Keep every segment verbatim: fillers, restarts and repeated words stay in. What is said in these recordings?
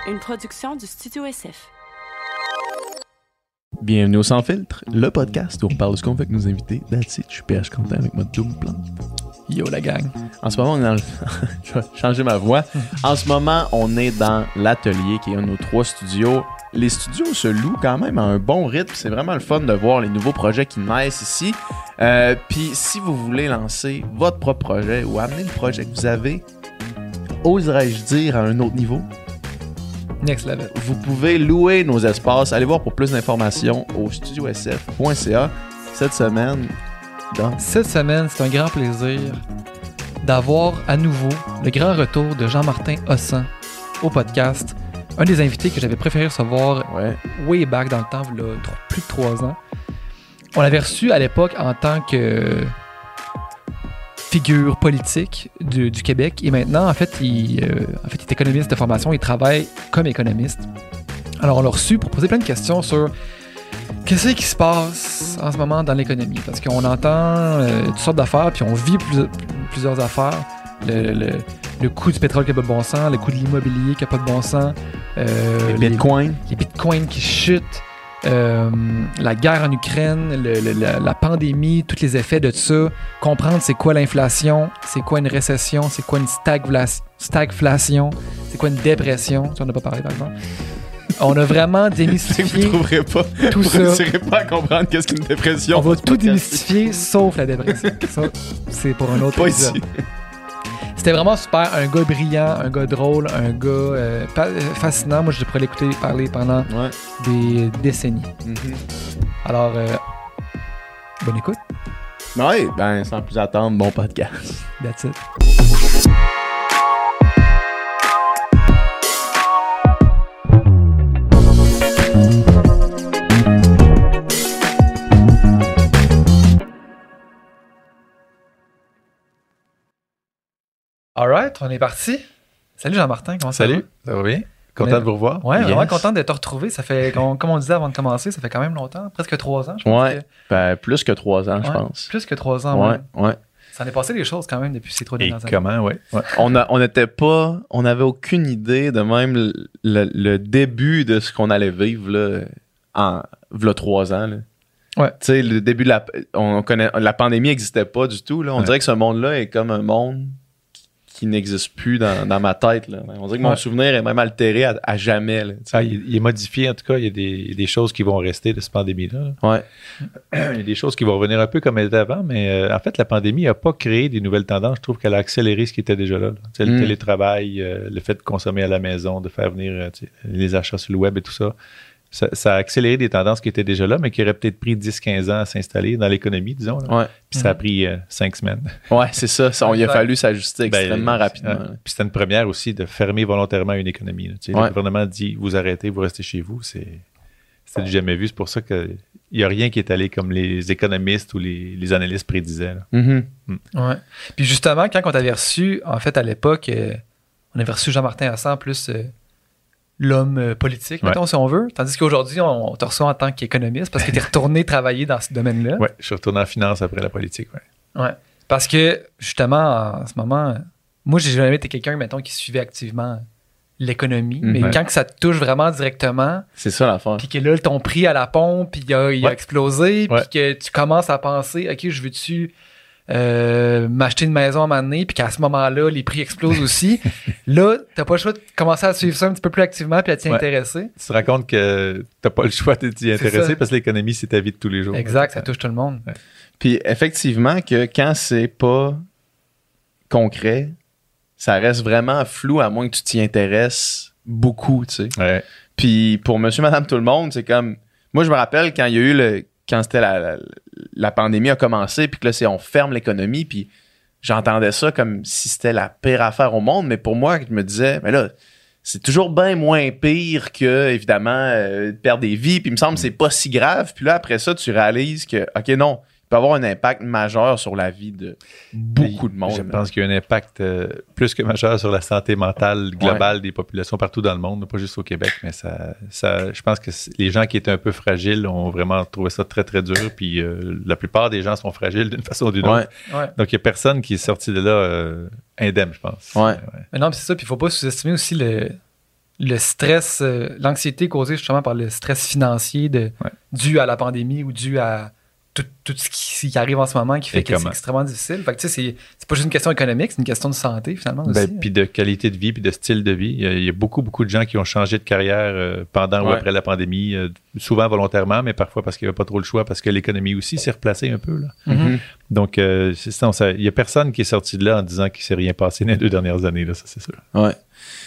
une production du Studio S F. Bienvenue au Sans Filtre, le podcast où on parle de ce qu'on fait avec nos invités. That's it, je suis P H Quentin avec ma double plante. Yo la gang. En ce moment, on est dans le... je vais changer ma voix. En ce moment, on est dans l'atelier qui est un de nos trois studios. Les studios se louent quand même à un bon rythme. C'est vraiment le fun de voir les nouveaux projets qui naissent ici. Euh, Puis si vous voulez lancer votre propre projet ou amener le projet que vous avez, oserais-je dire, à un autre niveau, Next level. vous pouvez louer nos espaces. Allez voir pour plus d'informations au studio s f point c a. Cette semaine, dans... Cette semaine, c'est un grand plaisir d'avoir à nouveau le grand retour de Jean-Martin Hossan au podcast. Un des invités que j'avais préféré recevoir Ouais. way back dans le temps, il y a plus de trois ans. On l'avait reçu à l'époque en tant que figure politique du, du Québec. Et maintenant, en fait, il, euh, en fait, il est économiste de formation. Il travaille comme économiste. Alors, on l'a reçu pour poser plein de questions sur qu'est-ce qui se passe en ce moment dans l'économie. Parce qu'on entend euh, toutes sortes d'affaires, puis on vit plus, plusieurs affaires. Le, le, le coût du pétrole qui n'a pas de bon sens, le coût de l'immobilier qui n'a pas de bon sens, euh, Les bitcoins. les, les bitcoins qui chutent, euh, la guerre en Ukraine, le, le, la, la pandémie, tous les effets de ça, comprendre c'est quoi l'inflation, c'est quoi une récession, c'est quoi une stagfla- stagflation, c'est quoi une dépression, ça on n'a pas parlé par exemple. On a vraiment Vous démystifié ne trouverez pas. tout Vous ça. ne réussirez pas à comprendre qu'est-ce qu'une dépression. On va dans ce tout podcast. démystifier sauf la dépression. Ça, c'est pour un autre Pas épisode. ici. C'était vraiment super. Un gars brillant, un gars drôle, un gars euh, pa- euh, fascinant. Moi, je pourrais l'écouter parler pendant Ouais. des décennies. Mhm. Alors, euh, bonne écoute. Ouais, ben sans plus attendre, bon podcast. That's it. Alright, on est parti. Salut Jean-Martin, comment ça va? Salut, ça va bien? Content Mais- de vous revoir. Ouais, Yes. vraiment content de te retrouver. Ça fait, comme, comme on disait avant de commencer, ça fait quand même longtemps, presque trois ans, je pense. Ouais. Ben plus que trois ans, que- je ouais, pense. Plus que trois ans, ouais. Ouais, ouais. Ça en est passé des choses quand même depuis ces trois Et dernières années. comment, ouais. ouais. On a, on n'était pas, on n'avait aucune idée de même le, le- le début de ce qu'on allait vivre là, en v'là trois ans. Là. Ouais. Tu sais, le début de la, on connaît, la pandémie n'existait pas du tout. Là. On Ouais. dirait que ce monde-là est comme un monde qui n'existe plus dans, dans ma tête. Là. On dirait que mon Ouais. souvenir est même altéré à, à jamais. Là, tu sais. Ah, il, il est modifié, en tout cas. Il y a des, il y a des choses qui vont rester de cette pandémie-là. là. Ouais. Il y a des choses qui vont revenir un peu comme elles étaient avant, mais euh, en fait, la pandémie n'a pas créé des nouvelles tendances. Je trouve qu'elle a accéléré ce qui était déjà là. là. Tu sais, Le Mm. télétravail, euh, le fait de consommer à la maison, de faire venir euh, tu sais, les achats sur le web et tout ça. Ça, ça a accéléré des tendances qui étaient déjà là, mais qui auraient peut-être pris dix à quinze ans à s'installer dans l'économie, disons. là. Ouais. Puis ça a Mhm. pris euh, cinq semaines. Ouais, c'est ça. ça on, il a Exact. fallu s'ajuster Ben, extrêmement rapidement. hein. Puis c'était une première aussi de fermer volontairement une économie. là. Tu sais, Ouais. Le gouvernement dit vous arrêtez, vous restez chez vous. C'est, c'est du jamais vu. C'est pour ça qu'il n'y a rien qui est allé comme les économistes ou les, les analystes prédisaient. là. Mhm. Ouais. Puis justement, quand on t'avait reçu, en fait, à l'époque, euh, on avait reçu Jean-Martin Hossan plus euh, l'homme euh, politique, Ouais. mettons, si on veut. Tandis qu'aujourd'hui, on, on te reçoit en tant qu'économiste parce que tu es retourné travailler dans ce domaine-là. Ouais, je suis retourné en finance après la politique. Ouais. Ouais. Parce que, justement, en ce moment, euh, moi, j'ai jamais été quelqu'un, mettons, qui suivait activement l'économie. Mhm. Mais Ouais. quand que ça te touche vraiment directement, C'est ça l'affaire. puis que là, ton prix à la pompe, puis il a, il a Ouais. explosé, puis Ouais. que tu commences à penser, OK, je veux-tu euh, m'acheter une maison à un moment donné, puis qu'à ce moment-là, les prix explosent aussi. Là, t'as pas le choix de commencer à suivre ça un petit peu plus activement, puis à t'y Ouais. intéresser. Tu te rends compte que tu n'as pas le choix de t'y intéresser ça. parce que l'économie, c'est ta vie de tous les jours. Exact, ça touche tout le monde. Puis effectivement que quand c'est pas concret, ça reste vraiment flou à moins que tu t'y intéresses beaucoup, tu sais. Ouais. Puis pour monsieur, madame, tout le monde, c'est comme... Moi, je me rappelle quand il y a eu le... Quand c'était la, la, la pandémie a commencé, puis que là, c'est on ferme l'économie, puis j'entendais ça comme si c'était la pire affaire au monde, mais pour moi, je me disais, mais là, c'est toujours bien moins pire que, évidemment, euh, perdre des vies, puis il me semble que c'est pas si grave. Puis là, après ça, tu réalises que, OK, non, il peut avoir un impact majeur sur la vie de beaucoup de monde. Je pense qu'il y a un impact euh, plus que majeur sur la santé mentale globale des populations partout dans le monde, pas juste au Québec, mais ça, ça je pense que les gens qui étaient un peu fragiles ont vraiment trouvé ça très, très dur. Puis euh, la plupart des gens sont fragiles d'une façon ou d'une Ouais. autre. Ouais. Donc, il n'y a personne qui est sorti de là euh, indemne, je pense. Ouais. Mais non, mais c'est ça. Puis il faut pas sous-estimer aussi le, le stress, euh, l'anxiété causée justement par le stress financier de, ouais. dû à la pandémie ou dû à tout, tout ce qui, qui arrive en ce moment qui fait Et que comment? c'est extrêmement difficile. Fait que tu sais, c'est, c'est pas juste une question économique, c'est une question de santé finalement aussi. Ben, puis de qualité de vie, puis de style de vie. Il y, a, il y a beaucoup, beaucoup de gens qui ont changé de carrière euh, pendant ouais. ou après la pandémie, euh, souvent volontairement, mais parfois parce qu'il n'y avait pas trop le choix, parce que l'économie aussi s'est replacée un peu. Là. Mm-hmm. Donc, euh, c'est ça, ça, il n'y a personne qui est sorti de là en disant qu'il ne s'est rien passé dans les deux dernières années, là, ça c'est sûr. Ouais.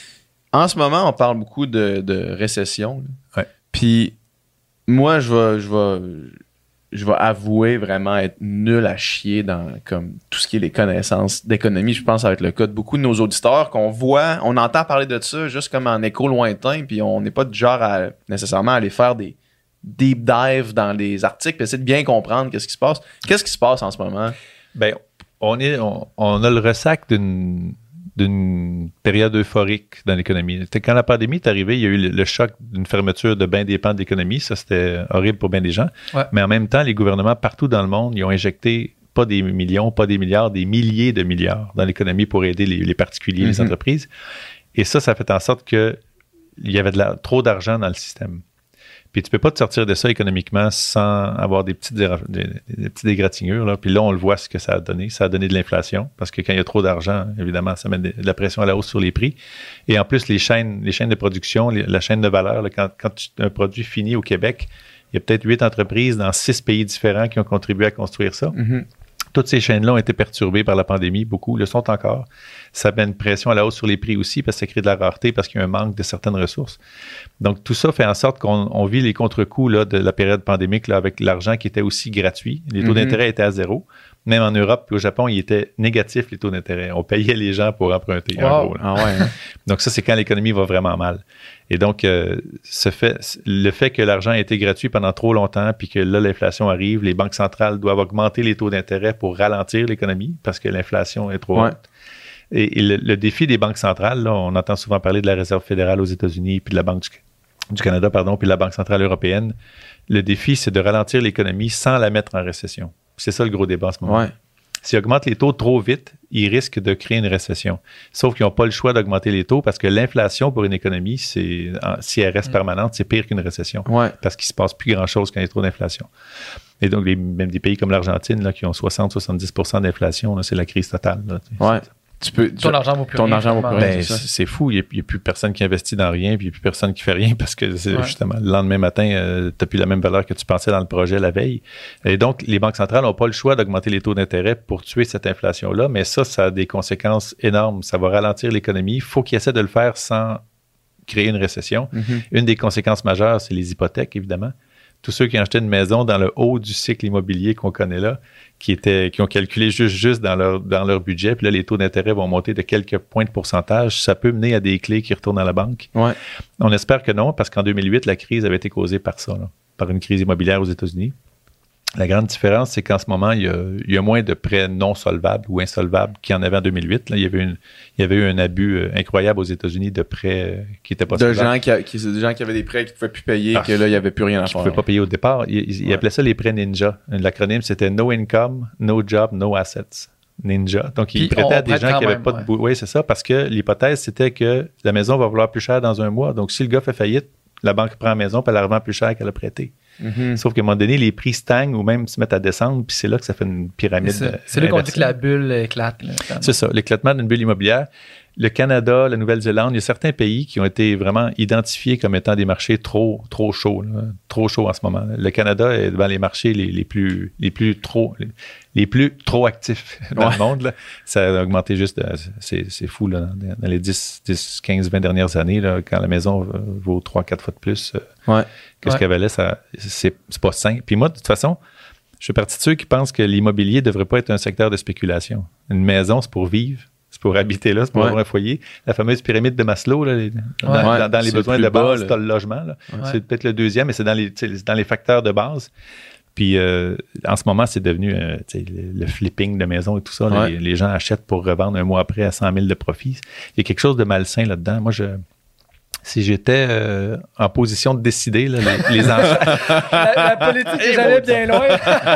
En ce moment, on parle beaucoup de, de récession. Ouais. Puis moi, je vais, je vais, je vais avouer vraiment être nul à chier dans comme tout ce qui est les connaissances d'économie. Je pense que ça va être le cas de beaucoup de nos auditeurs qu'on voit, on entend parler de ça juste comme en écho lointain, puis on n'est pas du genre à nécessairement aller faire des deep dive dans les articles, puis essayer de bien comprendre qu'est-ce qui se passe. Qu'est-ce qui se passe en ce moment? Ben, on est, on, on a le ressac d'une d'une période euphorique dans l'économie. Quand la pandémie est arrivée, il y a eu le, le choc d'une fermeture de bien des pans de l'économie. Ça, c'était horrible pour bien des gens. Ouais. Mais en même temps, les gouvernements partout dans le monde, ils ont injecté pas des millions, pas des milliards, des milliers de milliards dans l'économie pour aider les, les particuliers, mm-hmm. les entreprises. Et ça, ça fait en sorte qu'il y avait de la, trop d'argent dans le système. Puis tu peux pas te sortir de ça économiquement sans avoir des petites, des, des petites égratignures. Là. Puis là, on le voit ce que ça a donné. Ça a donné de l'inflation parce que quand il y a trop d'argent, évidemment, ça met de, de la pression à la hausse sur les prix. Et en plus, les chaînes, les chaînes de production, les, la chaîne de valeur, là, quand, quand tu, un produit finit au Québec, il y a peut-être huit entreprises dans six pays différents qui ont contribué à construire ça. Mm-hmm. Toutes ces chaînes-là ont été perturbées par la pandémie, beaucoup le sont encore. Ça met une pression à la hausse sur les prix aussi parce que ça crée de la rareté, parce qu'il y a un manque de certaines ressources. Donc, tout ça fait en sorte qu'on on vit les contre-coups là, de la période pandémique là, avec l'argent qui était aussi gratuit. Les taux mm-hmm. d'intérêt étaient à zéro. Même en Europe et au Japon, ils étaient négatifs, les taux d'intérêt. On payait les gens pour emprunter, wow. en gros. Là. Ah ouais, hein? Donc, ça, c'est quand l'économie va vraiment mal. Et donc, euh, ce fait, le fait que l'argent a été gratuit pendant trop longtemps, puis que là, l'inflation arrive, les banques centrales doivent augmenter les taux d'intérêt pour ralentir l'économie parce que l'inflation est trop ouais. haute. Et, et le, le défi des banques centrales, là, on entend souvent parler de la Réserve fédérale aux États-Unis, puis de la Banque du, du Canada, pardon, puis de la Banque centrale européenne. Le défi, c'est de ralentir l'économie sans la mettre en récession. C'est ça le gros débat en ce moment. Ouais. S'ils augmentent les taux trop vite, ils risquent de créer une récession. Sauf qu'ils n'ont pas le choix d'augmenter les taux parce que l'inflation pour une économie, c'est, si elle reste mmh. permanente, c'est pire qu'une récession. Ouais. Parce qu'il ne se passe plus grand-chose quand il y a trop d'inflation. Et donc, les, même des pays comme l'Argentine, là, qui ont soixante à soixante-dix pour cent d'inflation, là, c'est la crise totale. Là, ouais. Tu peux, ton tu, argent vaut plus ton rien. Argent vaut plus rien ben, c'est, c'est fou. Il n'y a, a plus personne qui investit dans rien, puis il n'y a plus personne qui fait rien parce que c'est ouais. justement le lendemain matin, euh, tu n'as plus la même valeur que tu pensais dans le projet la veille. Et donc, les banques centrales n'ont pas le choix d'augmenter les taux d'intérêt pour tuer cette inflation-là, mais ça, ça a des conséquences énormes. Ça va ralentir l'économie. Il faut qu'ils essaient de le faire sans créer une récession. Mm-hmm. Une des conséquences majeures, c'est les hypothèques, évidemment. Tous ceux qui ont acheté une maison dans le haut du cycle immobilier qu'on connaît là, qui étaient, qui ont calculé juste, juste dans leur, dans leur budget, puis là, les taux d'intérêt vont monter de quelques points de pourcentage, ça peut mener à des clés qui retournent à la banque. Ouais. On espère que non, parce qu'en deux mille huit, la crise avait été causée par ça, là, par une crise immobilière aux États-Unis. La grande différence, c'est qu'en ce moment, il y a, il y a moins de prêts non solvables ou insolvables qu'il y en avait en deux mille huit. Là, il y avait, une, il y avait eu un abus euh, incroyable aux États-Unis de prêts euh, qui n'étaient pas de solvables. Gens qui, a, qui, de gens qui avaient des prêts qui ne pouvaient plus payer, ah, que là, il n'y avait plus rien à qui faire. Qui ne pouvaient pas payer au départ. Ils, ils, ouais. ils appelaient ça les prêts ninja. L'acronyme, c'était No Income, No Job, No Assets. Ninja. Donc, ils prêtaient à des gens qui n'avaient pas de boulot. Oui, c'est ça, parce que l'hypothèse, c'était que la maison va valoir plus cher dans un mois. Donc, si le gars fait faillite, la banque prend la maison et elle la revend plus cher qu'elle a prêté. Mm-hmm. Sauf qu'à un moment donné, les prix stagnent ou même se mettent à descendre, puis c'est là que ça fait une pyramide. C'est, c'est là qu'on dit que la bulle éclate. Là, c'est ça, l'éclatement d'une bulle immobilière. Le Canada, la Nouvelle-Zélande, il y a certains pays qui ont été vraiment identifiés comme étant des marchés trop, trop chauds, là, trop chauds en ce moment. Le Canada est devant les marchés les, les plus, les plus trop, les, les plus trop actifs dans ouais. le monde. Là. Ça a augmenté juste, c'est, c'est fou là, dans, dans les dix, dix, quinze, vingt dernières années, là, quand la maison vaut trois, quatre fois de plus ouais. que ce ouais. qu'elle valait, ça, c'est, c'est pas sain. Puis moi, de toute façon, je fais partie de ceux qui pensent que l'immobilier ne devrait pas être un secteur de spéculation. Une maison, c'est pour vivre. C'est pour habiter là, c'est pour ouais. avoir un foyer. La fameuse pyramide de Maslow, là, les, dans, ouais. dans, dans les c'est besoins de base, tu as le logement. Là. Ouais. C'est peut-être le deuxième, mais c'est dans les, dans les facteurs de base. Puis euh, en ce moment, c'est devenu euh, le, le flipping de maison et tout ça. Ouais. Là, les, les gens achètent pour revendre un mois après à cent mille de profit. Il y a quelque chose de malsain là-dedans. Moi, je Si j'étais euh, en position de décider, là, les, les enchères... la, la politique est jamais bien loin.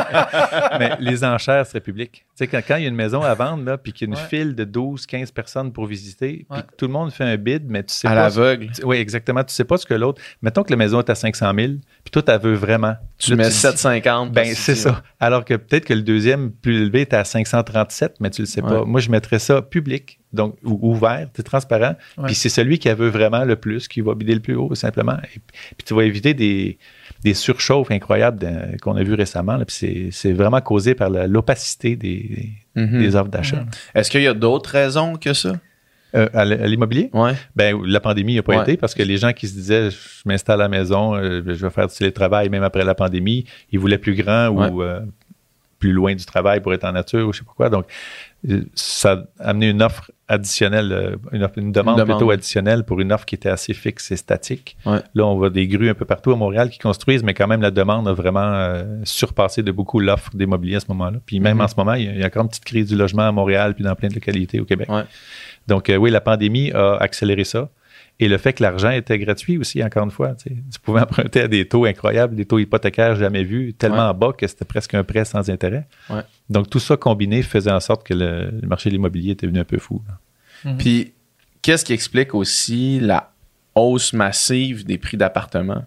Mais les enchères seraient publiques. Tu sais, quand, quand il y a une maison à vendre, là, puis qu'il y a une Ouais. file de douze quinze personnes pour visiter, Ouais. puis que tout le monde fait un bid, mais tu sais À pas... l'aveugle. Oui, exactement. Tu sais pas ce que l'autre... Mettons que la maison est à cinq cent mille, puis toi, tu veux vraiment. Tu Là, mets dis- sept cinquante. Ben, c'est ça. Alors que peut-être que le deuxième plus élevé est à cinq cent trente-sept, mais tu le sais pas. Ouais. Moi, je mettrais ça public, donc ou- ouvert, c'est transparent. Ouais. Puis c'est celui qui en veut vraiment le plus qui va bider le plus haut, simplement. Et puis tu vas éviter des, des surchauffes incroyables de- qu'on a vues récemment. Là. Puis c'est, c'est vraiment causé par la- l'opacité des, Mhm. des offres d'achat. Mhm. Est-ce qu'il y a d'autres raisons que ça? Euh, à l- à l'immobilier? Ouais. Ben, la pandémie n'a pas Ouais. été parce que les gens qui se disaient je m'installe à la maison, euh, je vais faire du télétravail même après la pandémie, ils voulaient plus grand Ouais. ou euh, plus loin du travail pour être en nature ou je sais pas quoi. Donc, euh, ça a amené une offre additionnelle, euh, une, offre- une demande Une demande. plutôt additionnelle pour une offre qui était assez fixe et statique. Ouais. Là, on voit des grues un peu partout à Montréal qui construisent, mais quand même, la demande a vraiment euh, surpassé de beaucoup l'offre d'immobilier à ce moment-là. Puis même Mhm. en ce moment, il y, a, il y a encore une petite crise du logement à Montréal puis dans plein de localités au Québec. Ouais. Donc, euh, oui, la pandémie a accéléré ça. Et le fait que l'argent était gratuit aussi, encore une fois. Tu sais. Tu pouvais emprunter à des taux incroyables, des taux hypothécaires jamais vus, tellement Ouais. bas que c'était presque un prêt sans intérêt. Ouais. Donc, tout ça combiné faisait en sorte que le, le marché de l'immobilier était devenu un peu fou. là. Mhm. Puis, qu'est-ce qui explique aussi la hausse massive des prix d'appartements?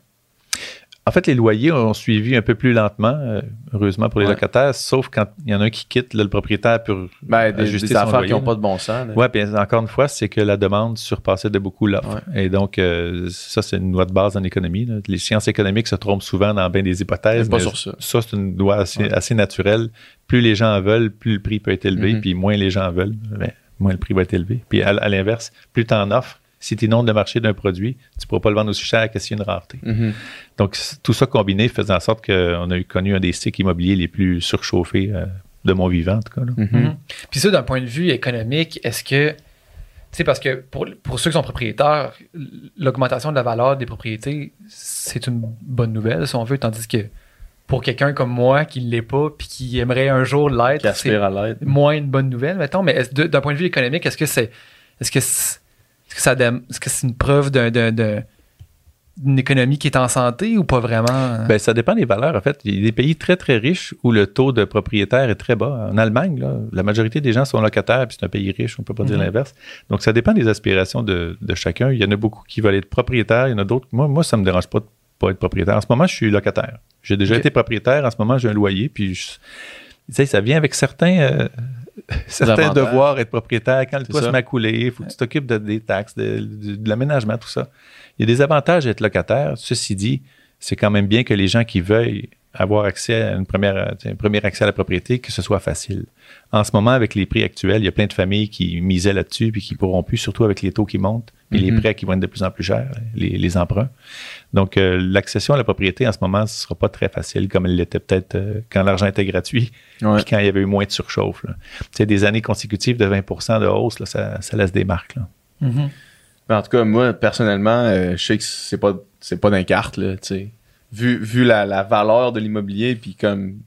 En fait, les loyers ont suivi un peu plus lentement, euh, heureusement pour les Ouais. locataires, sauf quand il y en a un qui quitte, là, le propriétaire peut Ben, des, ajuster des son affaires loyer, qui n'ont là. pas de bon sens. là. Oui, puis encore une fois, c'est que la demande surpassait de beaucoup l'offre. Et donc, euh, ça, c'est une loi de base en économie. là. Les sciences économiques se trompent souvent dans bien des hypothèses. Mais pas mais sur ça. Ça, c'est une loi assez, Ouais. assez naturelle. Plus les gens en veulent, plus le prix peut être élevé, Mhm. puis moins les gens en veulent, ben, moins le prix va être élevé. Puis à, à l'inverse, plus tu en offres, si tu inondes le marché d'un produit, tu ne pourras pas le vendre aussi cher que s'il y a une rareté. Mhm. Donc, c- tout ça combiné faisait en sorte qu'on a eu connu un des cycles immobiliers les plus surchauffés euh, de mon vivant, en tout cas. là. Mhm. Mhm. Puis ça, d'un point de vue économique, est-ce que... Tu sais, parce que pour, pour ceux qui sont propriétaires, l'augmentation de la valeur des propriétés, c'est une bonne nouvelle, si on veut, tandis que pour quelqu'un comme moi qui ne l'est pas puis qui aimerait un jour Qui l'être, c'est aspire à l'aide. moins une bonne nouvelle, mettons. Mais est-ce- de- d'un point de vue économique, est-ce que c'est... Est-ce que c'est, est-ce que ça dé- est-ce que c'est une preuve d'un, d'un- d'un- d'une économie qui est en santé ou pas vraiment? Ben, ça dépend des valeurs. En fait, il y a des pays très, très riches où le taux de propriétaire est très bas. En Allemagne, là, la majorité des gens sont locataires, puis c'est un pays riche, on ne peut pas dire Mhm. l'inverse. Donc, ça dépend des aspirations de, de chacun. Il y en a beaucoup qui veulent être propriétaires, il y en a d'autres. Moi, moi ça ne me dérange pas de pas être propriétaire. En ce moment, je suis locataire. J'ai déjà Ok. été propriétaire. En ce moment, j'ai un loyer, puis je- tu sais, ça vient avec certains... euh, certains avantages. devoirs être propriétaire. Quand le C'est toit ça. se met à couler, il faut que tu t'occupes de- des taxes, de, de- de l'aménagement, tout ça. Il y a des avantages à être locataire. Ceci dit, c'est quand même bien que les gens qui veuillent avoir accès à une première, tu sais, un premier accès à la propriété, que ce soit facile. En ce moment, avec les prix actuels, il y a plein de familles qui misaient là-dessus puis qui pourront plus, surtout avec les taux qui montent et les Mhm. prêts qui vont être de plus en plus chers, les, les emprunts. Donc, euh, l'accession à la propriété en ce moment, ce ne sera pas très facile comme elle l'était peut-être euh, quand l'argent était gratuit Ouais. puis quand il y avait eu moins de surchauffe. là. Tu sais, des années consécutives de vingt pour cent de hausse, là, ça, ça laisse des marques. Là. Mhm. Mais en tout cas, moi, personnellement, euh, je sais que c'est pas, c'est pas d'un carte, là, tu sais. Vu, vu la, la valeur de l'immobilier, puis comme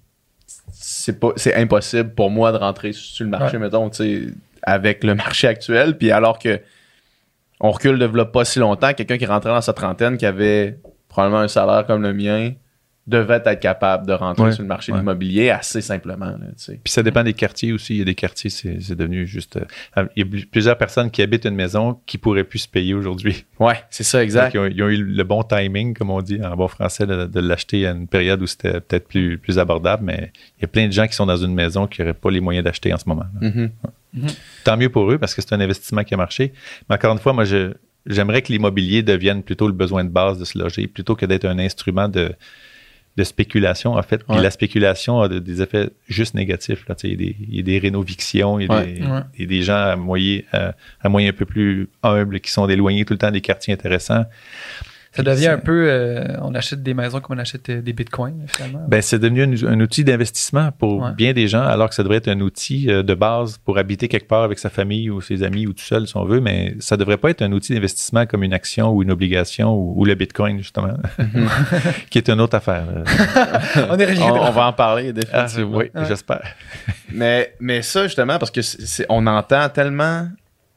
c'est pas c'est impossible pour moi de rentrer sur le marché, Ouais. mettons, tu sais, avec le marché actuel. Puis alors que on recule de v'là pas si longtemps, quelqu'un qui rentrait dans sa trentaine, qui avait probablement un salaire comme le mien, devait être capable de rentrer Ouais, sur le marché ouais. de l'immobilier assez simplement, là, tu sais. Puis ça dépend des quartiers aussi. Il y a des quartiers, c'est, c'est devenu juste... euh, il y a plusieurs personnes qui habitent une maison qui pourraient plus se payer aujourd'hui. Ouais, c'est ça, exact. Donc, ils, ont, ils ont eu le bon timing, comme on dit en bon français, de, de l'acheter à une période où c'était peut-être plus, plus abordable, mais il y a plein de gens qui sont dans une maison qui n'auraient pas les moyens d'acheter en ce moment. là. Mhm. Tant mieux pour eux parce que c'est un investissement qui a marché. Mais encore une fois, moi, je, j'aimerais que l'immobilier devienne plutôt le besoin de base de se loger plutôt que d'être un instrument de, de spéculation, en fait. Puis Ouais. la spéculation a de- des effets juste négatifs. Là. Tu sais, Il y a des, il y a des rénovictions, il y a, Ouais. des, Ouais. il y a des gens à moyen, à, à moyen un peu plus humbles qui sont éloignés tout le temps des quartiers intéressants. Ça Puis devient c'est- un peu... euh, on achète des maisons comme on achète euh, des bitcoins, finalement. Ben, c'est devenu un, un outil d'investissement pour Ouais. bien des gens, alors que ça devrait être un outil euh, de base pour habiter quelque part avec sa famille ou ses amis ou tout seul, si on veut, mais ça devrait pas être un outil d'investissement comme une action ou une obligation ou, ou le Bitcoin, justement, qui est une autre affaire. là. on est rien On, de- on va en parler Ah, définitivement. oui, Ouais. j'espère. Mais, mais ça, justement, parce que c'est, c'est- on entend tellement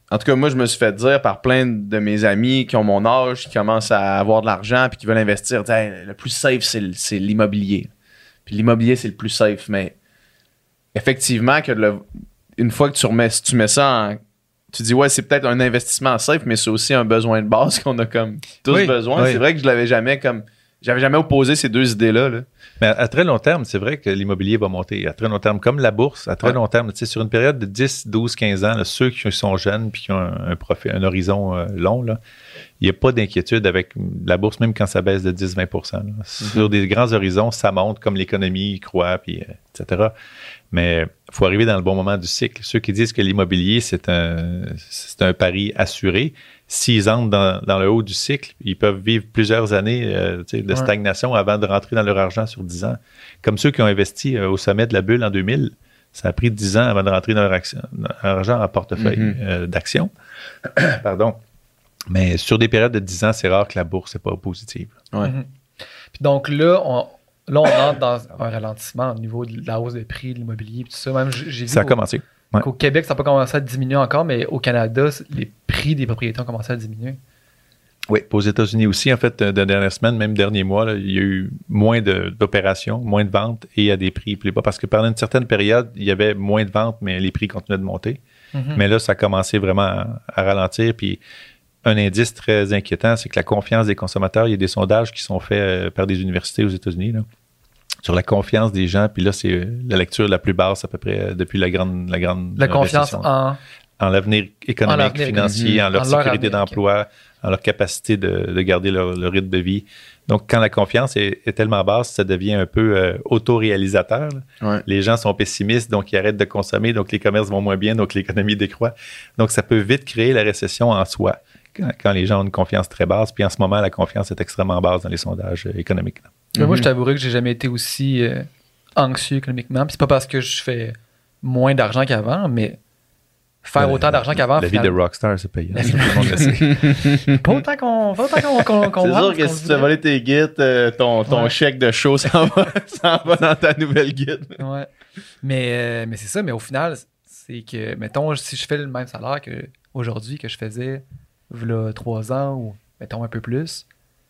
en tout cas, moi, je me suis fait dire par plein de mes amis qui ont mon âge, qui commencent à avoir de l'argent puis qui veulent investir, hey, le plus safe, c'est, le, c'est l'immobilier. Puis l'immobilier, c'est le plus safe. Mais effectivement, que le, une fois que tu remets, si tu mets ça en... Tu dis, ouais, c'est peut-être un investissement safe, mais c'est aussi un besoin de base qu'on a comme tous oui, besoin. Oui. C'est vrai que je l'avais jamais comme... J'avais jamais opposé ces deux idées-là. Là. Mais à, à très long terme, c'est vrai que l'immobilier va monter. À très long terme, comme la bourse, à très ouais. long terme, tu sais, sur une période de dix, douze, quinze ans, là, ceux qui sont jeunes puis qui ont un, un, profil, un horizon euh, long, là, il n'y a pas d'inquiétude avec la bourse, même quand ça baisse de dix à vingt pour cent. Là. Mm-hmm. Sur des grands horizons, ça monte comme l'économie croît, puis, euh, et cetera. Mais il faut arriver dans le bon moment du cycle. Ceux qui disent que l'immobilier, c'est un, c'est un pari assuré, s'ils entrent dans, dans le haut du cycle, ils peuvent vivre plusieurs années euh, de ouais. stagnation avant de rentrer dans leur argent sur dix ans. Comme ceux qui ont investi euh, au sommet de la bulle en deux mille, ça a pris dix ans avant de rentrer dans leur, action, dans leur argent en portefeuille mm-hmm. euh, d'actions. Pardon. Mais sur des périodes de dix ans, c'est rare que la bourse n'est pas positive. Ouais. Mm-hmm. Puis donc là, on... Là, on entre dans un ralentissement au niveau de la hausse des prix de l'immobilier et tout ça. Même, j'ai vu ça a au, commencé. Ouais. Qu'au Québec, ça n'a pas commencé à diminuer encore, mais au Canada, les prix des propriétés ont commencé à diminuer. Oui, aux États-Unis aussi, en fait, de dernière semaine, même dernier mois, là, il y a eu moins de, d'opérations, moins de ventes et à des prix plus bas. Parce que pendant une certaine période, il y avait moins de ventes, mais les prix continuaient de monter. Mm-hmm. Mais là, ça a commencé vraiment à, à ralentir. Puis, un indice très inquiétant, c'est que la confiance des consommateurs, il y a des sondages qui sont faits euh, par des universités aux États-Unis, là, sur la confiance des gens. Puis là, c'est la lecture la plus basse à peu près euh, depuis la grande la grande La confiance en... En l'avenir économique, en l'avenir financier, mmh. en leur en sécurité leur d'emploi, okay. en leur capacité de, de garder leur, leur rythme de vie. Donc, quand la confiance est, est tellement basse, ça devient un peu euh, autoréalisateur. Ouais. Les gens sont pessimistes, donc ils arrêtent de consommer, donc les commerces vont moins bien, donc l'économie décroît. Donc, ça peut vite créer la récession en soi, quand, quand les gens ont une confiance très basse. Puis en ce moment, la confiance est extrêmement basse dans les sondages euh, économiques. Mm-hmm. Moi, je t'avouerai que j'ai jamais été aussi euh, anxieux économiquement. Puis c'est pas parce que je fais moins d'argent qu'avant, mais faire euh, autant d'argent qu'avant. La vie de rockstar, c'est payant. Tout le monde le sait. Pas autant qu'on, pas autant qu'on, qu'on, qu'on C'est vend, sûr que si tu as volé tes guides, euh, ton, ton ouais. chèque de show s'en va, s'en va dans ta nouvelle guide. Ouais. Mais, euh, mais c'est ça, mais au final, c'est que, mettons, si je fais le même salaire qu'aujourd'hui que je faisais il y a trois ans ou, mettons, un peu plus,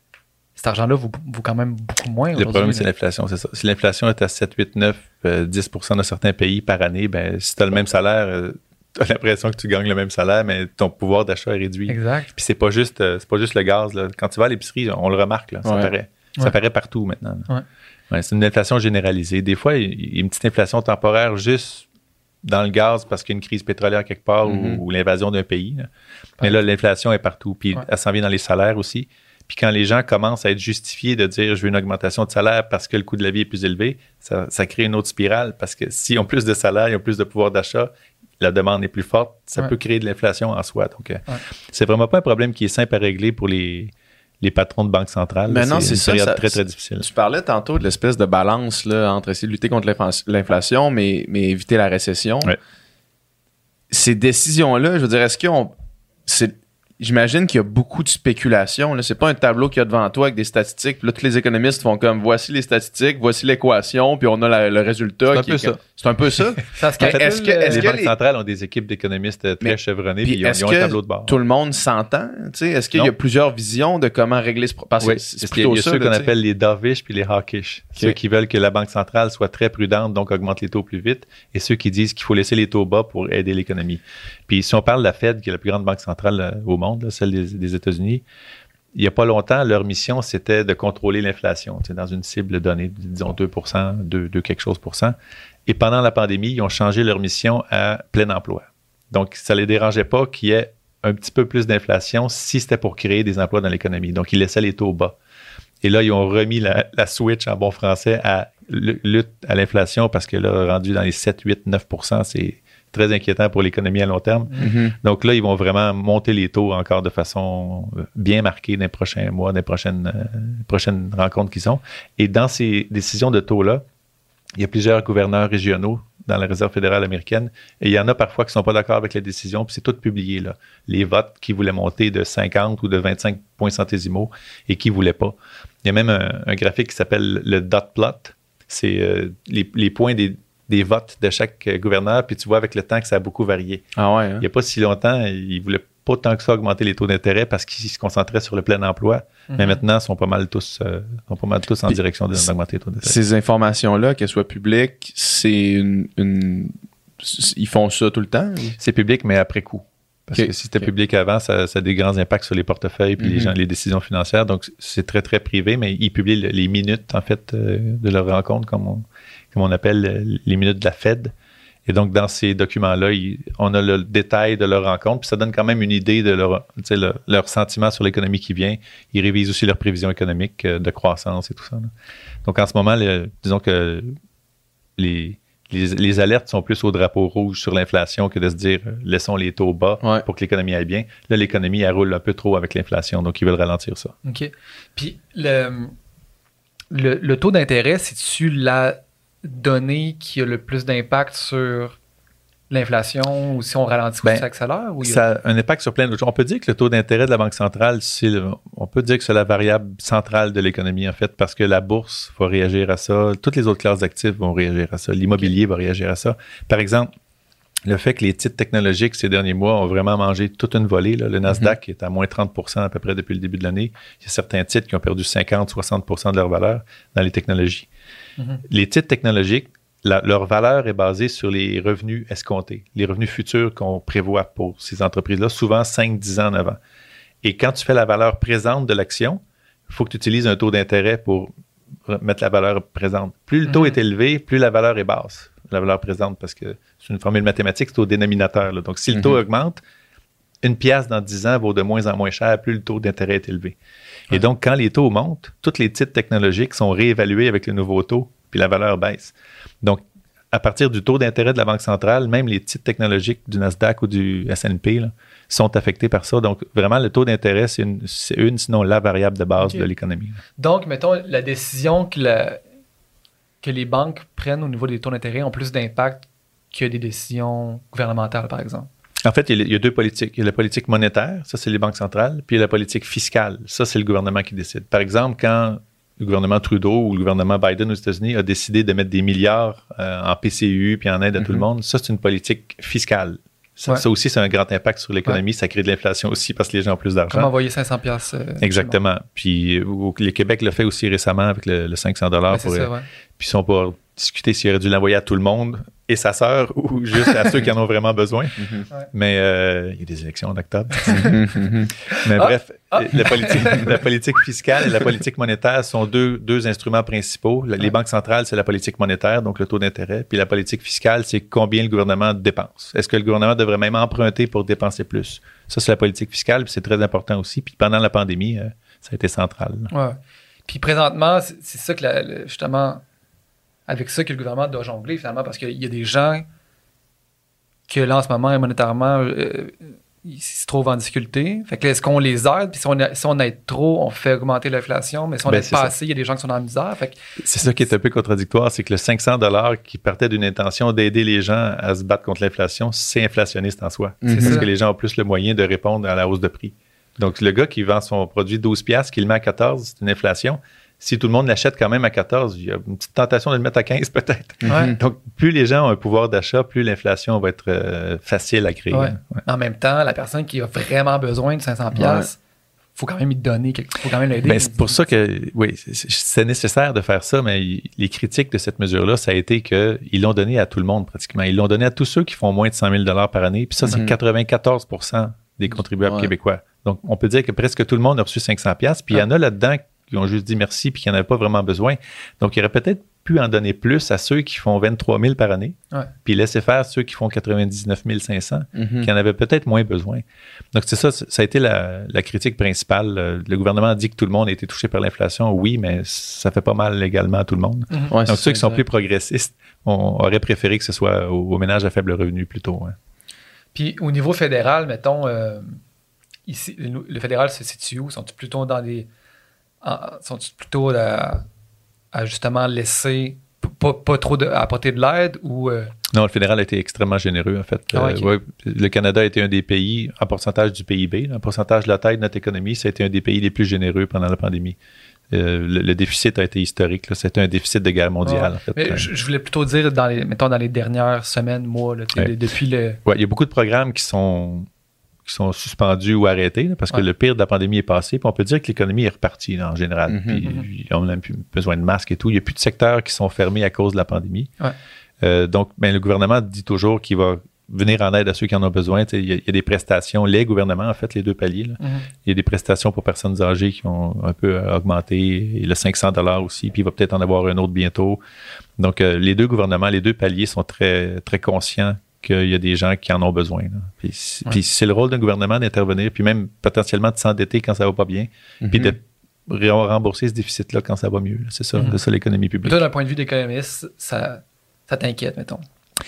cet argent-là vaut, vaut quand même beaucoup moins. Le problème, c'est l'inflation, c'est ça. Si l'inflation est à sept, huit, neuf, dix pour cent dans certains pays par année, ben, si tu as le même salaire, euh, tu as l'impression que tu gagnes le même salaire, mais ton pouvoir d'achat est réduit. Exact. Puis c'est pas juste, euh, c'est pas juste le gaz. Là. Quand tu vas à l'épicerie, on le remarque, là, ça ouais. paraît. Ça ouais. paraît partout maintenant. Ouais. Ouais, c'est une inflation généralisée. Des fois, il y a une petite inflation temporaire juste dans le gaz parce qu'il y a une crise pétrolière quelque part mm-hmm. ou, ou l'invasion d'un pays. Là. Mais là, l'inflation est partout. Puis ouais. elle s'en vient dans les salaires aussi. Puis quand les gens commencent à être justifiés de dire « je veux une augmentation de salaire parce que le coût de la vie est plus élevé », ça, ça crée une autre spirale parce que s'ils ont plus de salaire, ils ont plus de pouvoir d'achat, la demande est plus forte, ça ouais. peut créer de l'inflation en soi. Donc, ouais. c'est vraiment pas un problème qui est simple à régler pour les, les patrons de banques centrales. Mais non, c'est, c'est une ça, période ça, très, très difficile. Tu parlais tantôt de l'espèce de balance là, entre essayer de lutter contre l'inflation, mais, mais éviter la récession. Ouais. Ces décisions-là, je veux dire, est-ce qu'on... C'est, j'imagine qu'il y a beaucoup de spéculation. Là. C'est pas un tableau qu'il y a devant toi avec des statistiques. Puis là, tous les économistes font comme voici les statistiques, voici l'équation, puis on a la, le résultat. C'est un qui peu est ça. Comme... C'est un peu ça. ça se est-ce que, est-ce les que banques les... centrales ont des équipes d'économistes très Mais, chevronnés, puis ils ont, ils ont un tableau de bord. Tout le monde s'entend. T'sais? Est-ce qu'il non. y a plusieurs visions de comment régler ce problème? Oui, c'est, c'est plutôt il y a ça, ceux là, qu'on t'sais. appelle les dovish puis les hawkish. Okay. Ceux qui veulent que la banque centrale soit très prudente, donc augmente les taux plus vite, et ceux qui disent qu'il faut laisser les taux bas pour aider l'économie. Puis si on parle de la Fed, qui est la plus grande banque centrale euh, au monde, là, celle des, des États-Unis, il n'y a pas longtemps, leur mission, c'était de contrôler l'inflation, dans une cible donnée, disons deux pour cent, deux, deux quelque chose pour cent. Et pendant la pandémie, ils ont changé leur mission à plein emploi. Donc, ça ne les dérangeait pas qu'il y ait un petit peu plus d'inflation si c'était pour créer des emplois dans l'économie. Donc, ils laissaient les taux bas. Et là, ils ont remis la, la switch en bon français à lutte à l'inflation parce que là, rendu dans les sept, huit, neuf pour cent, c'est très inquiétant pour l'économie à long terme. Mm-hmm. Donc là, ils vont vraiment monter les taux encore de façon bien marquée dans les prochains mois, dans les prochaines, euh, prochaines rencontres qu'ils ont. Et dans ces décisions de taux-là, il y a plusieurs gouverneurs régionaux dans la Réserve fédérale américaine et il y en a parfois qui ne sont pas d'accord avec les décisions, puis c'est tout publié, là. Les votes qui voulaient monter de cinquante ou de vingt-cinq points centésimaux et qui ne voulaient pas. Il y a même un, un graphique qui s'appelle le dot plot. C'est euh, les, les points des des votes de chaque gouverneur, puis tu vois avec le temps que ça a beaucoup varié. Ah ouais, hein? Il n'y a pas si longtemps, ils ne voulaient pas tant que ça augmenter les taux d'intérêt parce qu'ils se concentraient sur le plein emploi. Mm-hmm. Mais maintenant, ils sont pas mal tous, euh, sont pas mal tous en puis, direction d'augmenter les taux d'intérêt. Ces informations-là, qu'elles soient publiques, c'est une, une... Ils font ça tout le temps? C'est public, mais après coup. Parce okay. que si c'était okay. public avant, ça, ça a des grands impacts sur les portefeuilles puis mm-hmm. les, gens, les décisions financières. Donc, c'est très, très privé, mais ils publient les minutes, en fait, euh, de leur rencontre, comme on, comme on appelle les minutes de la Fed. Et donc, dans ces documents-là, il, on a le détail de leur rencontre, puis ça donne quand même une idée de leur, le, leur sentiment sur l'économie qui vient. Ils révisent aussi leurs prévisions économiques euh, de croissance et tout ça. Là. Donc, en ce moment, le, disons que les, les, les alertes sont plus au drapeau rouge sur l'inflation que de se dire euh, laissons les taux bas ouais. pour que l'économie aille bien. Là, l'économie, elle roule un peu trop avec l'inflation, donc ils veulent ralentir ça. OK. Puis, le, le, le taux d'intérêt, c'est-tu la donnée qui a le plus d'impact sur l'inflation ou si on ralentit ben, ou ça accélère? Ou ça a un impact sur plein d'autres choses. On peut dire que le taux d'intérêt de la Banque centrale, c'est le, on peut dire que c'est la variable centrale de l'économie, en fait, parce que la bourse va réagir à ça, toutes les autres classes d'actifs vont réagir à ça, l'immobilier okay. va réagir à ça. Par exemple, le fait que les titres technologiques ces derniers mois ont vraiment mangé toute une volée, là. Le Nasdaq mm-hmm. est à moins trente pour cent à peu près depuis le début de l'année. Il y a certains titres qui ont perdu cinquante à soixante pour cent de leur valeur dans les technologies. Mm-hmm. Les titres technologiques, la, leur valeur est basée sur les revenus escomptés, les revenus futurs qu'on prévoit pour ces entreprises-là, souvent cinq à dix ans en avant. Et quand tu fais la valeur présente de l'action, il faut que tu utilises un taux d'intérêt pour mettre la valeur présente. Plus le taux mm-hmm. est élevé, plus la valeur est basse, la valeur présente, parce que c'est une formule mathématique, c'est au dénominateur. Là. Donc, si le taux mm-hmm. augmente, une pièce dans dix ans vaut de moins en moins cher, plus le taux d'intérêt est élevé. Ouais. Et donc, quand les taux montent, tous les titres technologiques sont réévalués avec le nouveau taux, puis la valeur baisse. Donc, à partir du taux d'intérêt de la Banque centrale, même les titres technologiques du Nasdaq ou du S and P là, sont affectés par ça. Donc, vraiment, le taux d'intérêt, c'est une, c'est une sinon la variable de base okay. de l'économie. Donc, mettons, la décision que, la, que les banques prennent au niveau des taux d'intérêt ont plus d'impact que des décisions gouvernementales, par exemple. En fait, il y a deux politiques. Il y a la politique monétaire, ça, c'est les banques centrales, puis il y a la politique fiscale, ça, c'est le gouvernement qui décide. Par exemple, quand le gouvernement Trudeau ou le gouvernement Biden aux États-Unis a décidé de mettre des milliards euh, en P C U puis en aide à mm-hmm. tout le monde, ça, c'est une politique fiscale. Ça, ouais. ça aussi, c'est un grand impact sur l'économie. Ouais. Ça crée de l'inflation aussi parce que les gens ont plus d'argent. Comme envoyer cinq cents piastres. Euh, Exactement. Puis au, le Québec l'a fait aussi récemment avec le, le cinq cents dollars. Ouais, pour, ça, ouais. Puis ils sont pas discuter s'il aurait dû l'envoyer à tout le monde et sa sœur ou juste à ceux qui en ont vraiment besoin. Mm-hmm. Ouais. Mais euh, il y a des élections en octobre. Mais ah, bref, ah. La, politique, la politique fiscale et la politique monétaire sont deux, deux instruments principaux. Les ouais. banques centrales, c'est la politique monétaire, donc le taux d'intérêt. Puis la politique fiscale, c'est combien le gouvernement dépense. Est-ce que le gouvernement devrait même emprunter pour dépenser plus? Ça, c'est la politique fiscale, puis c'est très important aussi. Puis pendant la pandémie, euh, ça a été central. Ouais. Puis présentement, c'est, c'est ça que la, le, justement... avec ça que le gouvernement doit jongler, finalement, parce qu'il y a des gens que là, en ce moment, monétairement, euh, ils se trouvent en difficulté. Fait que là, est-ce qu'on les aide? Puis si on, a, si on aide trop, on fait augmenter l'inflation, mais si on ben, aide pas ça. assez, il y a des gens qui sont dans la misère. Fait que, c'est ça qui est un peu contradictoire, c'est que le cinq cents dollars qui partait d'une intention d'aider les gens à se battre contre l'inflation, c'est inflationniste en soi. C'est parce ça. que les gens ont plus le moyen de répondre à la hausse de prix. Donc, le gars qui vend son produit douze piastres, qui le met à quatorze, c'est une inflation. Si tout le monde l'achète quand même à quatorze, il y a une petite tentation de le mettre à quinze peut-être. Ouais. Donc, plus les gens ont un pouvoir d'achat, plus l'inflation va être euh, facile à créer. Ouais. Ouais. En même temps, la personne qui a vraiment besoin de cinq cents piastres, il faut quand même lui donner, il faut quand même l'aider. Ben, c'est pour ça que, oui, c'est, c'est nécessaire de faire ça, mais il, les critiques de cette mesure-là, ça a été qu'ils l'ont donné à tout le monde pratiquement. Ils l'ont donné à tous ceux qui font moins de cent mille dollars par année. Puis ça, c'est mm-hmm. quatre-vingt-quatorze pour cent des contribuables ouais. québécois. Donc, on peut dire que presque tout le monde a reçu cinq cents piastres. Puis il ouais. y en a là-dedans qui ont juste dit merci puis qui n'en avaient pas vraiment besoin. Donc, il aurait peut-être pu en donner plus à ceux qui font vingt-trois mille par année, ouais. puis laisser faire ceux qui font quatre-vingt-dix-neuf mille cinq cents, mm-hmm. qui en avaient peut-être moins besoin. Donc, c'est ça, ça a été la, la critique principale. Le gouvernement dit que tout le monde a été touché par l'inflation. Oui, mais ça fait pas mal également à tout le monde. Mm-hmm. Ouais, Donc, ceux qui sont plus progressistes, on aurait préféré que ce soit aux, aux ménages à faible revenu plutôt. Hein. Puis, au niveau fédéral, mettons, euh, ici, le, le fédéral se situe où? Sont-ils plutôt dans des... sont-ils plutôt à, à justement laisser pas, pas trop de, apporter de l'aide ou euh... Non, le fédéral a été extrêmement généreux en fait. Ah, okay. euh, ouais, le Canada a été un des pays en pourcentage du P I B, en pourcentage de la taille de notre économie, ça a été un des pays les plus généreux pendant la pandémie. Euh, le, le déficit a été historique. Là. C'était un déficit de guerre mondiale. Ouais. En fait. Mais je, je voulais plutôt dire, dans les, mettons, dans les dernières semaines, mois, là, Ouais. depuis le... Ouais, il y a beaucoup de programmes qui sont, qui sont suspendus ou arrêtés là, parce Ouais. que le pire de la pandémie est passé. Puis on peut dire que l'économie est repartie là, en général. Mm-hmm. Puis on n'a plus besoin de masques et tout. Il n'y a plus de secteurs qui sont fermés à cause de la pandémie. Ouais. Euh, donc, ben, le gouvernement dit toujours qu'il va venir en aide à ceux qui en ont besoin. Il y, a, il y a des prestations, les gouvernements, en fait, les deux paliers. Là. Mm-hmm. Il y a des prestations pour personnes âgées qui ont un peu euh, augmenté, et le cinq cents dollars aussi, puis il va peut-être en avoir un autre bientôt. Donc, euh, les deux gouvernements, les deux paliers sont très, très conscients qu'il y a des gens qui en ont besoin. Là. Puis, Ouais. puis c'est le rôle d'un gouvernement d'intervenir, puis même potentiellement de s'endetter quand ça va pas bien, Mm-hmm. puis de rembourser ce déficit-là quand ça va mieux. là. C'est ça, Mm-hmm. c'est ça l'économie Mais publique. toi, d'un point de vue d'économiste, ça, ça t'inquiète, mettons.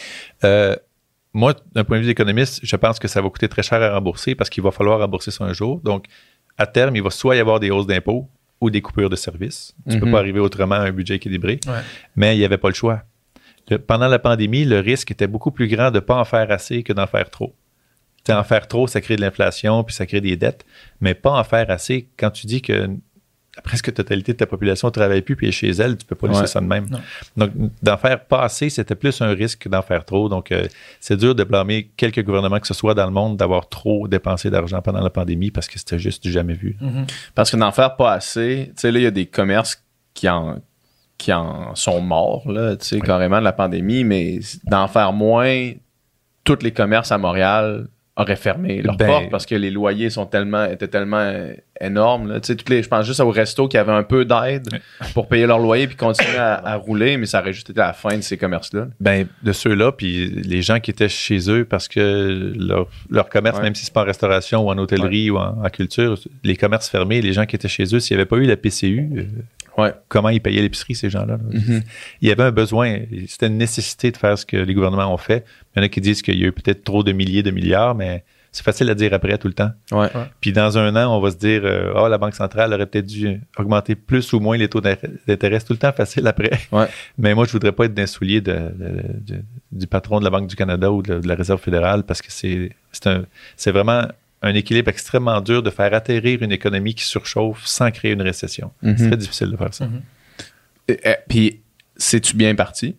Euh, moi, d'un point de vue d'économiste, je pense que ça va coûter très cher à rembourser parce qu'il va falloir rembourser ça un jour. Donc, à terme, il va soit y avoir des hausses d'impôts ou des coupures de services. Tu ne peux Mhm. pas arriver autrement à un budget équilibré. Ouais. Mais il n'y avait pas le choix. Le- pendant la pandémie, le risque était beaucoup plus grand de ne pas en faire assez que d'en faire trop. Tu sais, en faire trop, ça crée de l'inflation puis ça crée des dettes. Mais pas en faire assez, quand tu dis que la presque totalité de ta population ne travaille plus puis est chez elle, tu ne peux pas laisser Ouais. ça de même. Non. Donc, d'en faire pas assez, c'était plus un risque que d'en faire trop. Donc, euh, c'est dur de blâmer quelques gouvernements que ce soit dans le monde d'avoir trop dépensé d'argent pendant la pandémie parce que c'était juste du jamais vu. Mm-hmm. Parce que d'en faire pas assez, tu sais, là, il y a des commerces qui en, qui en sont morts, là, tu sais, Oui. carrément de la pandémie, mais d'en faire moins, tous les commerces à Montréal auraient fermé leurs Ben- portes parce que les loyers sont tellement, étaient tellement euh, énormes, là. Tu sais, toutes les, je pense juste aux restos qui avaient un peu d'aide pour payer leur loyer puis continuer à, à rouler, mais ça aurait juste été la fin de ces commerces-là. Ben, de ceux-là, puis les gens qui étaient chez eux parce que leur, leur commerce, Ouais. même si c'est pas en restauration ou en hôtellerie ou en, en culture, les commerces fermés, les gens qui étaient chez eux, s'il n'y avait pas eu la P C U, euh, Ouais. comment ils payaient l'épicerie, ces gens-là? là? Mhm. Il y avait un besoin, c'était une nécessité de faire ce que les gouvernements ont fait. Il y en a qui disent qu'il y a eu peut-être trop de milliers de milliards, mais c'est facile à dire après tout le temps. Ouais. Puis dans un an, on va se dire, euh, ah, la Banque centrale aurait peut-être dû augmenter plus ou moins les taux d'intérêt. C'est tout le temps facile après. Ouais. Mais moi, je voudrais pas être d'un soulier de, de- de- du patron de la Banque du Canada ou de, de la Réserve fédérale parce que c'est c'est un- c'est vraiment un équilibre extrêmement dur de faire atterrir une économie qui surchauffe sans créer une récession. Mhm. C'est très difficile de faire ça. Mhm. Et- et- Puis, c'est-tu bien parti?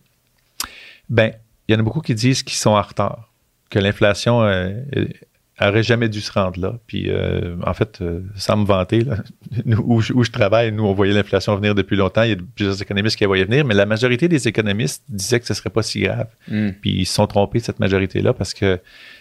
Ben, il y en a beaucoup qui disent qu'ils sont en retard, que l'inflation euh, aurait jamais dû se rendre là. Puis, euh, en fait, euh, sans me vanter, là, nous, où, je, où je travaille, nous, on voyait l'inflation venir depuis longtemps. Il y a plusieurs économistes qui la voyaient venir, mais la majorité des économistes disaient que ce serait pas si grave. Mm. Puis, ils se sont trompés, cette majorité-là, parce que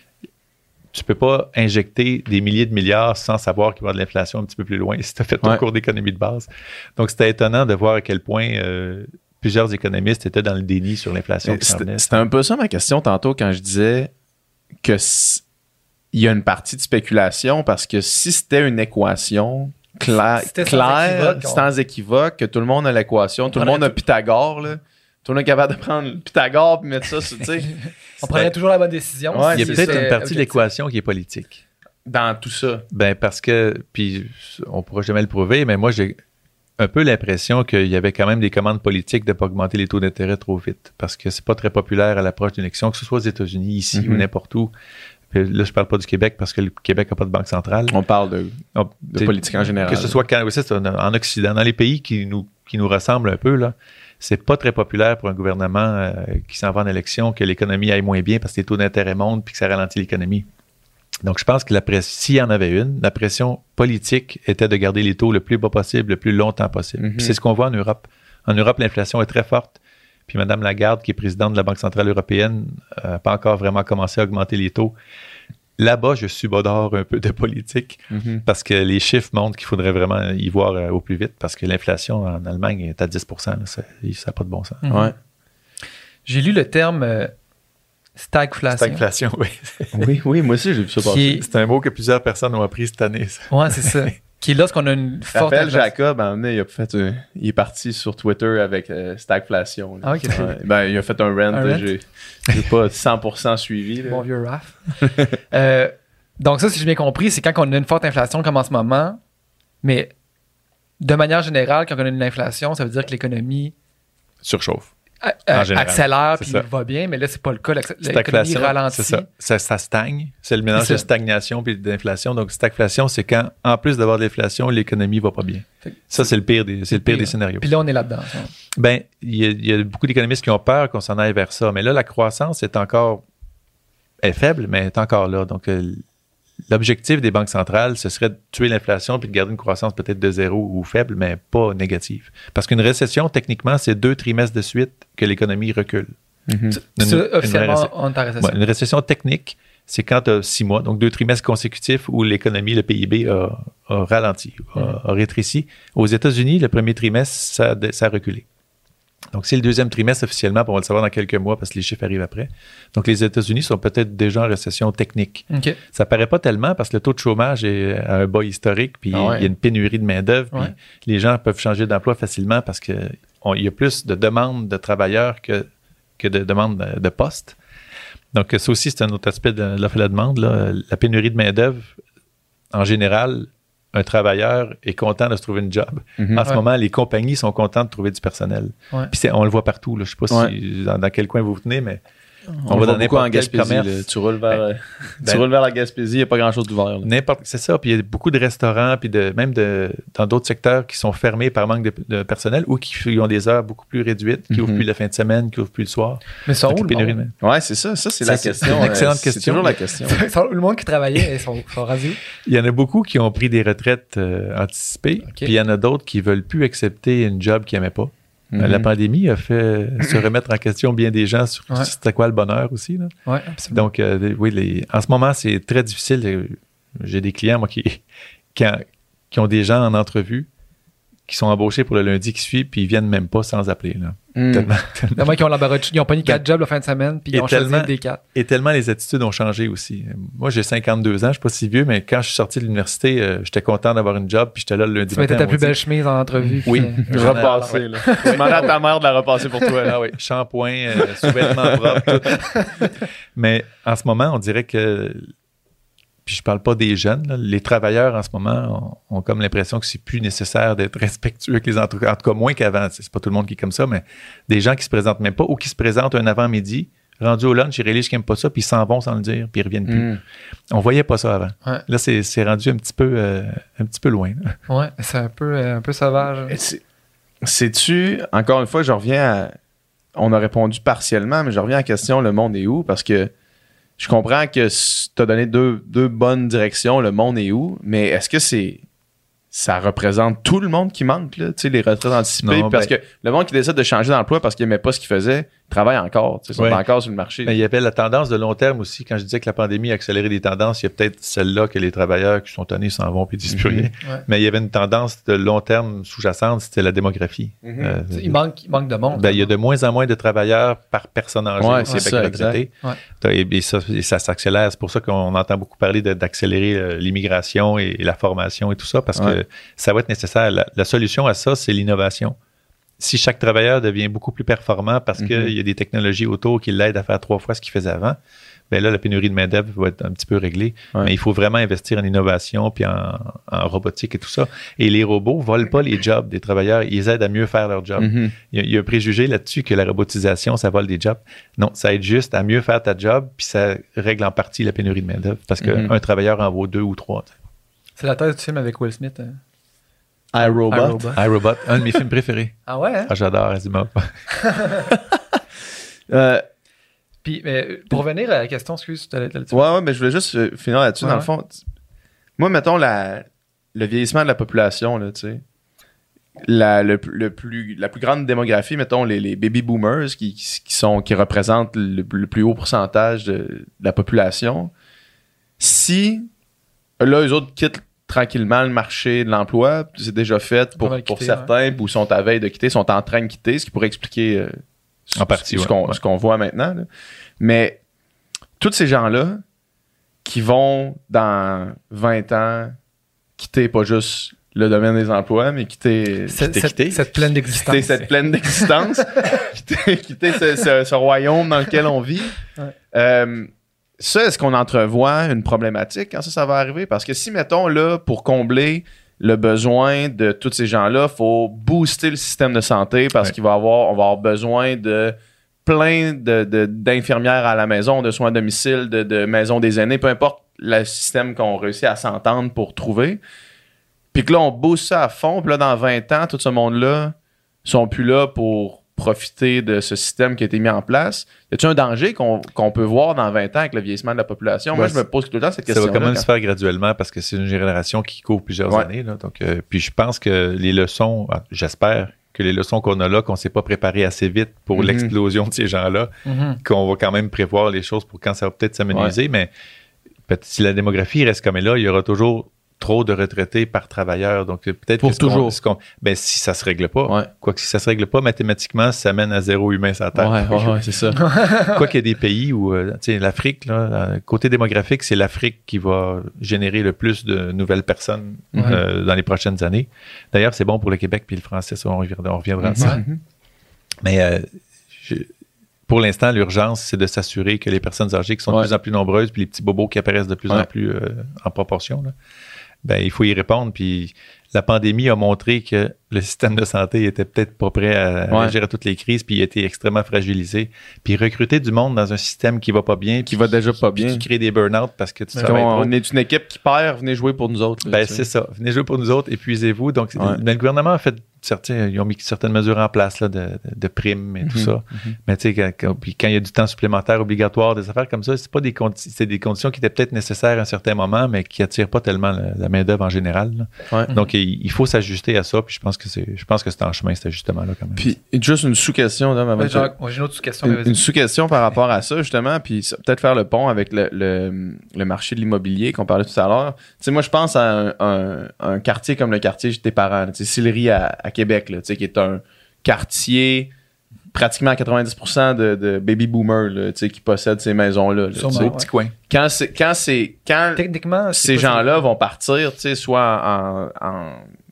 tu peux pas injecter des milliers de milliards sans savoir qu'il va y avoir de l'inflation un petit peu plus loin si tu as fait ton Ouais. cours d'économie de base. Donc, c'était étonnant de voir à quel point euh, plusieurs économistes étaient dans le déni sur l'inflation qui s'en venait. C'était c'était un peu ça ma question tantôt quand je disais que s- il y a une partie de spéculation parce que si c'était une équation cla- C'était sans claire, équivoque, on- sans équivoque, que tout le monde a l'équation, tout le prenait monde a tout- Pythagore, là. Tout le monde est capable de prendre Pythagore et mettre ça, sur- tu sais, On prenait toujours la bonne décision. Ouais, Il y a si peut-être c'était une partie de objectif. l'équation qui est politique. dans tout ça. Ben parce que, puis on pourra jamais le prouver, mais moi j'ai un peu l'impression qu'il y avait quand même des commandes politiques de ne pas augmenter les taux d'intérêt trop vite, parce que c'est pas très populaire à l'approche d'une élection, que ce soit aux États-Unis, ici Mm-hmm. ou n'importe où. Puis là, je parle pas du Québec parce que le Québec n'a pas de banque centrale. On parle de, On- de t'sais, politique en général. Que ce soit quand, oui, c'est ça, en Occident, dans les pays qui nous, qui nous ressemblent un peu, là, c'est pas très populaire pour un gouvernement euh, qui s'en va en élection que l'économie aille moins bien parce que les taux d'intérêt montent puis que ça ralentit l'économie. Donc, je pense que la pression, s'il y en avait une, la pression politique était de garder les taux le plus bas possible, le plus longtemps possible. Mhm. Puis c'est ce qu'on voit en Europe. En Europe, l'inflation est très forte. Puis Mme Lagarde, qui est présidente de la Banque centrale européenne, n'a pas encore vraiment commencé à augmenter les taux. Là-bas, je subodore un peu de politique Mhm. parce que les chiffres montrent qu'il faudrait vraiment y voir euh, au plus vite parce que l'inflation en Allemagne est à dix pour cent. Là, ça n'a pas de bon sens. Mhm. Ouais. J'ai lu le terme euh, stagflation. Stagflation, oui. Oui, oui, moi aussi j'ai vu ça passer. Qui est- C'est un mot que plusieurs personnes ont appris cette année. ça. Ouais, c'est ça. Qui est lorsqu'on a une forte Raphaël inflation. Jacob, à un moment donné, il, a fait, euh, il est parti sur Twitter avec euh, stagflation. là. Ah, ok. Ouais. Ben, il a fait un rant. Un là, rant? J'ai j'ai pas cent pour cent suivi. là. Bon vieux Raph. Euh, donc ça, si j'ai bien compris, c'est quand on a une forte inflation comme en ce moment, mais de manière générale, quand on a une inflation, ça veut dire que l'économie Surchauffe. a- général, accélère c'est puis ça. va bien, mais là, c'est pas le cas. L'ac- L'économie Stagflation, ralentit. c'est ça. Ça, ça stagne. C'est le mélange C'est de ça. stagnation et d'inflation. Donc, stagflation, c'est quand, en plus d'avoir de l'inflation, l'économie va pas bien. Fait que Ça, c'est le pire des, c'est le pire pire. des scénarios. Puis là, on est là-dedans. ça. Ben, il y, a- il y a beaucoup d'économistes qui ont peur qu'on s'en aille vers ça. Mais là, la croissance est encore est faible, mais elle est encore là. Donc, euh, l'objectif des banques centrales, ce serait de tuer l'inflation puis de garder une croissance peut-être de zéro ou faible, mais pas négative. Parce qu'une récession, techniquement, c'est deux trimestres de suite que l'économie recule. Mhm. Une- Ça, une officiellement, vraie réce- on est en récession. Ouais, une récession technique, c'est quand tu as six mois, donc deux trimestres consécutifs où l'économie, le P I B a, a ralenti, a, Mhm. a rétréci. Aux États-Unis, le premier trimestre, ça, a- ça a reculé. Donc, c'est le deuxième trimestre officiellement, puis on va le savoir dans quelques mois parce que les chiffres arrivent après. Donc, les États-Unis sont peut-être déjà en récession technique. OK. Ça paraît pas tellement parce que le taux de chômage est à un bas historique, puis Ah ouais. il y a une pénurie de main-d'œuvre, puis Ouais. les gens peuvent changer d'emploi facilement parce qu'il y a plus de demandes de travailleurs que, que de demandes de, de postes. Donc, ça aussi, c'est un autre aspect de l'offre et la demande. Là. La pénurie de main-d'œuvre, en général, un travailleur est content de se trouver une job. Mhm. En ce Ouais. moment, les compagnies sont contentes de trouver du personnel. Ouais. Puis c'est- on le voit partout. Là. Je ne sais pas Ouais. si, dans, dans quel coin vous vous tenez, mais On, va dans beaucoup n'importe en quel Gaspésie. commerce. là. Tu roules vers, euh, Ben- tu roules vers la Gaspésie, il n'y a pas grand-chose d'ouvert. là. N'importe, c'est ça. Puis il y a beaucoup de restaurants, puis de, même de, dans d'autres secteurs qui sont fermés par manque de, de personnel ou qui, qui ont des heures beaucoup plus réduites, qui Mhm. ouvrent plus la fin de semaine, qui ouvrent plus le soir. Mais ça Donc, où la le pénurie de monde? main. Ouais, c'est ça. Ça, c'est Ça, la c'est question. une excellente euh, c'est question. toujours la question. Ça, le monde qui travaillait, ils sont, sont rasés. Il y en a beaucoup qui ont pris des retraites euh, anticipées, Ok. puis il y en a d'autres qui veulent plus accepter une job qu'ils n'aimaient pas. Mhm. La pandémie a fait se remettre en question bien des gens sur Ouais. c'était quoi le bonheur aussi. Là. Oui, absolument. Donc, euh, oui, les, en ce moment, c'est très difficile. Euh, J'ai des clients, moi, qui, qui, en- qui ont des gens en entrevue qui sont embauchés pour le lundi qui suit, puis ils viennent même pas sans appeler. Là. Mhm. Tellement, Il y en a qui ont l'embarras de- ils ont pogné quatre jobs la fin de semaine, puis ils Et ont choisi tellement- des quatre. et tellement les attitudes ont changé aussi. Moi, j'ai cinquante-deux ans, je suis pas si vieux, mais quand je suis sorti de l'université, euh, j'étais content d'avoir une job, puis j'étais là le lundi Tu mettais matin. ta plus maudit. belle chemise en entrevue. Oui. puis, euh, Repasser, là. Demande à ta mère de la repasser pour toi. Là. Ah oui, shampoing, euh, sous-vêtements propres, tout. Mais en ce moment, on dirait que, puis je parle pas des jeunes, là, les travailleurs en ce moment ont, ont comme l'impression que c'est plus nécessaire d'être respectueux avec les entreprises, en tout cas moins qu'avant. C'est pas tout le monde qui est comme ça, mais des gens qui se présentent même pas ou qui se présentent un avant-midi, rendus au lunch, ils réalisent qu'ils n'aiment pas ça, puis ils s'en vont sans le dire, puis ils reviennent plus. Mhm. On voyait pas ça avant. Ouais. Là, c'est, c'est rendu un petit peu, euh, un petit peu loin. là. Ouais, c'est un peu, euh, un peu sauvage. Et c'est- Sais-tu, encore une fois, je reviens à. On a répondu partiellement, mais je reviens à la question le monde est où? Parce que je comprends que tu as donné deux, deux bonnes directions, le monde est où, mais est-ce que c'est. Ça représente tout le monde qui manque, là, tu sais, les retraites anticipées? Non, parce ben- que le monde qui décide de changer d'emploi parce qu'il n'aimait pas ce qu'il faisait, travaille encore, tu sais, ils sont Ouais. encore sur le marché. Mais il y avait la tendance de long terme aussi. Quand je disais que la pandémie a accéléré des tendances, il y a peut-être celle-là que les travailleurs qui sont tannés s'en vont puis disent plus Mhm. rien. Ouais. Mais il y avait une tendance de long terme sous-jacente, c'était la démographie. Mhm. Euh, Il manque, il manque de monde. ben, il y a de moins en moins de travailleurs par personne âgée Ouais, au c'est Québec ça, retraité. exact. T'as- Et, et ça, et ça s'accélère. C'est pour ça qu'on entend beaucoup parler de- d'accélérer euh, l'immigration et, et la formation et tout ça, parce Ouais. que ça va être nécessaire. La, la solution à ça, c'est l'innovation. Si chaque travailleur devient beaucoup plus performant parce Mhm. qu'il y a des technologies autour qui l'aident à faire trois fois ce qu'il faisait avant, ben là, la pénurie de main-d'œuvre va être un petit peu réglée. Ouais. Mais il faut vraiment investir en innovation puis en, en robotique et tout ça. Et les robots ne volent pas les jobs des travailleurs. Ils aident à mieux faire leur job. Mhm. Il y, a, il y a un préjugé là-dessus que la robotisation, ça vole des jobs. Non, ça aide juste à mieux faire ta job puis ça règle en partie la pénurie de main-d'œuvre parce qu'un Mhm. travailleur en vaut deux ou trois. t'sais. C'est la thèse du film avec Will Smith. hein. iRobot. iRobot. iRobot, un de mes films préférés. Ah ouais, hein? Ah, j'adore Asimov. Euh, Puis, mais, pour revenir à la question, excuse, tu allais tu allais dire. Ouais, ouais, mais je voulais juste euh, finir là-dessus. Ouais, dans le ouais. fond, t- moi, mettons la, le vieillissement de la population, là, tu sais. La, le, le plus, la plus grande démographie, mettons, les, les baby boomers qui, qui, qui sont, qui représentent le, le plus haut pourcentage de, de la population. Si, là, eux autres quittent tranquillement le marché de l'emploi, c'est déjà fait pour, Ils vont le pour quitter, certains, ou sont à veille de quitter, sont en train de quitter, ce qui pourrait expliquer euh, ce, En partie, ce ouais, qu'on ouais. ce qu'on voit maintenant. là. Mais tous ces gens-là qui vont, dans vingt ans, quitter pas juste le domaine des emplois, mais quitter, Cette, quitter, cette, quitter, cette pleine d'existence. quitter cette pleine d'existence, quitter, quitter ce, ce- ce royaume dans lequel on vit. Ouais. Euh, ça, est-ce qu'on entrevoit une problématique quand ça, ça va arriver? Parce que si, mettons, là, pour combler le besoin de tous ces gens-là, il faut booster le système de santé parce ouais. qu'il va avoir, on va avoir besoin de plein de, de, d'infirmières à la maison, de soins à domicile, de, de maisons des aînés, peu importe le système qu'on réussit à s'entendre pour trouver. Puis que là, on booste ça à fond. Puis là, dans vingt ans, tout ce monde-là sont plus là pour profiter de ce système qui a été mis en place. Y a-t-il un danger qu'on, qu'on peut voir dans vingt ans avec le vieillissement de la population? Moi, ouais, je me pose tout le temps cette question-là. Ça va quand même quand... se faire graduellement parce que c'est une génération qui court plusieurs ouais. années. Là, donc, euh, puis je pense que les leçons, j'espère que les leçons qu'on a là, qu'on ne s'est pas préparé assez vite pour mm-hmm. l'explosion de ces gens-là, mm-hmm. qu'on va quand même prévoir les choses pour quand ça va peut-être s'amenuiser. Ouais. Mais peut-être, si la démographie reste comme elle est là, il y aura toujours trop de retraités par travailleur. Donc, peut-être pour que ce toujours. Qu'on, ce qu'on, ben, si ça ne se règle pas, ouais. quoique si ça ne se règle pas, mathématiquement, ça mène à zéro humain sur la Terre. Ouais, ouais, ouais, c'est ça. Quoi qu'il y ait des pays où, euh, tu sais, l'Afrique, là, côté démographique, c'est l'Afrique qui va générer le plus de nouvelles personnes ouais. euh, dans les prochaines années. D'ailleurs, c'est bon pour le Québec puis le français, ça, on reviendra, on reviendra à ça. Mm-hmm. Mais euh, je, pour l'instant, l'urgence, c'est de s'assurer que les personnes âgées qui sont ouais. de plus en plus nombreuses puis les petits bobos qui apparaissent de plus ouais. en plus euh, en proportion, là, ben, il faut y répondre. Puis la pandémie a montré que le système de santé était peut-être pas prêt à ouais. réagir à toutes les crises, puis il a été extrêmement fragilisé. Puis recruter du monde dans un système qui va pas bien, qui va déjà pas bien, qui crée des burn-out parce que tu sais, on, on est une équipe qui perd, venez jouer pour nous autres. Là, ben c'est ça, venez jouer pour nous autres, épuisez-vous. Donc, ouais. le gouvernement a fait certains, ils ont mis certaines mesures en place là, de, de, de primes et tout mm-hmm. ça. Mm-hmm. Mais tu sais, quand, quand, puis quand il y a du temps supplémentaire obligatoire, des affaires comme ça, c'est pas des condi- c'est des conditions qui étaient peut-être nécessaires à un certain moment, mais qui attirent pas tellement la, la main d'œuvre en général. Ouais. Donc, il, il faut s'ajuster à ça. Puis je pense que c'est, je pense que c'est en chemin cet ajustement-là quand même. Puis juste une sous-question là, ouais, genre, j'ai une autre sous-question. Une, une sous-question par rapport à ça justement, puis ça, peut-être faire le pont avec le, le, le marché de l'immobilier qu'on parlait tout à l'heure. Tu sais, moi je pense à un, un, un quartier comme le quartier de tes parents, tu sais, Sillery à, à Québec, là, tu sais, qui est un quartier pratiquement à quatre-vingt-dix pour cent de, de baby boomers là, tu sais, qui possèdent ces maisons-là. Là, Sûrement, tu sais, ouais. petit coin. Quand c'est quand c'est quand techniquement ces gens-là vont partir, tu sais, soit en, en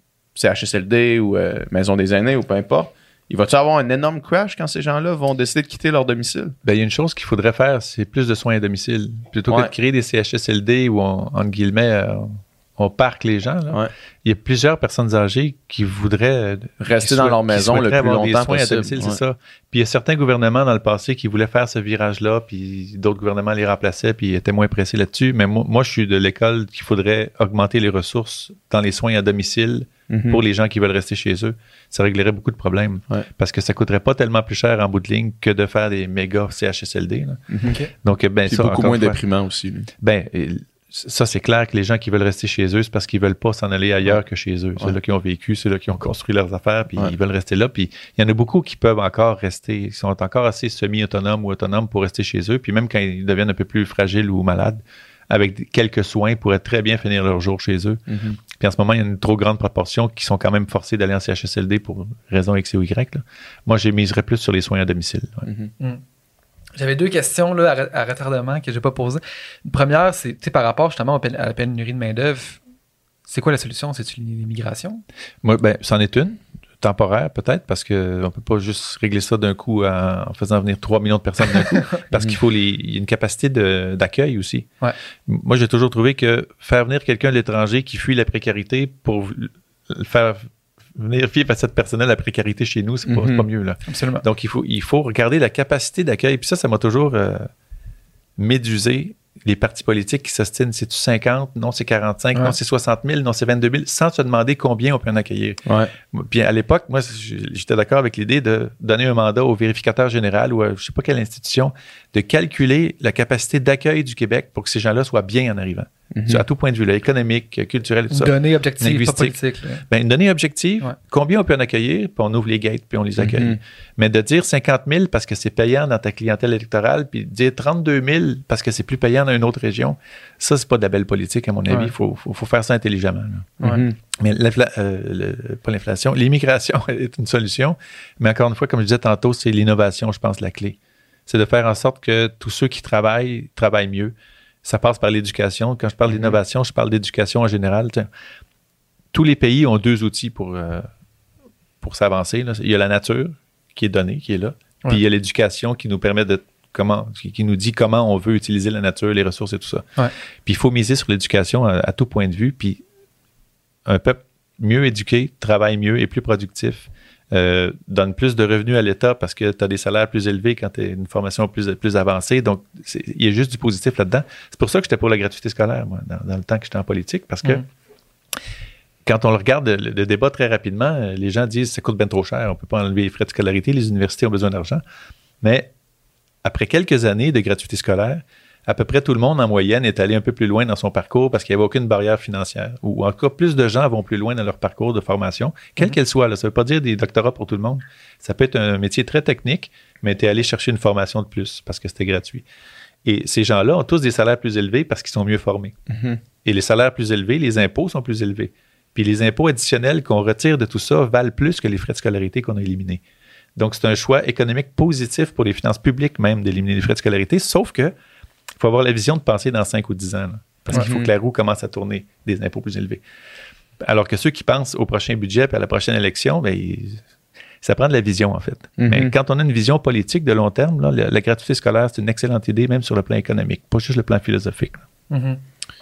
C H S L D ou euh, maison des aînés ou peu importe, il va-tu avoir un énorme crash quand ces gens-là vont décider de quitter leur domicile? Ben, il y a une chose qu'il faudrait faire, c'est plus de soins à domicile. Plutôt ouais. que de créer des C H S L D où, on, entre guillemets, euh, on parque les gens. Là. Ouais. Il y a plusieurs personnes âgées qui voudraient rester dans leur maison le plus longtemps possible. Des soins à domicile, ouais. c'est ça. Puis il y a certains gouvernements dans le passé qui voulaient faire ce virage-là, puis d'autres gouvernements les remplaçaient, puis ils étaient moins pressés là-dessus. Mais moi, moi je suis de l'école qu'il faudrait augmenter les ressources dans les soins à domicile mm-hmm. pour les gens qui veulent rester chez eux. Ça réglerait beaucoup de problèmes. Ouais. Parce que ça coûterait pas tellement plus cher en bout de ligne que de faire des méga C H S L D. Là. Mm-hmm. Okay. Donc, ben, c'est ça, beaucoup moins fois, déprimant aussi. Lui. Ben, ça, c'est clair que les gens qui veulent rester chez eux, c'est parce qu'ils veulent pas s'en aller ailleurs ouais. que chez eux. Ouais. Ceux-là qui ont vécu, ceux-là qui ont construit leurs affaires, puis ouais. ils veulent rester là. Puis il y en a beaucoup qui peuvent encore rester, qui sont encore assez semi-autonomes ou autonomes pour rester chez eux. Puis même quand ils deviennent un peu plus fragiles ou malades, avec quelques soins, pourraient très bien finir leur jour chez eux. Mm-hmm. Puis en ce moment, il y a une trop grande proportion qui sont quand même forcés d'aller en C H S L D pour raison X ou Y. Là. Moi, je miserais plus sur les soins à domicile. Ouais. Mm-hmm. Mm. J'avais deux questions là, à, à retardement que je n'ai pas posées. Une première, c'est par rapport justement à la pénurie de main-d'œuvre. C'est quoi la solution? C'est-tu l'immigration? Moi, ben, c'en est une. Temporaire peut-être, parce qu'on ne peut pas juste régler ça d'un coup en, en faisant venir trois millions de personnes d'un coup, parce qu'il faut les, il y a une capacité de, d'accueil aussi. Ouais. Moi, j'ai toujours trouvé que faire venir quelqu'un de l'étranger qui fuit la précarité pour faire venir vivre à cette personne-là la précarité chez nous, c'est pas, mm-hmm. c'est pas mieux. Là. Absolument. Donc, il faut, il faut regarder la capacité d'accueil. Puis ça, ça m'a toujours euh, médusé. Les partis politiques qui s'ostinent, c'est-tu cinquante? Non, c'est quarante-cinq. Ouais. Non, c'est soixante mille. Non, c'est vingt-deux mille. Sans se demander combien on peut en accueillir. Ouais. Puis à l'époque, moi, j'étais d'accord avec l'idée de donner un mandat au vérificateur général ou à je ne sais pas quelle institution de calculer la capacité d'accueil du Québec pour que ces gens-là soient bien en arrivant. Mm-hmm. À tout point de vue, là, économique, culturel, tout ça. Une donnée objective, pas politique. Ben, une donnée objective, ouais. Combien on peut en accueillir, puis on ouvre les gates, puis on les accueille. Mm-hmm. Mais de dire cinquante mille parce que c'est payant dans ta clientèle électorale, puis dire trente-deux mille parce que c'est plus payant dans une autre région, ça, c'est pas de la belle politique, à mon avis. Il ouais. faut, faut, faut faire ça intelligemment. Là. Mm-hmm. Mais euh, le, pas l'inflation, l'immigration est une solution. Mais encore une fois, comme je disais tantôt, c'est l'innovation, je pense, la clé. C'est de faire en sorte que tous ceux qui travaillent, travaillent mieux. Ça passe par l'éducation. Quand je parle d'innovation, je parle d'éducation en général. T'sais. Tous les pays ont deux outils pour, euh, pour s'avancer. Là. Il y a la nature qui est donnée, qui est là. Ouais. Puis il y a l'éducation qui nous permet de comment, qui, qui nous dit comment on veut utiliser la nature, les ressources et tout ça. Ouais. Puis il faut miser sur l'éducation à, à tout point de vue. Puis un peuple mieux éduqués, travaillent mieux et plus productifs, euh, donnent plus de revenus à l'État parce que tu as des salaires plus élevés quand tu as une formation plus, plus avancée. Donc, il y a juste du positif là-dedans. C'est pour ça que j'étais pour la gratuité scolaire, moi, dans, dans le temps que j'étais en politique, parce que mmh. quand on le regarde, le, le débat très rapidement, les gens disent que ça coûte bien trop cher, on ne peut pas enlever les frais de scolarité, les universités ont besoin d'argent. Mais après quelques années de gratuité scolaire, à peu près tout le monde, en moyenne, est allé un peu plus loin dans son parcours parce qu'il n'y avait aucune barrière financière. Ou en tout cas, plus de gens vont plus loin dans leur parcours de formation, quelle mm-hmm. qu'elle soit. Là. Ça ne veut pas dire des doctorats pour tout le monde. Ça peut être un métier très technique, mais tu es allé chercher une formation de plus parce que c'était gratuit. Et ces gens-là ont tous des salaires plus élevés parce qu'ils sont mieux formés. Mm-hmm. Et les salaires plus élevés, les impôts sont plus élevés. Puis les impôts additionnels qu'on retire de tout ça valent plus que les frais de scolarité qu'on a éliminés. Donc, c'est un choix économique positif pour les finances publiques même d'éliminer les frais de scolarité, sauf que il faut avoir la vision de penser dans cinq ou dix ans, là, parce ouais. qu'il faut que la roue commence à tourner des impôts plus élevés. Alors que ceux qui pensent au prochain budget et à la prochaine élection, bien, ça prend de la vision, en fait. Mm-hmm. Mais quand on a une vision politique de long terme, là, la, la gratuité scolaire, c'est une excellente idée, même sur le plan économique, pas juste le plan philosophique. Mm-hmm.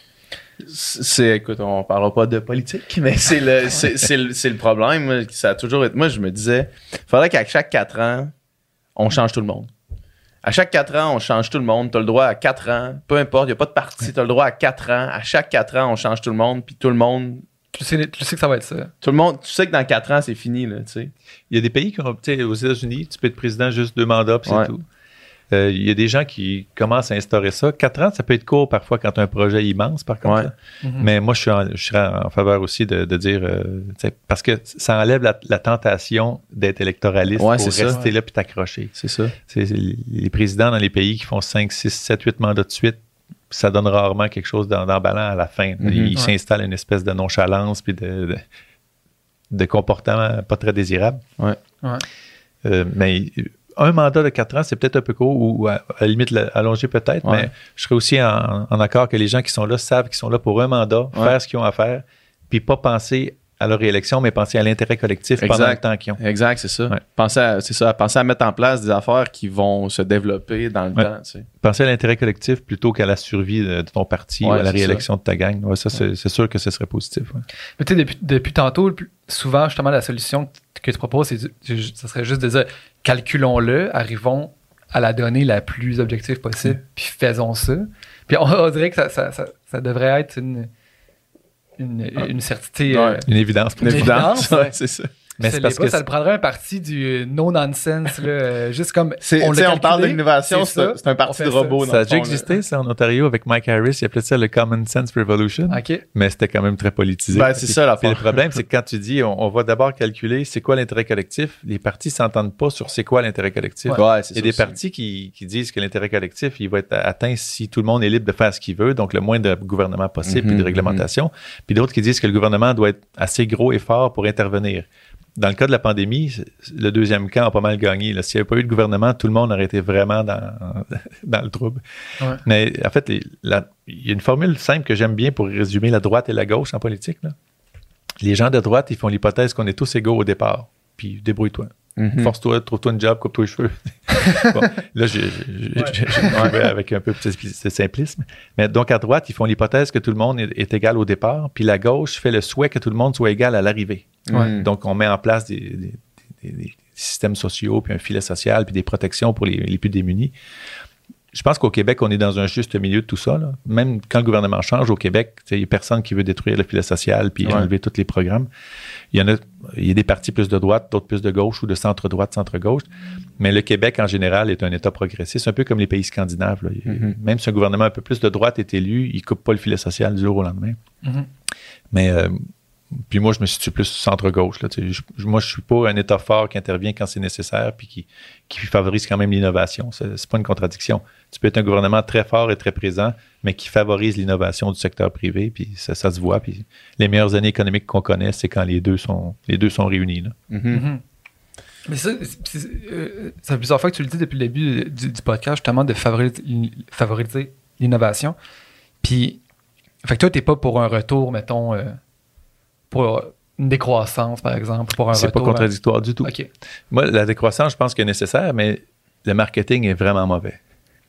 C'est, écoute, on ne parlera pas de politique, mais c'est le, c'est, c'est le, c'est le problème. Ça a toujours été. Moi, je me disais, il faudrait qu'à chaque quatre ans, on change tout le monde. À chaque quatre ans, on change tout le monde. Tu as le droit à quatre ans, peu importe, il n'y a pas de parti, tu as le droit à quatre ans. À chaque quatre ans, on change tout le monde, puis tout le monde. Tu sais, tu sais que ça va être ça. Tout le monde, tu sais que dans quatre ans, c'est fini, là, tu sais. Il y a des pays qui ont, tu sais, aux États-Unis, tu peux être président juste deux mandats, puis c'est ouais. tout. Euh, il y a des gens qui commencent à instaurer ça. Quatre ans, ça peut être court parfois quand tu as un projet immense, par contre. Ouais. Mm-hmm. Mais moi, je, suis en, je serais en faveur aussi de, de dire... Euh, parce que ça enlève la, la tentation d'être électoraliste ouais, pour rester ça. là puis t'accrocher. C'est ça. C'est, c'est les présidents dans les pays qui font cinq, six, sept, huit mandats de suite, ça donne rarement quelque chose d'emballant à la fin. Mm-hmm. Il ouais. s'installe une espèce de nonchalance puis de, de, de comportement pas très désirable. Ouais. Ouais. Euh, mais... Un mandat de quatre ans, c'est peut-être un peu court ou à, à la limite allongé peut-être, ouais. mais je serais aussi en, en accord que les gens qui sont là savent qu'ils sont là pour un mandat, ouais. faire ce qu'ils ont à faire, puis pas penser à leur réélection, mais penser à l'intérêt collectif exact. Pendant le temps qu'ils ont. Exact, c'est ça. Ouais. Penser à, c'est ça. Penser à mettre en place des affaires qui vont se développer dans le ouais. temps. Tu sais. Penser à l'intérêt collectif plutôt qu'à la survie de, de ton parti ouais, ou à la réélection ça. De ta gang. Ouais, ça, c'est, c'est sûr que ce serait positif. Ouais. Mais tu sais, depuis, depuis tantôt, souvent, justement, la solution que tu proposes, c'est, ça serait juste de dire calculons-le, arrivons à la donnée la plus objective possible, mmh. puis faisons ça. Puis on, on dirait que ça, ça, ça, ça devrait être une, une, ah. une certitude. Ouais. Euh, une évidence. Une, une évidence, évidence ouais. c'est ça. Mais c'est parce pas, que ça le prendrait un parti du no-nonsense, là, juste comme c'est, on, on parle d'innovation, c'est, c'est, c'est un parti de robot. Ça, ça a déjà existé, ça, en Ontario, avec Mike Harris, il appelait ça le Common Sense Revolution, okay. mais c'était quand même très politisé. Ben, c'est puis, ça, la puis le problème, c'est que quand tu dis, on, on va d'abord calculer c'est quoi l'intérêt collectif, les partis s'entendent pas sur c'est quoi l'intérêt collectif. Ouais. Ouais, c'est il y a des aussi. Partis qui, qui disent que l'intérêt collectif, il va être atteint si tout le monde est libre de faire ce qu'il veut, donc le moins de gouvernement possible, mm-hmm, puis de réglementation, mm-hmm. puis d'autres qui disent que le gouvernement doit être assez gros et fort pour intervenir. Dans le cas de la pandémie, le deuxième camp a pas mal gagné. Là. S'il n'y avait pas eu de gouvernement, tout le monde aurait été vraiment dans, dans le trouble. Ouais. Mais en fait, les, la, il y a une formule simple que j'aime bien pour résumer la droite et la gauche en politique. Là. Les gens de droite, ils font l'hypothèse qu'on est tous égaux au départ. Puis débrouille-toi. Mm-hmm. Force-toi, trouve-toi une job, coupe-toi les cheveux. Bon, là, je, je, je, ouais. je, je, je avec un peu de simplisme. Mais donc, à droite, ils font l'hypothèse que tout le monde est, est égal au départ, puis la gauche fait le souhait que tout le monde soit égal à l'arrivée. Ouais. Donc, on met en place des, des, des, des systèmes sociaux, puis un filet social, puis des protections pour les, les plus démunis. Je pense qu'au Québec, on est dans un juste milieu de tout ça. Là. Même quand le gouvernement change au Québec, il n'y a personne qui veut détruire le filet social puis ouais. enlever tous les programmes. Il y en a, il y a des partis plus de droite, d'autres plus de gauche ou de centre-droite, centre-gauche. Mais le Québec, en général, est un État progressiste, un peu comme les pays scandinaves. Là. Mm-hmm. Même si un gouvernement un peu plus de droite est élu, il ne coupe pas le filet social du jour au lendemain. Mm-hmm. Mais... Euh, Puis moi, je me situe plus centre-gauche. Là, je, moi, je suis pas un État fort qui intervient quand c'est nécessaire puis qui, qui favorise quand même l'innovation. C'est, c'est pas une contradiction. Tu peux être un gouvernement très fort et très présent, mais qui favorise l'innovation du secteur privé, puis ça, ça se voit. Puis les meilleures années économiques qu'on connaît, c'est quand les deux sont, les deux sont réunis. Là. Mm-hmm. Mm-hmm. Mais ça, c'est, c'est, euh, ça fait plusieurs fois que tu le dis depuis le début du, du podcast, justement, de favoriser, favoriser l'innovation. Puis, fait que toi, t'es pas pour un retour, mettons... Euh, pour une décroissance, par exemple, pour un c'est retour... C'est pas contradictoire à... du tout. Okay. Moi, la décroissance, je pense qu'elle est nécessaire, mais le marketing est vraiment mauvais.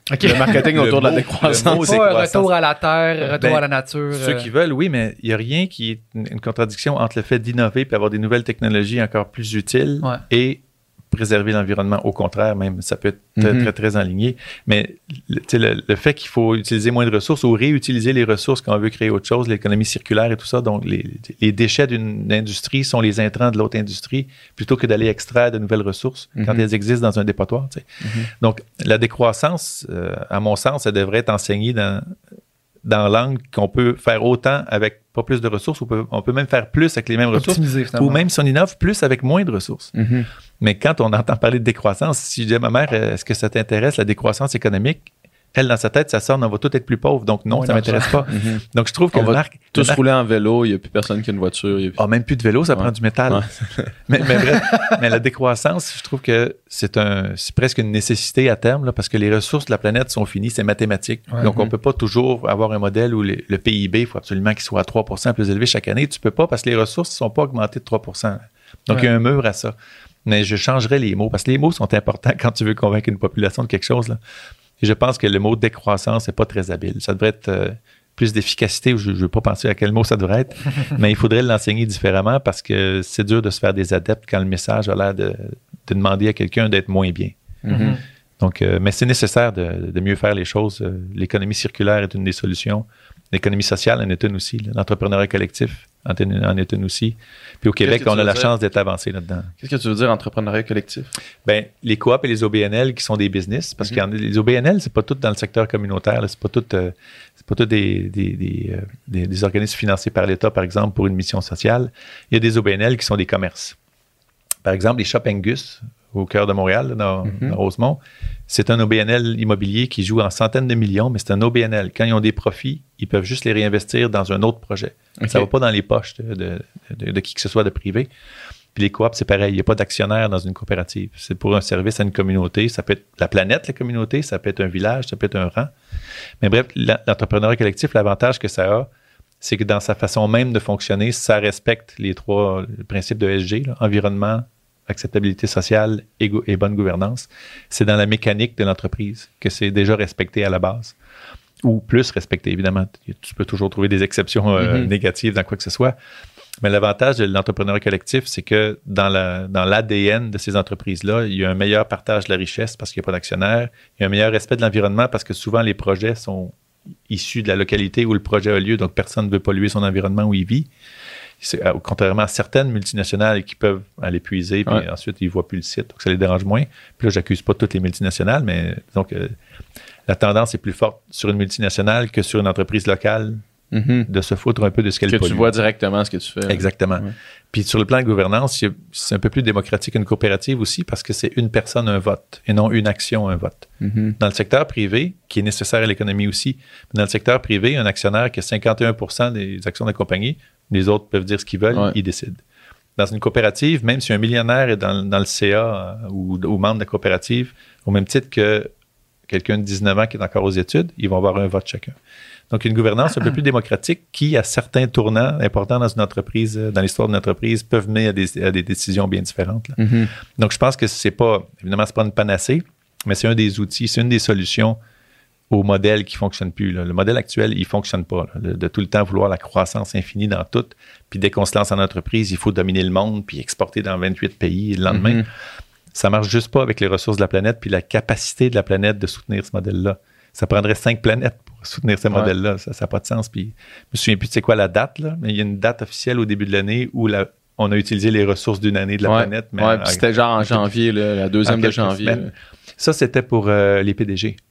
Ok. Le marketing Le autour de la mot- décroissance. le mot Pas décroissance. retour à la terre, retour Ben, à la nature. Ceux euh, qui veulent, oui, mais il n'y a rien qui est une, une contradiction entre le fait d'innover et avoir des nouvelles technologies encore plus utiles Ouais. et préserver l'environnement. Au contraire, même, ça peut être très, Mhm. très, très enligné. Mais le, tu sais, le, le fait qu'il faut utiliser moins de ressources ou réutiliser les ressources quand on veut créer autre chose, l'économie circulaire et tout ça, donc les, les déchets d'une industrie sont les intrants de l'autre industrie plutôt que d'aller extraire de nouvelles ressources quand Mhm. elles existent dans un dépotoir. Tu sais. Mhm. Donc, la décroissance, euh, à mon sens, elle devrait être enseignée dans, dans l'angle qu'on peut faire autant avec pas plus de ressources, on peut, on peut même faire plus avec les mêmes ressources, optimiser, finalement. ou même si on innove plus avec moins de ressources. Mhm. Mais quand on entend parler de décroissance, si je dis à ma mère, est-ce que ça t'intéresse, la décroissance économique? Elle, dans sa tête, ça sort, on va tous être plus pauvres. Donc, non, Moins ça ne m'intéresse pas. Mhm. Donc, je trouve que On le va marque. Tous le marque- rouler en vélo, il n'y a plus personne qui a une voiture. il y a plus- Ah, même plus de vélo, ça Ouais. prend du métal. Ouais. mais, mais bref, mais la décroissance, je trouve que c'est un, c'est presque une nécessité à terme, là, parce que les ressources de la planète sont finies, c'est mathématique. Ouais. Donc, on ne Mhm. peut pas toujours avoir un modèle où les- le P I B, il faut absolument qu'il soit à trois pour cent plus élevé chaque année. Tu ne peux pas parce que les ressources ne sont pas augmentées de trois pour cent. Donc, Ouais. il y a un mur à ça. Mais je changerais les mots parce que les mots sont importants quand tu veux convaincre une population de quelque chose, là. Et je pense que le mot décroissance n'est pas très habile. Ça devrait être euh, plus d'efficacité, je ne veux pas penser à quel mot ça devrait être, mais il faudrait l'enseigner différemment parce que c'est dur de se faire des adeptes quand le message a l'air de, de demander à quelqu'un d'être moins bien. Mhm. Donc, euh, mais c'est nécessaire de, de mieux faire les choses. Euh, l'économie circulaire est une des solutions. L'économie sociale en est une aussi. là. L'entrepreneuriat collectif en est une, en est une aussi. Puis au Québec, que on tu a veux la dire? chance d'être avancé là-dedans. Qu'est-ce que tu veux dire entrepreneuriat collectif? Ben, les coops et les O B N L qui sont des business, parce Mhm. qu'il y en a, les O B N L, c'est pas tout dans le secteur communautaire, là, c'est pas tout, euh, c'est pas tout des, des, des, euh, des- des organismes financés par l'État, par exemple, pour une mission sociale. Il y a des O B N L qui sont des commerces. Par exemple, les Shop Angus, au cœur de Montréal, là, dans, Mhm. dans Rosemont, c'est un O B N L immobilier qui joue en centaines de millions, mais c'est un O B N L. Quand ils ont des profits, ils peuvent juste les réinvestir dans un autre projet. Ok. Ça ne va pas dans les poches de, de- de- de qui que ce soit de privé. Puis les coops, c'est pareil. Il n'y a pas d'actionnaire dans une coopérative. C'est pour un service à une communauté. Ça peut être la planète, la communauté. Ça peut être un village. Ça peut être un rang. Mais bref, la- l'entrepreneuriat collectif, l'avantage que ça a, c'est que dans sa façon même de fonctionner, ça respecte les trois le principes de E S G, là, environnement, acceptabilité sociale et, go- et bonne gouvernance. C'est dans la mécanique de l'entreprise que c'est déjà respecté à la base. Ou plus respecté, évidemment. Tu peux toujours trouver des exceptions euh, Mhm. négatives dans quoi que ce soit. Mais l'avantage de l'entrepreneuriat collectif, c'est que dans, la, dans l'A D N de ces entreprises-là, il y a un meilleur partage de la richesse parce qu'il n'y a pas d'actionnaire. Il y a un meilleur respect de l'environnement parce que souvent les projets sont issus de la localité où le projet a lieu, donc personne ne veut polluer son environnement où il vit. C'est, euh, contrairement à certaines multinationales qui peuvent aller puiser, puis Ouais. ensuite ils ne voient plus le site, donc ça les dérange moins. Puis là, j'accuse pas toutes les multinationales, mais donc euh, la tendance est plus forte sur une multinationale que sur une entreprise locale Mhm. de se foutre un peu de ce qu'elle Que pollue. tu vois directement ce que tu fais. là. Exactement. Ouais. Puis sur le plan de gouvernance, il y a- c'est un peu plus démocratique qu'une coopérative aussi parce que c'est une personne, un vote, et non une action, un vote. Mhm. Dans le secteur privé, qui est nécessaire à l'économie aussi, dans le secteur privé, un actionnaire qui a cinquante et un pour cent des actions de la compagnie, les autres peuvent dire ce qu'ils veulent, Ouais. ils décident. Dans une coopérative, même si un millionnaire est dans, dans le C A euh, ou, ou membre de la coopérative, au même titre que quelqu'un de dix-neuf ans qui est encore aux études, ils vont avoir un vote chacun. Donc, une gouvernance un peu plus démocratique qui, à certains tournants importants dans une entreprise, euh, dans l'histoire d'une entreprise, peuvent mener à des, à des décisions bien différentes, là. Mhm. Donc, je pense que c'est pas, évidemment, c'est pas une panacée, mais c'est un des outils, c'est une des solutions au modèle qui fonctionne plus, là. Le modèle actuel, il fonctionne pas, là. Le- de tout le temps vouloir la croissance infinie dans tout. Puis dès qu'on se lance en entreprise, il faut dominer le monde puis exporter dans vingt-huit pays le lendemain. Mhm. Ça marche juste pas avec les ressources de la planète puis la capacité de la planète de soutenir ce modèle-là. Ça prendrait cinq planètes pour soutenir ce Ouais. modèle-là. Ça n'a pas de sens. Puis, je me souviens plus de c'est quoi la date, là, mais il y a une date officielle au début de l'année où la, on a utilisé les ressources d'une année de la Ouais. planète. Mais Ouais, en- puis c'était genre en janvier, là, la deuxième en de quelques janvier. semaines. là. Ça, c'était pour euh, les P D G.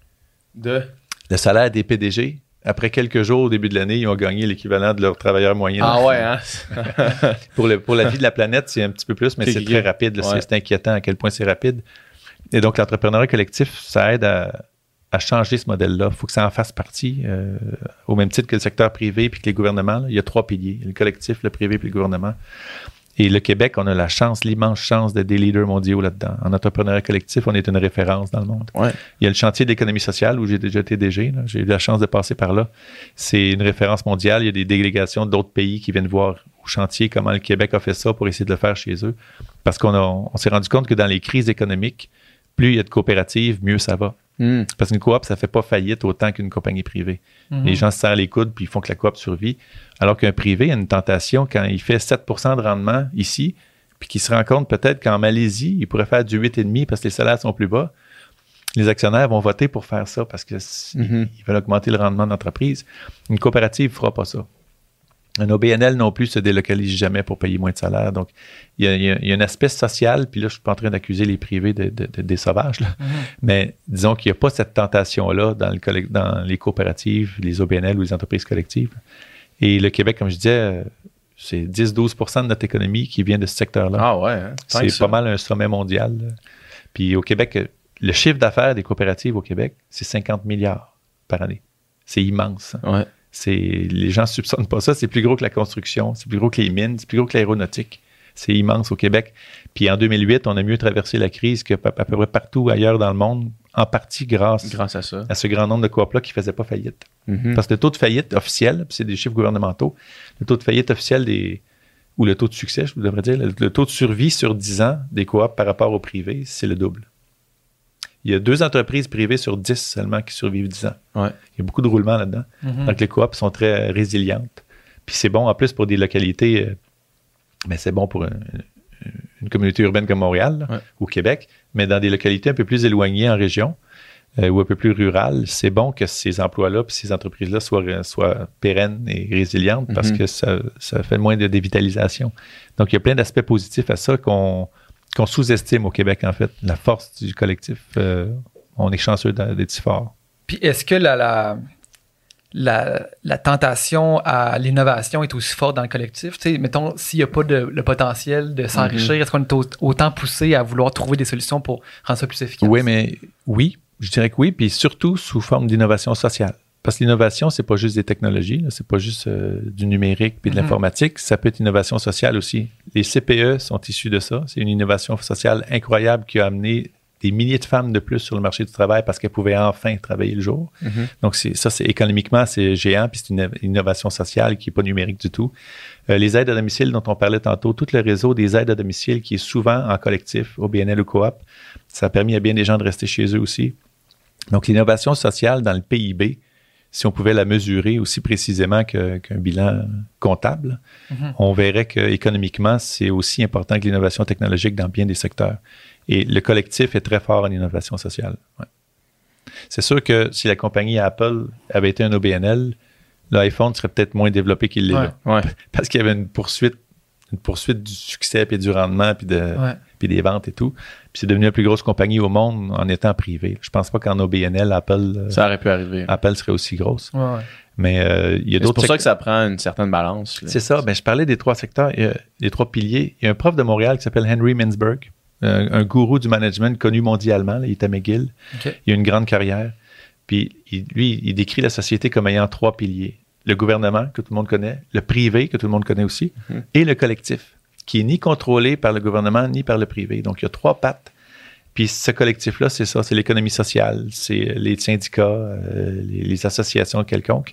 De. Le salaire des P D G, après quelques jours au début de l'année, ils ont gagné l'équivalent de leur travailleur moyen. Ah ouais, hein? Pour, le, pour la vie de la planète, c'est un petit peu plus, mais C'est c'est gay. très rapide. là. Ouais. C'est, c'est inquiétant à quel point c'est rapide. Et donc, l'entrepreneuriat collectif, ça aide à, à changer ce modèle-là. Il faut que ça en fasse partie, euh, au même titre que le secteur privé puis que les gouvernements. Là. Il y a trois piliers, le collectif, le privé puis le gouvernement. Et le Québec, on a la chance, l'immense chance d'être des leaders mondiaux là-dedans. En entrepreneuriat collectif, on est une référence dans le monde. Ouais. Il y a le chantier d'économie sociale où j'ai déjà été D G. Là. J'ai eu la chance de passer par là. C'est une référence mondiale. Il y a des délégations d'autres pays qui viennent voir au chantier comment le Québec a fait ça pour essayer de le faire chez eux. Parce qu'on a, on s'est rendu compte que dans les crises économiques, plus il y a de coopératives, mieux ça va. Mm. Parce qu'une coop, ça ne fait pas faillite autant qu'une compagnie privée. Mm-hmm. Les gens se serrent les coudes puis ils font que la coop survit. Alors qu'un privé a une tentation quand il fait sept pour cent de rendement ici, puis qu'il se rend compte peut-être qu'en Malaisie, il pourrait faire du huit virgule cinq parce que les salaires sont plus bas. Les actionnaires vont voter pour faire ça parce qu'ils Mm-hmm. veulent augmenter le rendement de l'entreprise. Une coopérative ne fera pas ça. Un O B N L non plus se délocalise jamais pour payer moins de salaire. Donc, il y a, il y a, il y a un aspect social, puis là, je ne suis pas en train d'accuser les privés de, de, de, des sauvages, là. Mm-hmm. Mais disons qu'il n'y a pas cette tentation-là dans, le collect, dans les coopératives, les O B N L ou les entreprises collectives. Et le Québec, comme je disais, c'est dix à douze pour cent de notre économie qui vient de ce secteur-là. Ah ouais, hein? Tant que C'est ça. pas mal un sommet mondial, là. Puis au Québec, le chiffre d'affaires des coopératives au Québec, c'est cinquante milliards par année. C'est immense. Hein? Ouais. C'est, les gens ne soupçonnent pas ça. C'est plus gros que la construction, c'est plus gros que les mines, c'est plus gros que l'aéronautique. C'est immense au Québec. Puis en deux mille huit, on a mieux traversé la crise qu'à à peu près partout ailleurs dans le monde, en partie grâce, Grâce à ça. à ce grand nombre de coops-là qui ne faisaient pas faillite. Mm-hmm. Parce que le taux de faillite officiel, puis c'est des chiffres gouvernementaux, le taux de faillite officiel des, ou le taux de succès, je devrais dire, le, le taux de survie sur dix ans des coops par rapport au privé, c'est le double. Il y a deux entreprises privées sur dix seulement qui survivent dix ans. Ouais. Il y a beaucoup de roulements là-dedans. Mm-hmm. Donc, les coops sont très résilientes. Puis c'est bon, en plus, pour des localités, euh, mais c'est bon pour un, une communauté urbaine comme Montréal, là, ouais. ou Québec, mais dans des localités un peu plus éloignées en région, euh, ou un peu plus rurales, c'est bon que ces emplois-là puis ces entreprises-là soient, soient pérennes et résilientes parce Mm-hmm. que ça, ça fait moins de dévitalisation. Donc, il y a plein d'aspects positifs à ça qu'on qu'on sous-estime au Québec, en fait. La force du collectif, euh, on est chanceux d'être si fort. Puis est-ce que la, la, la, la tentation à l'innovation est aussi forte dans le collectif? Tu sais, mettons, s'il n'y a pas de, le potentiel de s'enrichir, Mm-hmm. est-ce qu'on est au, autant poussé à vouloir trouver des solutions pour rendre ça plus efficace? Oui, mais oui, je dirais que oui, puis surtout sous forme d'innovation sociale. Parce que l'innovation, c'est pas juste des technologies, là, c'est pas juste euh, du numérique puis de Mm-hmm. l'informatique, ça peut être innovation sociale aussi. Les C P E sont issus de ça. C'est une innovation sociale incroyable qui a amené des milliers de femmes de plus sur le marché du travail parce qu'elles pouvaient enfin travailler le jour. Mm-hmm. Donc, c'est, ça, c'est économiquement, c'est géant, puis c'est une innovation sociale qui n'est pas numérique du tout. Euh, les aides à domicile dont on parlait tantôt, tout le réseau des aides à domicile qui est souvent en collectif, O B N L ou coop, ça a permis à bien des gens de rester chez eux aussi. Donc, l'innovation sociale dans le P I B, si on pouvait la mesurer aussi précisément que, qu'un bilan comptable, Mm-hmm. on verrait qu'économiquement, c'est aussi important que l'innovation technologique dans bien des secteurs. Et le collectif est très fort en innovation sociale. Ouais. C'est sûr que si la compagnie Apple avait été un O B N L, l'iPhone serait peut-être moins développé qu'il l'est Ouais. là. Ouais. Parce qu'il y avait une poursuite, une poursuite du succès, puis du rendement, puis, de, Ouais. puis des ventes et tout. Puis c'est devenu la plus grosse compagnie au monde en étant privée. Je pense pas qu'en O B N L, Apple, euh, Ça aurait pu arriver. Apple serait aussi grosse. Ouais, ouais. Mais euh, il y a C'est d'autres pour ça secteurs. que ça prend une certaine balance. là. C'est ça. Ben, je parlais des trois secteurs, euh, des trois piliers. Il y a un prof de Montréal qui s'appelle Henry Mintzberg, un, un gourou du management connu mondialement. Là, il est à McGill. OK. Il a une grande carrière. Puis il- lui, il décrit la société comme ayant trois piliers. Le gouvernement, que tout le monde connaît, le privé, que tout le monde connaît aussi, Mhm. et le collectif, qui est ni contrôlé par le gouvernement ni par le privé. Donc, il y a trois pattes. Puis ce collectif-là, c'est ça, c'est l'économie sociale, c'est les syndicats, euh, les, les associations quelconques.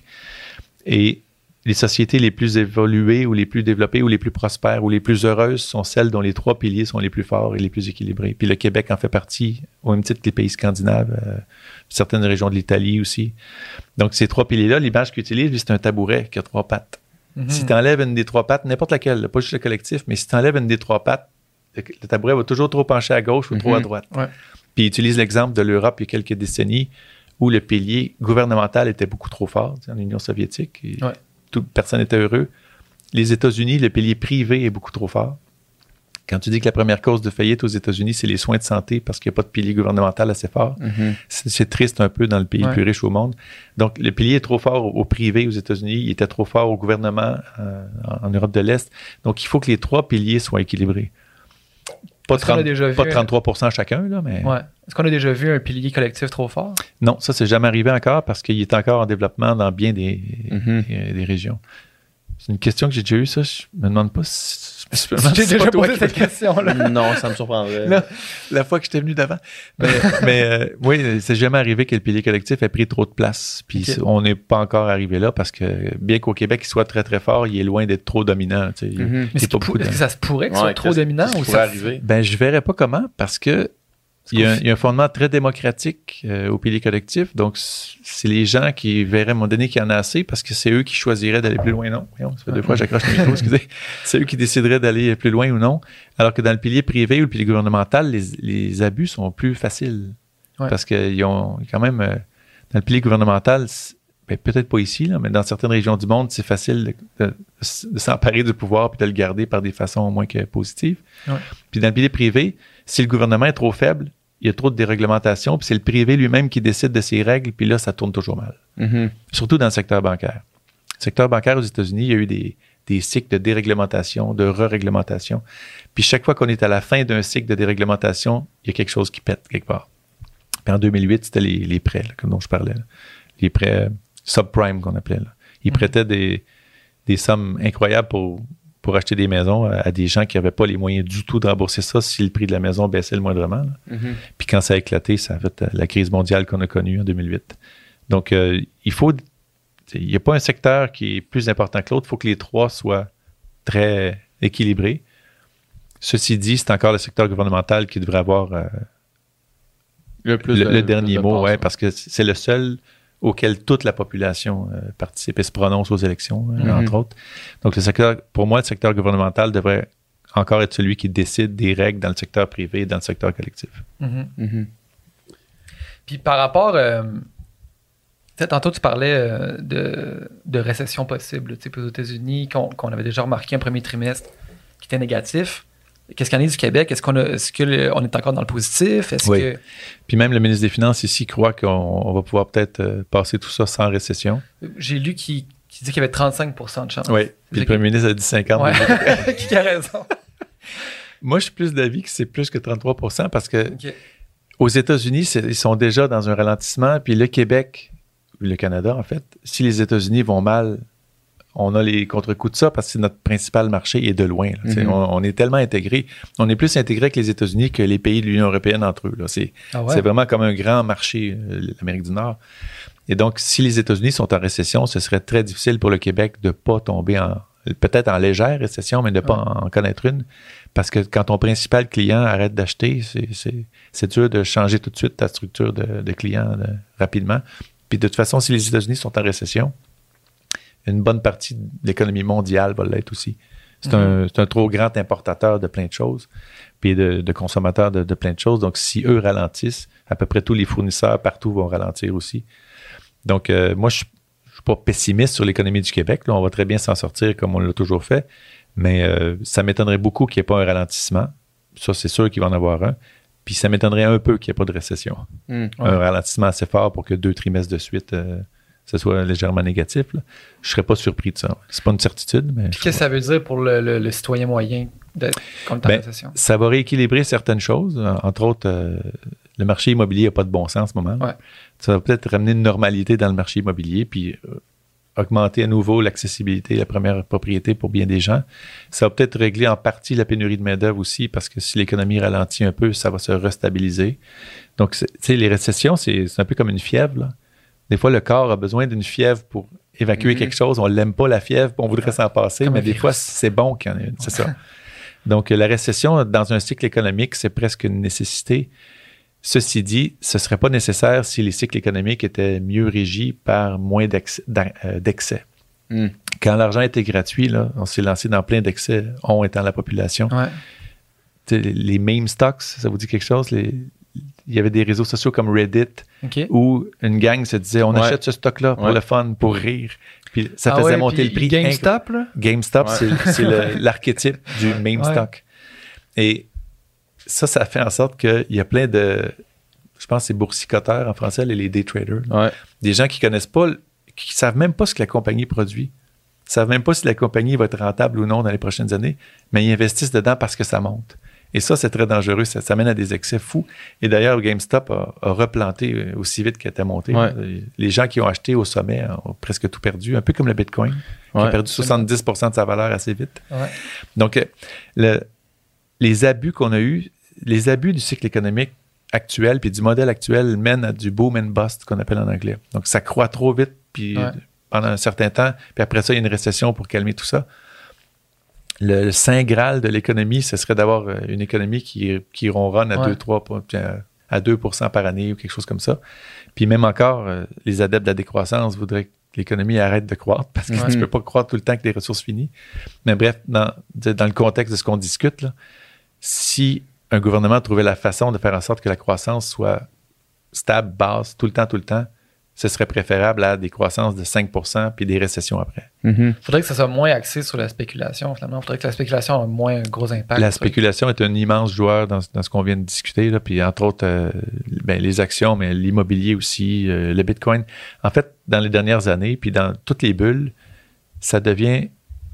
Et les sociétés les plus évoluées ou les plus développées ou les plus prospères ou les plus heureuses sont celles dont les trois piliers sont les plus forts et les plus équilibrés. Puis le Québec en fait partie, au même titre que les pays scandinaves, euh, certaines régions de l'Italie aussi. Donc ces trois piliers-là, l'image qu'ils utilisent, lui, c'est un tabouret qui a trois pattes. Mm-hmm. Si tu enlèves une des trois pattes, n'importe laquelle, là, pas juste le collectif, mais si tu enlèves une des trois pattes, le, le tabouret va toujours trop pencher à gauche ou trop à Mhm. droite. Ouais. Puis il utilise l'exemple de l'Europe il y a quelques décennies où le pilier gouvernemental était beaucoup trop fort, tu sais, en Union soviétique. Et Ouais. tout, personne n'était heureux. Les États-Unis, le pilier privé est beaucoup trop fort. Quand tu dis que la première cause de faillite aux États-Unis, c'est les soins de santé parce qu'il n'y a pas de pilier gouvernemental assez fort, Mhm. c'est, c'est triste un peu dans le pays Ouais. le plus riche au monde. Donc, le pilier est trop fort au, au privé aux États-Unis, il était trop fort au gouvernement euh, en, en Europe de l'Est. Donc, il faut que les trois piliers soient équilibrés. Pas, Est-ce qu'on a trente déjà vu pas un- trente-trois pour cent chacun, là, mais Ouais. Est-ce qu'on a déjà vu un pilier collectif trop fort? non, ça, c'est jamais arrivé encore parce qu'il est encore en développement dans bien des, Mhm. des, des régions. C'est une question que j'ai déjà eue, ça. Je me demande pas si... je me demande si J'ai c'est déjà pas toi posé qui- cette question-là. Non, ça me surprendrait. Non, la fois que j'étais venu d'avant. Mais, mais euh, oui, c'est jamais arrivé que le pilier collectif ait pris trop de place. Puis Ok. c'est- on n'est pas encore arrivé là parce que bien qu'au Québec, il soit très, très fort, il est loin d'être trop dominant. Tu sais. Il- Mhm. Mais il y a est-ce, pas qu'il beaucoup pour- est-ce de- que ça se pourrait que ce Ouais, soit trop qu'est-ce- dominant qu'est-ce qui ou pourrait ça arriver? Ben, je verrais pas comment parce que Il y, a un, il y a un fondement très démocratique euh, au pilier collectif. Donc, c'est les gens qui verraient à un moment donné qu'il y en a assez parce que c'est eux qui choisiraient d'aller plus loin. Non, voyons, ça fait deux fois que j'accroche le micro, excusez. C'est eux qui décideraient d'aller plus loin ou non. Alors que dans le pilier privé ou le pilier gouvernemental, les, les abus sont plus faciles. Ouais. Parce qu'ils ont quand même, euh, dans le pilier gouvernemental, ben, peut-être pas ici, là, mais dans certaines régions du monde, c'est facile de, de, de s'emparer du pouvoir puis de le garder par des façons au moins que positives. Ouais. Puis dans le pilier privé, si le gouvernement est trop faible, il y a trop de déréglementation, puis c'est le privé lui-même qui décide de ses règles, puis là, ça tourne toujours mal. Mm-hmm. Surtout dans le secteur bancaire. Le secteur bancaire aux États-Unis, il y a eu des, des cycles de déréglementation, de re-réglementation. Puis chaque fois qu'on est à la fin d'un cycle de déréglementation, il y a quelque chose qui pète quelque part. Puis en deux mille huit, c'était les, les prêts, là, comme dont je parlais. Là. Les prêts subprime qu'on appelait. Là. Ils mm-hmm. prêtaient des, des sommes incroyables pour... pour acheter des maisons à, à des gens qui n'avaient pas les moyens du tout de rembourser ça si le prix de la maison baissait le moindrement. Mm-hmm. Puis quand ça a éclaté, ça a fait la crise mondiale qu'on a connue en deux mille huit. Donc, euh, il faut... Il n'y a pas un secteur qui est plus important que l'autre. Il faut que les trois soient très équilibrés. Ceci dit, c'est encore le secteur gouvernemental qui devrait avoir euh, le, plus le, de, le dernier mot, ouais, parce que c'est le seul... auquel toute la population euh, participe et se prononce aux élections, euh, mm-hmm. entre autres. Donc, le secteur, pour moi, le secteur gouvernemental devrait encore être celui qui décide des règles dans le secteur privé et dans le secteur collectif. Mm-hmm. Mm-hmm. Puis par rapport, euh, tantôt tu parlais euh, de, de récession possible aux États-Unis, qu'on, qu'on avait déjà remarqué un premier trimestre qui était négatif. Qu'est-ce qu'il y en est du Québec? Est-ce qu'on a, est-ce que le, on est encore dans le positif? Est-ce oui. que... Puis même le ministre des Finances ici croit qu'on on va pouvoir peut-être euh, passer tout ça sans récession. J'ai lu qu'il, qu'il dit qu'il y avait trente-cinq pour cent de chance. Oui, puis le premier ministre a dit cinquante. Ouais. Qui a raison. Moi, je suis plus d'avis que c'est plus que trente-trois pour cent parce que okay. aux États-Unis, c'est, ils sont déjà dans un ralentissement. Puis le Québec, le Canada en fait, si les États-Unis vont mal, on a les contre-coups de ça parce que c'est notre principal marché et de loin. Là, mm-hmm. on, on est tellement intégrés. On est plus intégrés avec les États-Unis que les pays de l'Union européenne entre eux. Là. C'est, ah ouais? c'est vraiment comme un grand marché, euh, l'Amérique du Nord. Et donc, si les États-Unis sont en récession, ce serait très difficile pour le Québec de ne pas tomber en, peut-être en légère récession, mais de ne pas ouais. en, en connaître une. Parce que quand ton principal client arrête d'acheter, c'est, c'est, c'est dur de changer tout de suite ta structure de, de clients de, rapidement. Puis de toute façon, si les États-Unis sont en récession, une bonne partie de l'économie mondiale va l'être aussi. C'est, mm-hmm. un, c'est un trop grand importateur de plein de choses, puis de, de consommateurs de, de plein de choses. Donc, si eux ralentissent, à peu près tous les fournisseurs partout vont ralentir aussi. Donc, euh, moi, je ne suis pas pessimiste sur l'économie du Québec. Là, on va très bien s'en sortir comme on l'a toujours fait, mais euh, ça m'étonnerait beaucoup qu'il n'y ait pas un ralentissement. Ça, c'est sûr qu'il va en avoir un. Puis ça m'étonnerait un peu qu'il n'y ait pas de récession. Mm, ouais. Un ralentissement assez fort pour que deux trimestres de suite... Euh, ce soit légèrement négatif, là. Je ne serais pas surpris de ça. C'est pas une certitude, mais... Puis qu'est-ce que ça veut dire pour le, le, le citoyen moyen d'être contre la récession? Ça va rééquilibrer certaines choses. Entre autres, euh, le marché immobilier n'a pas de bon sens en ce moment. Ouais. Ça va peut-être ramener une normalité dans le marché immobilier, puis euh, augmenter à nouveau l'accessibilité, la première propriété pour bien des gens. Ça va peut-être régler en partie la pénurie de main-d'œuvre aussi, parce que si l'économie ralentit un peu, ça va se restabiliser. Donc, tu sais, les récessions, c'est, c'est un peu comme une fièvre, là. Des fois, le corps a besoin d'une fièvre pour évacuer mm-hmm. quelque chose. On l'aime pas, la fièvre, on voudrait s'en passer, comme mais des virus. Fois, c'est bon qu'il y en ait une. C'est ça. Donc, la récession, dans un cycle économique, c'est presque une nécessité. Ceci dit, ce ne serait pas nécessaire si les cycles économiques étaient mieux régis par moins d'excès. d'excès. Mm. Quand l'argent était gratuit, là, on s'est lancé dans plein d'excès, on étant la population. Ouais. Les meme stocks, ça vous dit quelque chose? Les... Il y avait des réseaux sociaux comme Reddit okay. où une gang se disait on ouais. achète ce stock-là pour ouais. le fun, pour rire. Puis ça ah faisait ouais, monter le prix. GameStop, là? GameStop, ouais. c'est, c'est le, l'archétype du meme ouais. stock. Et ça, ça fait en sorte qu'il y a plein de, je pense que c'est boursicoteurs en français, les day traders. Ouais. Des gens qui connaissent pas, qui savent même pas ce que la compagnie produit. Ils savent même pas si la compagnie va être rentable ou non dans les prochaines années, mais ils investissent dedans parce que ça monte. Et ça, c'est très dangereux. Ça, ça mène à des excès fous. Et d'ailleurs, GameStop a, a replanté aussi vite qu'elle était montée. Ouais. Les gens qui ont acheté au sommet ont presque tout perdu, un peu comme le Bitcoin, qui ouais. a perdu soixante-dix pour cent de sa valeur assez vite. Ouais. Donc, le, les abus qu'on a eus, les abus du cycle économique actuel puis du modèle actuel mènent à du boom and bust, qu'on appelle en anglais. Donc, ça croît trop vite puis ouais. pendant un certain temps. Puis après ça, il y a une récession pour calmer tout ça. Le saint graal de l'économie, ce serait d'avoir une économie qui, qui ronronne à ouais. deux, trois, à deux pour cent par année ou quelque chose comme ça. Puis même encore, euh, les adeptes de la décroissance voudraient que l'économie arrête de croître parce que Ouais. tu ne peux pas croître tout le temps avec des ressources finies. Mais bref, dans, dans le contexte de ce qu'on discute, là, si un gouvernement trouvait la façon de faire en sorte que la croissance soit stable, basse, tout le temps, tout le temps, ce serait préférable à des croissances de cinq pour cent puis des récessions après. Mhm. Faudrait que ça soit moins axé sur la spéculation, finalement. Faudrait que la spéculation ait moins un gros impact. La sur- spéculation est un immense joueur dans, dans ce qu'on vient de discuter, là, puis entre autres, euh, ben, les actions, mais l'immobilier aussi, euh, le Bitcoin. En fait, dans les dernières années, puis dans toutes les bulles, ça devient...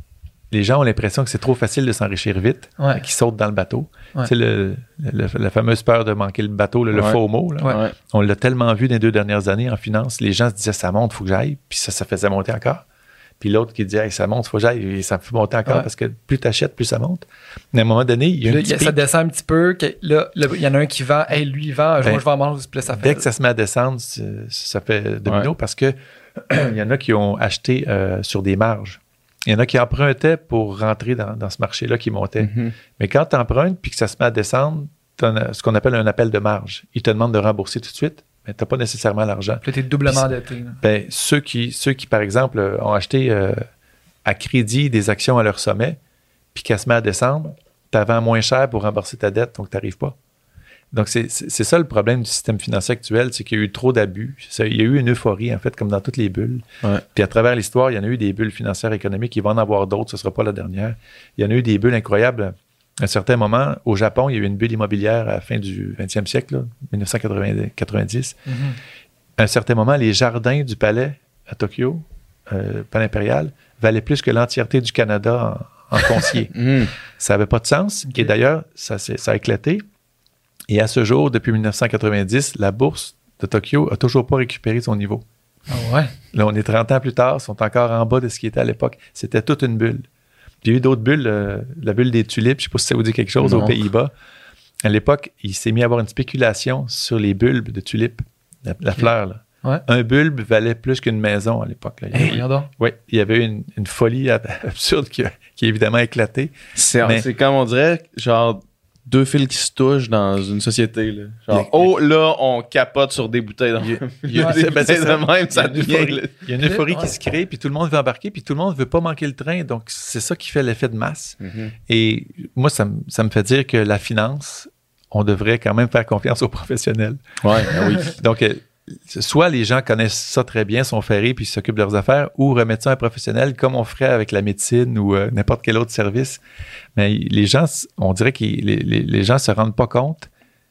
Les gens ont l'impression que c'est trop facile de s'enrichir vite, Ouais. qu'ils sautent dans le bateau. Ouais. Tu sais, le, le- la fameuse peur de manquer le bateau, le, le Ouais. FOMO, là. Ouais. Ouais. On l'a tellement vu dans les deux dernières années en finance, les gens se disaient ça monte, il faut que j'aille, puis ça, ça faisait monter encore. Puis l'autre qui disait hey, ça monte, il faut que j'aille, et ça me fait monter encore Ouais. parce que plus tu achètes, plus ça monte. Mais à un moment donné, il y a Là, un il y petit a- ça pic. descend un petit peu. Que, là, là, il y en a un qui vend. Hey, lui, il vend. Ben, moi, je vais en vendre. Puis là, ça fait. Dès que ça se met à descendre, c'est- ça fait domino Ouais. parce que il y en a qui ont acheté euh, sur des marges. Il y en a qui empruntaient pour rentrer dans, dans ce marché-là qui montait. Mhm. Mais quand tu empruntes puis que ça se met à descendre, tu as ce qu'on appelle un appel de marge. Ils te demandent de rembourser tout de suite, mais tu n'as pas nécessairement l'argent. Puis là, t'es doublement Puis- endetté. là. Ben, ceux, qui, ceux qui, par exemple, euh, ont acheté euh, à crédit des actions à leur sommet, puis qu'elles se met à descendre, tu as vends moins cher pour rembourser ta dette, donc tu n'arrives pas. Donc, c'est c'est- c'est ça le problème du système financier actuel, c'est qu'il y a eu trop d'abus. Ça- Il y a eu une euphorie, en fait, comme dans toutes les bulles. Ouais. Puis à travers l'histoire, il y en a eu des bulles financières économiques, il va en avoir d'autres, ce ne sera pas la dernière. Il y en a eu des bulles incroyables. À un certain moment, au Japon, il y a eu une bulle immobilière à la fin du vingtième siècle, là, dix-neuf cent quatre-vingt-dix. Mhm. À un certain moment, les jardins du palais à Tokyo, euh, palais impérial, valaient plus que l'entièreté du Canada en, en foncier. Mhm. Ça n'avait pas de sens. Ok. Et d'ailleurs, ça, s'est- ça a éclaté. Et à ce jour, depuis dix-neuf cent quatre-vingt-dix, la bourse de Tokyo n'a toujours pas récupéré son niveau. Ah ouais. Là, on est trente ans plus tard, ils sont encore en bas de ce qui était à l'époque. C'était toute une bulle. Puis il y a eu d'autres bulles, euh, la bulle des tulipes, je ne sais pas si ça vous dit quelque chose, Non. aux Pays-Bas. À l'époque, il s'est mis à avoir une spéculation sur les bulbes de tulipes, la, la Ok. fleur. Là. Ouais. Un bulbe valait plus qu'une maison à l'époque. Là. Il y Hey, avait- regarde donc. oui, il y avait une, une folie ab- absurde qui a, qui a évidemment éclaté. C'est Mais- c'est comme on dirait, genre, deux fils qui se touchent dans une société. Là. Genre, Il y a- oh, là, on capote sur des bouteilles. Dans... Il y a- Il y a Ouais, des c'est- ben, c'est bouteilles ça. de même, ça Il y a une devient... euphorie. Il y a une euphorie Ouais. qui se crée, puis tout le monde veut embarquer, puis tout le monde ne veut pas manquer le train. Donc, c'est ça qui fait l'effet de masse. Mhm. Et moi, ça, me- ça me fait dire que la finance, on devrait quand même faire confiance aux professionnels. Ouais, ben oui. Donc, euh, soit les gens connaissent ça très bien, sont ferrés, puis s'occupent de leurs affaires, ou remettre ça à un professionnel comme on ferait avec la médecine ou euh, n'importe quel autre service. Mais les gens, on dirait que les, les- les gens se rendent pas compte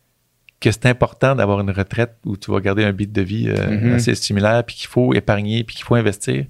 que c'est important d'avoir une retraite où tu vas garder un beat de vie euh, Mhm. assez similaire, puis qu'il faut épargner, puis qu'il faut investir.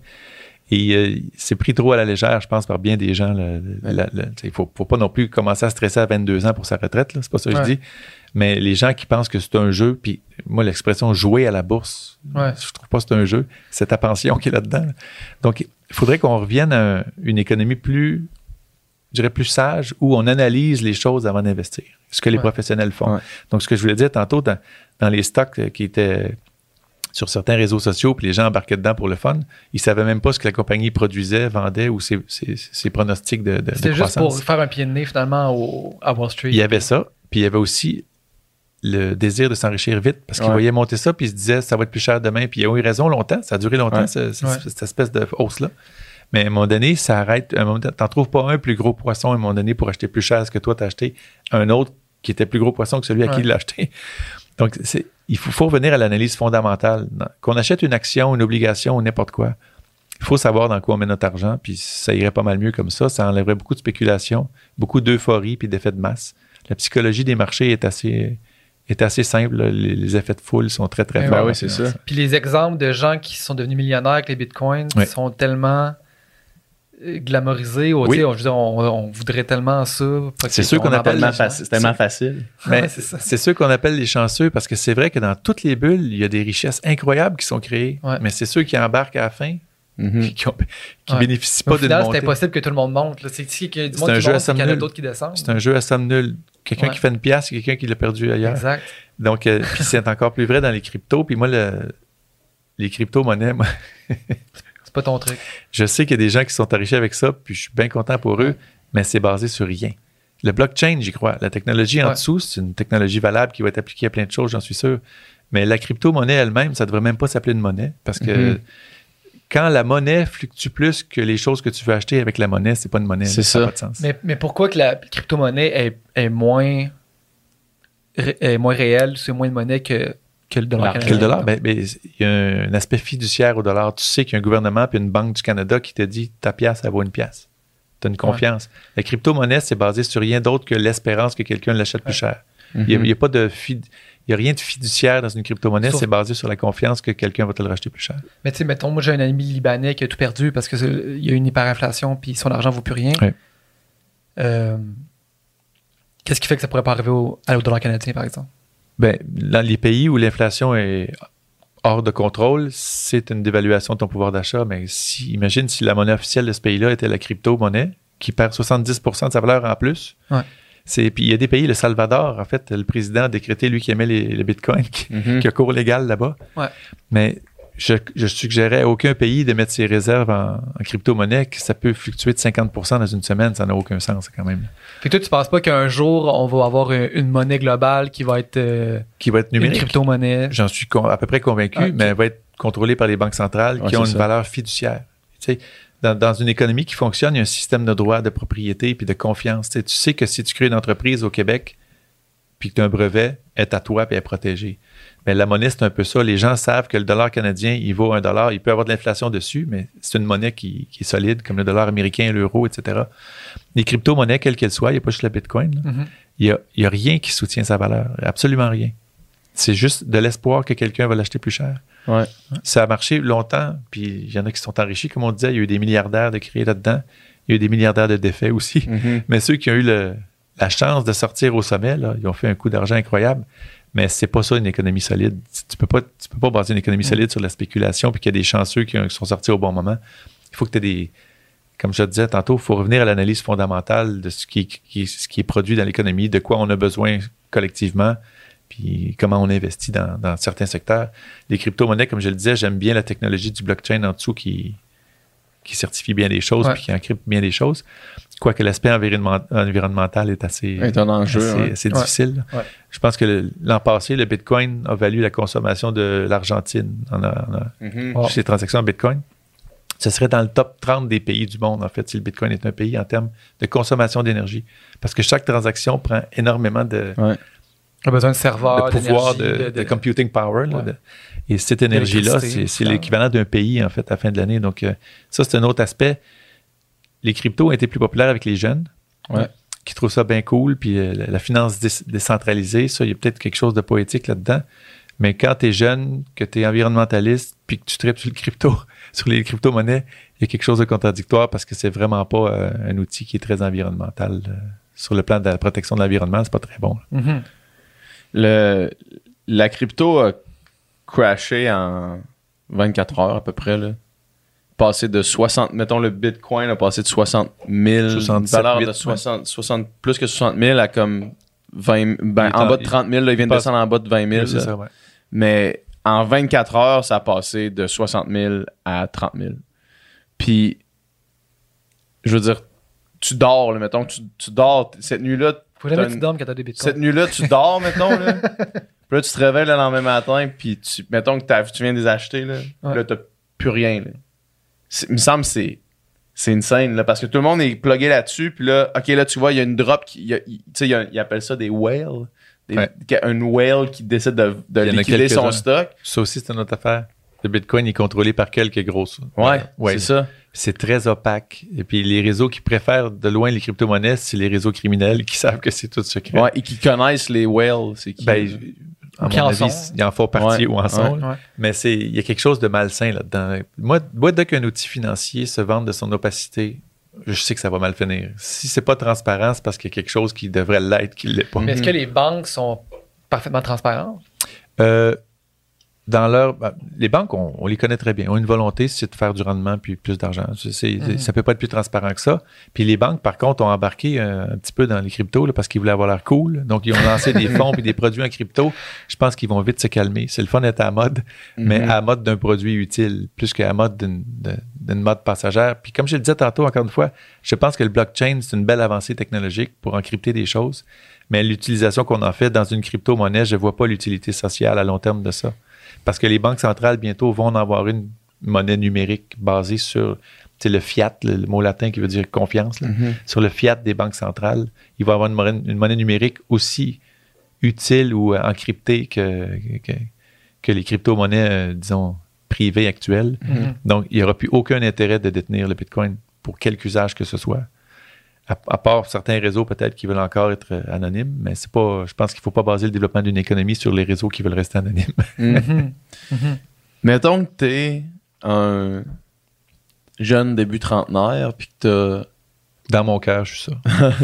Et euh, c'est pris trop à la légère, je pense, par bien des gens. Le- le- Ouais. la- la- il faut, faut pas non plus commencer à stresser à vingt-deux ans pour sa retraite, là, c'est pas ça que Ouais. je dis. Mais les gens qui pensent que c'est un jeu, puis moi, l'expression jouer à la bourse, Ouais. je trouve pas que c'est un jeu. C'est ta pension qui est là-dedans. là. Donc, il faudrait qu'on revienne à un- une économie plus, je dirais, plus sage, où on analyse les choses avant d'investir. Ce que les Ouais. professionnels font. Ouais. Donc, ce que je voulais dire tantôt, dans, dans les stocks euh, qui étaient sur certains réseaux sociaux, puis les gens embarquaient dedans pour le fun, ils savaient même pas ce que la compagnie produisait, vendait ou ses, ses- ses pronostics de, de, de C'était juste croissance. pour faire un pied de nez, finalement, au, à Wall Street. Il y avait ça, puis il y avait aussi le désir de s'enrichir vite, parce qu'ils Ouais. voyaient monter ça, puis ils se disaient ça va être plus cher demain, puis ils ont eu raison longtemps, ça a duré longtemps, Ouais. ce- ce- Ouais. cette espèce de hausse-là. Mais à un moment donné, ça arrête. À un moment donné, t'en trouves pas un plus gros poisson à un moment donné pour acheter plus cher ce que toi t'as acheté, un autre qui était plus gros poisson que celui à qui Ouais. il l'a acheté. Donc, c'est, il faut, faut revenir à l'analyse fondamentale. Non, qu'on achète une action, une obligation ou n'importe quoi, il faut savoir dans quoi on met notre argent, puis ça irait pas mal mieux comme ça. Ça enlèverait beaucoup de spéculation, beaucoup d'euphorie puis d'effets de masse. La psychologie des marchés est assez, est assez simple. là. Les, les effets de foule sont très, très Ben forts. oui, c'est ça. Puis les exemples de gens qui sont devenus millionnaires avec les bitcoins Ouais. sont tellement euh, glamorisés. Ou, Oui. tu sais, on, je veux dire, on, on voudrait tellement ça. pas C'est que- sûr qu'on en appelle parle Tellement les gens. faci- C'est tellement facile. Mais Ouais, c'est ça. c'est ceux qu'on appelle les chanceux parce que c'est vrai que dans toutes les bulles, il y a des richesses incroyables qui sont créées. Ouais. Mais c'est ceux qui embarquent à la fin Mhm. puis qui, ont- qui Ouais. bénéficient Mais pas au d'une final, c'est montée. impossible que tout le monde monte. là. C'est qu'il y a du C'est monde un qui jeu à monte et somme qu'il y en a nulle. d'autres qui descendent. C'est un jeu à somme nulle. Quelqu'un Ouais. qui fait une pièce, c'est quelqu'un qui l'a perdu ailleurs. Exact. Donc, euh, puis c'est encore plus vrai dans les cryptos. Puis moi, le- les crypto-monnaies, moi, C'est pas ton truc. je sais qu'il y a des gens qui sont enrichis avec ça, puis je suis bien content pour eux, mais c'est basé sur rien. Le blockchain, j'y crois. La technologie en Ouais. dessous, c'est une technologie valable qui va être appliquée à plein de choses, j'en suis sûr. Mais la crypto-monnaie elle-même, ça ne devrait même pas s'appeler une monnaie parce que Mm-hmm. quand la monnaie fluctue plus que les choses que tu veux acheter avec la monnaie, c'est pas une monnaie. C'est ça n'a ça. pas de sens. Mais, mais pourquoi que la crypto-monnaie est, est moins, ré- est moins réelle, c'est moins de monnaie que, que le dollar Que Que canadien? le dollar, ben, ben, il y a un, un aspect fiduciaire au dollar. Tu sais qu'il y a un gouvernement puis une banque du Canada qui te dit ta pièce, elle vaut une pièce. Tu as une confiance. La crypto-monnaie, c'est basé sur rien d'autre que l'espérance que quelqu'un l'achète plus cher. Il n'y a, il y a pas de fid- il y a rien de fiduciaire dans une crypto-monnaie, Sauf- c'est basé sur la confiance que quelqu'un va te le racheter plus cher. Mais tu sais, mettons, moi j'ai un ami libanais qui a tout perdu parce qu'il y a une hyperinflation puis son argent ne vaut plus rien. Ouais. Euh, Qu'est-ce qui fait que ça pourrait pas arriver au, au dollar canadien, par exemple? Ben, dans les pays où l'inflation est hors de contrôle, c'est une dévaluation de ton pouvoir d'achat. Mais si, imagine si la monnaie officielle de ce pays-là était la crypto-monnaie, qui perd soixante-dix pour cent de sa valeur en plus. Ouais. C'est, puis il y a des pays, le Salvador, en fait, le président a décrété, lui qui aimait les, le Bitcoin, qui, Mm-hmm. qui a cours légal là-bas. Ouais. Mais je, je suggérais à aucun pays de mettre ses réserves en, en crypto-monnaie, que ça peut fluctuer de cinquante pour cent dans une semaine, ça n'a aucun sens quand même. Fait que toi, tu penses pas qu'un jour, on va avoir une, une monnaie globale qui va être euh, Qui va être une numérique. crypto-monnaie? J'en suis con- à peu près convaincu, Ah, ok. mais elle va être contrôlée par les banques centrales Ouais, qui ont c'est une ça. valeur fiduciaire. Tu sais, dans, dans une économie qui fonctionne, il y a un système de droit, de propriété puis de confiance. Tu sais, tu sais que si tu crées une entreprise au Québec puis que tu as un brevet, elle est à toi puis elle est protégée. Mais la monnaie, c'est un peu ça. Les gens savent que le dollar canadien, il vaut un dollar. Il peut y avoir de l'inflation dessus, mais c'est une monnaie qui, qui est solide, comme le dollar américain, l'euro, et cetera. Les crypto-monnaies, quelles qu'elles soient, il n'y a pas juste le Bitcoin, là. Mhm. Il n'y a, il y a rien qui soutient sa valeur. Absolument rien. C'est juste de l'espoir que quelqu'un va l'acheter plus cher. Ouais. Ça a marché longtemps, puis il y en a qui sont enrichis, comme on disait. Il y a eu des milliardaires de créer là-dedans. Il y a eu des milliardaires de défaits aussi. Mm-hmm. Mais ceux qui ont eu le- la chance de sortir au sommet, là, ils ont fait un coup d'argent incroyable. Mais c'est pas ça une économie solide. Tu peux pas, tu peux pas baser une économie solide sur la spéculation puis qu'il y a des chanceux qui, ont- qui sont sortis au bon moment. Il faut que tu aies des... Comme je te disais tantôt, il faut revenir à l'analyse fondamentale de ce qui, est- qui est- ce qui est produit dans l'économie, de quoi on a besoin collectivement, puis comment on investit dans, dans certains secteurs. Les crypto-monnaies, comme je le disais, j'aime bien la technologie du blockchain en dessous qui, qui certifie bien des choses Ouais. puis qui encrypte bien des choses. Quoique l'aspect environnement- environnemental est assez, C'est un enjeu. assez, hein. assez Ouais. difficile. là. Ouais. Je pense que le- l'an passé, le Bitcoin a valu la consommation de l'Argentine en, en- en- Mm-hmm. Wow. ces transactions en Bitcoin. Ce serait dans le top trente des pays du monde, en fait, si le Bitcoin est un pays en termes de consommation d'énergie. Parce que chaque transaction prend énormément de, Ouais. On a besoin de serveurs, de pouvoir, de, d'énergie, de, de- de- computing power. là, Ouais. de- et cette énergie-là, D'électricité, c'est, c'est clair. l'équivalent d'un pays, en fait, à la fin de l'année. Donc, euh, ça, c'est un autre aspect. Les cryptos ont été plus populaires avec les jeunes, Ouais. qui trouvent ça bien cool. Puis euh, la, la finance dé- décentralisée, ça, il y a peut-être quelque chose de poétique là-dedans. Mais quand tu es jeune, que tu es environnementaliste, puis que tu tripes sur le crypto, sur les crypto-monnaies, il y a quelque chose de contradictoire parce que c'est vraiment pas euh, un outil qui est très environnemental. euh, sur le plan de la protection de l'environnement, c'est pas très bon. Mhm. Le, la crypto a crashé en vingt-quatre heures à peu près. Là. Passé de soixante, mettons le Bitcoin a passé de soixante mille, soixante-sept, valeur de huit, soixante, soixante, plus que soixante mille à comme vingt, ben, Il est en en- bas de trente mille, là, il vient de passe- descendre en bas de vingt mille. C'est là. ça, ouais. Mais en vingt-quatre heures, ça a passé de soixante mille à trente mille. Puis, je veux dire, tu dors, là, mettons, tu, tu dors, cette nuit-là, Faut jamais t'as que tu une- dormes quand t'as des bitcoins. cette nuit-là, tu dors, mettons, là. Puis là, tu te réveilles le lendemain matin, puis tu, mettons que t'as- tu viens de les acheter, là. Puis Ouais. là, t'as plus rien, là. C'est- Il me semble que c'est, c'est une scène, là, parce que tout le monde est plugué là-dessus, puis là, OK, là, tu vois, il y a une drop, qui, il y a- il- tu sais, il y a- ils appellent ça des whales. Des, Ouais. Un whale qui décide de, de Il y en a liquider son quelques-uns. stock. Ça aussi, c'est une autre affaire. Le Bitcoin est contrôlé par quelques grosses. Ouais, ouais. c'est ça. C'est très opaque. Et puis, les réseaux qui préfèrent de loin les crypto-monnaies, c'est les réseaux criminels qui savent que c'est tout secret. Ouais, et qui connaissent les whales, c'est qui? Ben, à Qui mon en avis, sont. ils en font partie Ouais, ou en ouais. sont. là. Ouais. Mais c'est, il y a quelque chose de malsain là-dedans. Moi, moi, dès qu'un outil financier se vante de son opacité, je sais que ça va mal finir. Si c'est pas transparent, c'est parce qu'il y a quelque chose qui devrait l'être, qui l'est pas. Mais est-ce que les banques sont parfaitement transparentes? Euh, dans leur, ben, les banques, on, on les connaît très bien. Ont une volonté, c'est de faire du rendement puis plus d'argent. C'est, c'est- Mhm. Ça peut pas être plus transparent que ça. Puis les banques, par contre, ont embarqué euh, un petit peu dans les cryptos là, parce qu'ils voulaient avoir l'air cool. Donc, ils ont lancé des fonds puis des produits en crypto. Je pense qu'ils vont vite se calmer. C'est le fun d'être à la mode, mais Mhm. à la mode d'un produit utile, plus qu'à la mode d'une- de, d'une mode passagère. Puis comme je le disais tantôt, encore une fois, je pense que le blockchain, c'est une belle avancée technologique pour encrypter des choses, mais l'utilisation qu'on en fait dans une crypto-monnaie, je ne vois pas l'utilité sociale à long terme de ça. Parce que les banques centrales, bientôt, vont en avoir une monnaie numérique basée sur le fiat, le, le mot latin qui veut dire confiance, là, mm-hmm. sur le fiat des banques centrales. Il va y avoir une monnaie, une monnaie numérique aussi utile ou encryptée que, que, que les crypto-monnaies, euh, disons, privées actuelles. Mm-hmm. Donc, il n'y aura plus aucun intérêt de détenir le Bitcoin pour quelque usage que ce soit. À, à part certains réseaux peut-être qui veulent encore être euh, anonymes, mais c'est pas. Je pense qu'il ne faut pas baser le développement d'une économie sur les réseaux qui veulent rester anonymes. Mm-hmm. Mm-hmm. Mettons que tu es un jeune début trentenaire, puis que t'as... Dans mon cœur, je suis ça.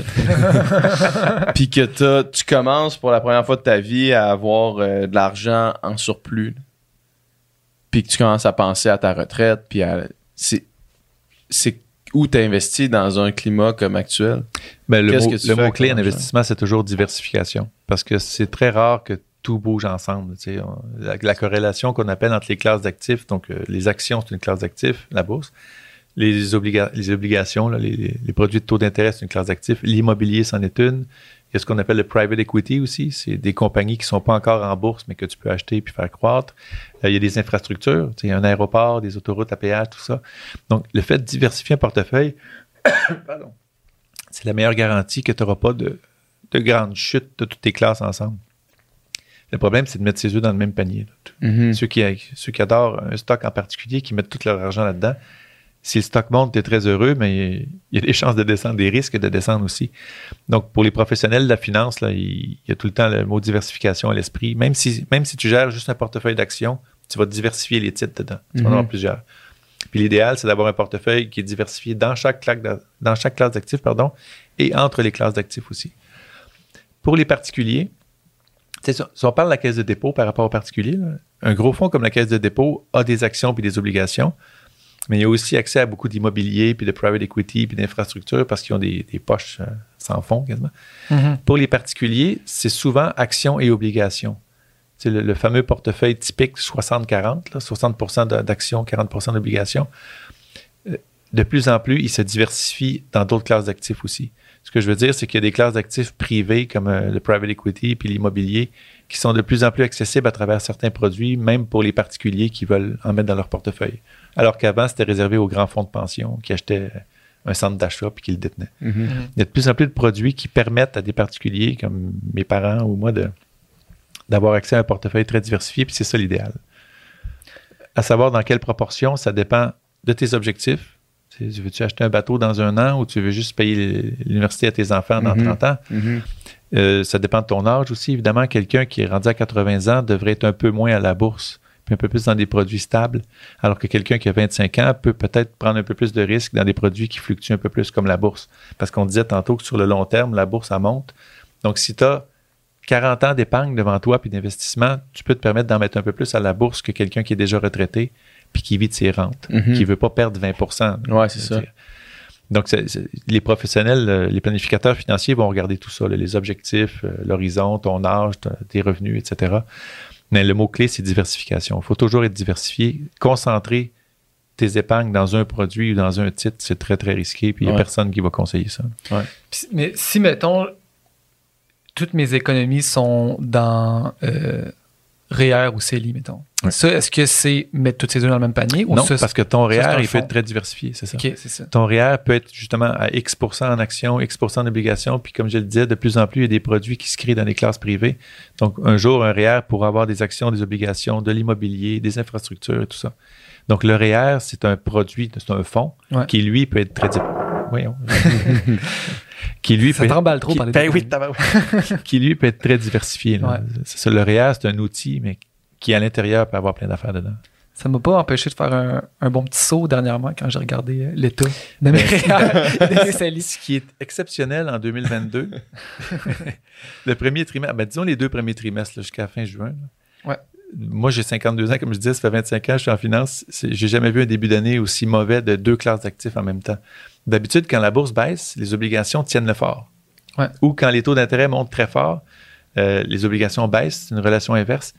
Puis que t'as, tu commences pour la première fois de ta vie à avoir euh, de l'argent en surplus. Là. Puis que tu commences à penser à ta retraite, puis à... C'est, c'est où tu investis dans un climat comme actuel? Ben, le mot, le mot clé en investissement, c'est toujours diversification. Parce que c'est très rare que tout bouge ensemble. Tu sais, on, la, la corrélation qu'on appelle entre les classes d'actifs, donc euh, les actions, c'est une classe d'actifs, la bourse. Les, obliga- les obligations, là, les, les produits de taux d'intérêt, c'est une classe d'actifs. L'immobilier, c'en est une. Il y a ce qu'on appelle le private equity aussi. C'est des compagnies qui ne sont pas encore en bourse, mais que tu peux acheter puis faire croître. Euh, il y a des infrastructures, tu sais, un aéroport, des autoroutes à péage, tout ça. Donc, le fait de diversifier un portefeuille, pardon, c'est la meilleure garantie que tu n'auras pas de, de grandes chutes de toutes tes classes ensemble. Le problème, c'est de mettre ses œufs dans le même panier. Mm-hmm. Ceux, qui, ceux qui adorent un stock en particulier, qui mettent tout leur argent là-dedans, si le stock monte, tu es très heureux, mais il y a des chances de descendre, des risques de descendre aussi. Donc, pour les professionnels de la finance, là, il y a tout le temps le mot diversification à l'esprit. Même si, même si tu gères juste un portefeuille d'actions, tu vas diversifier les titres dedans. Tu vas en avoir plusieurs. Puis l'idéal, c'est d'avoir un portefeuille qui est diversifié dans chaque, claque de, dans chaque classe d'actifs, pardon, et entre les classes d'actifs aussi. Pour les particuliers, si on parle de la caisse de dépôt par rapport aux particuliers, là, un gros fonds comme la caisse de dépôt a des actions puis des obligations. Mais il y a aussi accès à beaucoup d'immobilier, puis de private equity, puis d'infrastructures parce qu'ils ont des, des poches euh, sans fond quasiment. Mm-hmm. Pour les particuliers, c'est souvent actions et obligations. C'est le, le fameux portefeuille typique soixante quarante, là, soixante pour cent d'actions, quarante pour cent d'obligations. Euh, de plus en plus, il se diversifie dans d'autres classes d'actifs aussi. Ce que je veux dire, c'est qu'il y a des classes d'actifs privées comme euh, le private equity puis l'immobilier qui sont de plus en plus accessibles à travers certains produits, même pour les particuliers qui veulent en mettre dans leur portefeuille. Alors qu'avant, c'était réservé aux grands fonds de pension qui achetaient un centre d'achat puis qui le détenaient. Mm-hmm. Il y a de plus en plus de produits qui permettent à des particuliers, comme mes parents ou moi, de, d'avoir accès à un portefeuille très diversifié, puis c'est ça l'idéal. À savoir dans quelle proportion, ça dépend de tes objectifs. Tu sais, veux-tu acheter un bateau dans un an ou tu veux juste payer l'université à tes enfants dans mm-hmm. trente ans? Mm-hmm. Euh, ça dépend de ton âge aussi. Évidemment, quelqu'un qui est rendu à quatre-vingts ans devrait être un peu moins à la bourse, puis un peu plus dans des produits stables, alors que quelqu'un qui a vingt-cinq ans peut peut-être prendre un peu plus de risques dans des produits qui fluctuent un peu plus comme la bourse. Parce qu'on disait tantôt que sur le long terme, la bourse, elle monte. Donc, si tu as quarante ans d'épargne devant toi puis d'investissement, tu peux te permettre d'en mettre un peu plus à la bourse que quelqu'un qui est déjà retraité puis qui vit de ses rentes, mm-hmm. qui ne veut pas perdre vingt pour cent. Oui, c'est ça. Dire. Donc, c'est, c'est, les professionnels, les planificateurs financiers vont regarder tout ça, là, les objectifs, l'horizon, ton âge, tes revenus, et cetera. Mais le mot-clé, c'est diversification. Il faut toujours être diversifié. Concentrer tes épargnes dans un produit ou dans un titre, c'est très, très risqué. Puis il n'y a ouais. personne qui va conseiller ça. Ouais. Puis, mais si, mettons, toutes mes économies sont dans euh, R E E R ou C E L I, mettons. Ouais. Ça, est-ce que c'est mettre toutes ces deux dans le même panier? Ou non, ça, parce que ton R E E R, ça, il peut être très diversifié, c'est ça. Okay, c'est ça. Ton R E E R peut être justement à X pour cent en actions, X pour cent en obligations, puis comme je le disais, de plus en plus, il y a des produits qui se créent dans les classes privées. Donc, un jour, un R E E R pourra avoir des actions, des obligations, de l'immobilier, des infrastructures et tout ça. Donc, le R E E R, c'est un produit, c'est un fonds ouais. qui, lui, peut être très... Voyons. qui, lui, ça peut t'emballe trop qui, par les ben, oui, qui, lui, peut être très diversifié. Là. Ouais. C'est ça, le R E E R, c'est un outil, mais qui, à l'intérieur, peut avoir plein d'affaires dedans. Ça ne m'a pas empêché de faire un, un bon petit saut dernièrement quand j'ai regardé l'état de mes R E E R. Ce qui est exceptionnel en deux mille vingt-deux, le premier trimestre, ben, disons les deux premiers trimestres là, jusqu'à la fin juin. Là. Ouais. Moi, j'ai cinquante-deux ans, comme je disais, ça fait vingt-cinq ans, je suis en finance. C'est, j'ai jamais vu un début d'année aussi mauvais de deux classes d'actifs en même temps. D'habitude, quand la bourse baisse, les obligations tiennent le fort. Ouais. Ou quand les taux d'intérêt montent très fort, euh, les obligations baissent, c'est une relation inverse.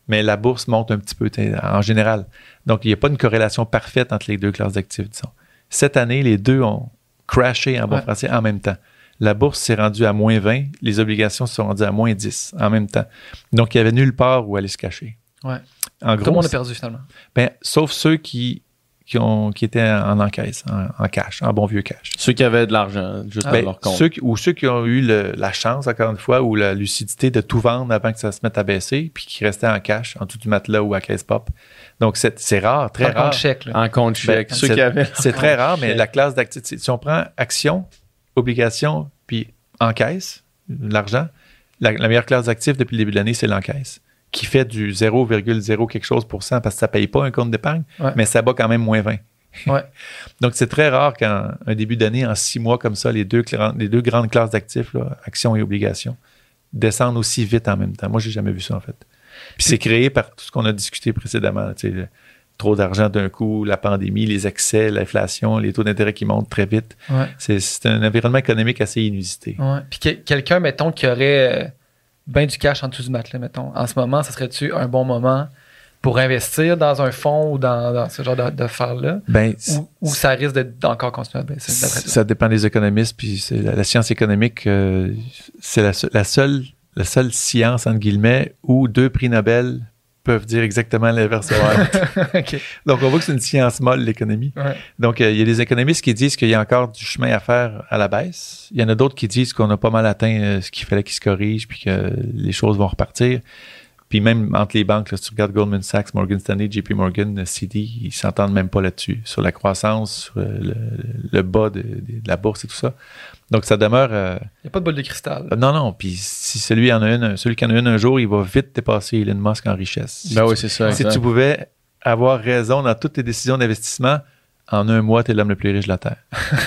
mais la bourse monte un petit peu en général. Donc, il n'y a pas une corrélation parfaite entre les deux classes d'actifs, disons. Cette année, les deux ont crashé en bon ouais. français en même temps. La bourse s'est rendue à moins vingt, les obligations se sont rendues à moins dix en même temps. Donc, il n'y avait nulle part où aller se cacher. Ouais. En Tout gros, le monde a perdu finalement. Ben, sauf ceux qui, qui, ont, qui étaient en encaisse, en, en cash, en bon vieux cash. Ceux qui avaient de l'argent juste ben, dans leur compte. Ceux qui, ou ceux qui ont eu le, la chance, encore une fois, ou la lucidité de tout vendre avant que ça se mette à baisser, puis qui restaient en cash, en dessous du matelas ou à caisse pop. Donc, c'est, c'est rare, très en rare. Compte chèque, là. En compte chèque. Ben, ceux c'est, qui avaient c'est très rare, mais chèque. la classe d'actifs, si on prend action, obligation, puis encaisse, l'argent, la, la meilleure classe d'actifs depuis le début de l'année, c'est l'encaisse, qui fait du zéro virgule zéro quelque chose pour cent parce que ça ne paye pas un compte d'épargne, ouais. mais ça bat quand même moins vingt. Ouais. Donc, c'est très rare qu'en un début d'année, en six mois comme ça, les deux, les deux grandes classes d'actifs, là, actions et obligations, descendent aussi vite en même temps. Moi, j'ai jamais vu ça, en fait. Puis c'est créé par tout ce qu'on a discuté précédemment. Tu sais, le, trop d'argent d'un coup, la pandémie, les excès, l'inflation, les taux d'intérêt qui montent très vite. Ouais. C'est, c'est un environnement économique assez inusité. Ouais. Puis que, quelqu'un, mettons, qui aurait euh, bien du cash en dessous du matelas, mettons, en ce moment, ça serait-tu un bon moment pour investir dans un fonds ou dans, dans ce genre d'affaires-là? Ben, ou, ou ça risque d'être encore continuer à baisser? Ça dépend des économistes. Puis c'est la, la science économique, euh, c'est la, la, seule, la seule science, entre guillemets, où deux prix Nobel peuvent dire exactement l'inverse. Okay. Donc, on voit que c'est une science molle, l'économie. Ouais. Donc, euh, il y a des économistes qui disent qu'il y a encore du chemin à faire à la baisse. Il y en a d'autres qui disent qu'on a pas mal atteint euh, ce qu'il fallait qu'il se corrige puis que les choses vont repartir. Puis même entre les banques, là, si tu regardes Goldman Sachs, Morgan Stanley, J P Morgan, C D, ils s'entendent même pas là-dessus, sur la croissance, sur le, le bas de, de la bourse et tout ça. Donc, ça demeure... Euh, il n'y a pas de boule de cristal. Euh, non, non. Puis si celui, en a une, celui qui en a une un jour, il va vite dépasser Elon Musk en richesse. Ben si oui, tu, c'est ça. Si exact. tu pouvais avoir raison dans toutes tes décisions d'investissement, en un mois, tu es l'homme le plus riche de la Terre.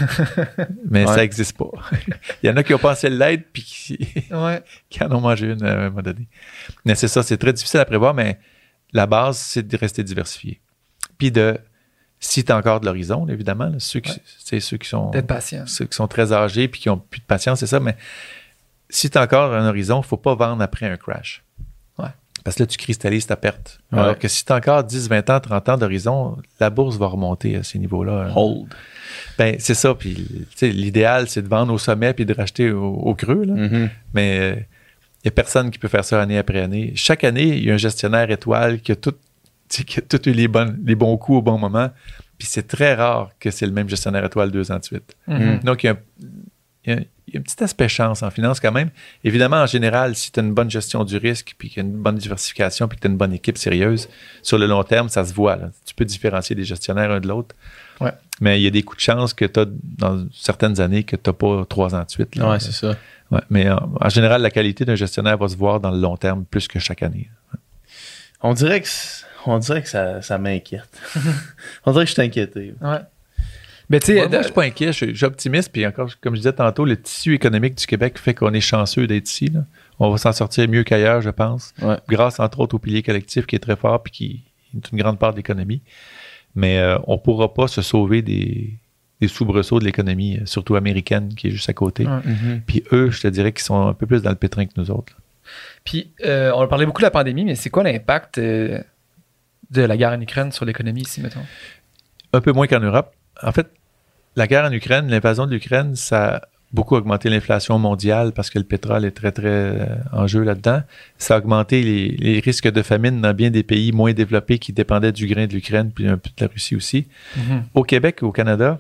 Mais ouais. Ça n'existe pas. Il y en a qui ont pensé l'être puis qui, ouais. qui en ont mangé une à un moment donné. Mais c'est ça, c'est très difficile à prévoir, mais la base, c'est de rester diversifié. Puis de... Si tu as encore de l'horizon, évidemment, là, ceux, qui, ouais. c'est ceux, qui sont, d'être patient. Ceux qui sont très âgés et qui n'ont plus de patience, c'est ça. Mais si tu as encore un horizon, il ne faut pas vendre après un crash. Ouais. Parce que là, tu cristallises ta perte. Ouais. Alors que si tu as encore dix, vingt ans, trente ans d'horizon, la bourse va remonter à ces niveaux-là. Hold. Ben, c'est ça. Puis, l'idéal, c'est de vendre au sommet puis de racheter au, au creux. Là. Mm-hmm. Mais il euh, n'y a personne qui peut faire ça année après année. Chaque année, il y a un gestionnaire étoile qui a tout. qui a tous eu les, bonnes, les bons coups au bon moment. Puis c'est très rare que c'est le même gestionnaire étoile deux ans de suite. Mm-hmm. Donc, il y, a un, il, y a, il y a un petit aspect chance en finance quand même. Évidemment, en général, si tu as une bonne gestion du risque, puis qu'il y a une bonne diversification, puis que tu as une bonne équipe sérieuse, sur le long terme, ça se voit. Là. Tu peux différencier des gestionnaires un de l'autre. Ouais. Mais il y a des coups de chance que tu as dans certaines années que tu n'as pas trois ans de suite. Oui, c'est ça. Ouais. Mais en, en général, la qualité d'un gestionnaire va se voir dans le long terme plus que chaque année. Ouais. On dirait que... On dirait que ça, ça m'inquiète. On dirait que je suis inquiété. Ouais. Mais tu sais, moi, moi, je suis pas inquiet, je suis, je suis optimiste. Puis encore, comme je disais tantôt, le tissu économique du Québec fait qu'on est chanceux d'être ici. Là. On va s'en sortir mieux qu'ailleurs, je pense. Ouais. Grâce, entre autres, au pilier collectif qui est très fort puis qui est une grande part de l'économie. Mais euh, on ne pourra pas se sauver des, des soubresauts de l'économie, surtout américaine, qui est juste à côté. Ouais. Mm-hmm. Puis eux, je te dirais qu'ils sont un peu plus dans le pétrin que nous autres. Là. Puis, euh, on a parlé beaucoup de la pandémie, mais c'est quoi l'impact euh, de la guerre en Ukraine sur l'économie ici, mettons? Un peu moins qu'en Europe. En fait, la guerre en Ukraine, l'invasion de l'Ukraine, ça a beaucoup augmenté l'inflation mondiale parce que le pétrole est très, très euh, en jeu là-dedans. Ça a augmenté les, les risques de famine dans bien des pays moins développés qui dépendaient du grain de l'Ukraine puis un peu de la Russie aussi. Mm-hmm. Au Québec et au Canada,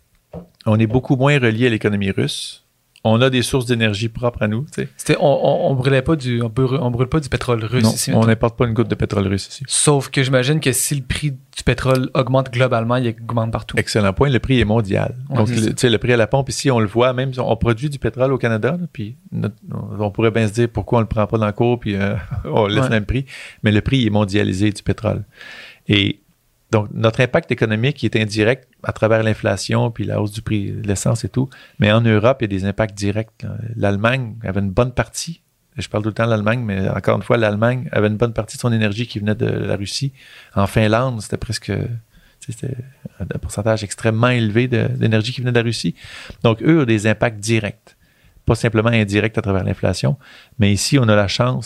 on est beaucoup moins relié à l'économie russe. On a des sources d'énergie propres à nous. C'était, on, on, on brûlait pas du, on brûle, on brûle pas du pétrole russe non, ici. On n'importe pas une goutte de pétrole russe ici. Sauf que j'imagine que si le prix du pétrole augmente globalement, il augmente partout. Excellent point. Le prix est mondial. Ouais, Donc, le, le, le prix à la pompe ici, on le voit. Même on produit du pétrole au Canada, là, puis notre, on pourrait bien se dire pourquoi on le prend pas dans le cours, puis euh, on laisse ouais. le même prix. Mais le prix est mondialisé du pétrole. Et donc, notre impact économique est indirect à travers l'inflation puis la hausse du prix de l'essence et tout. Mais en Europe, il y a des impacts directs. Là. L'Allemagne avait une bonne partie. Je parle tout le temps de l'Allemagne, mais encore une fois, l'Allemagne avait une bonne partie de son énergie qui venait de la Russie. En Finlande, c'était presque c'était un pourcentage extrêmement élevé de, d'énergie qui venait de la Russie. Donc, eux ont des impacts directs. Pas simplement indirects à travers l'inflation. Mais ici, on a la chance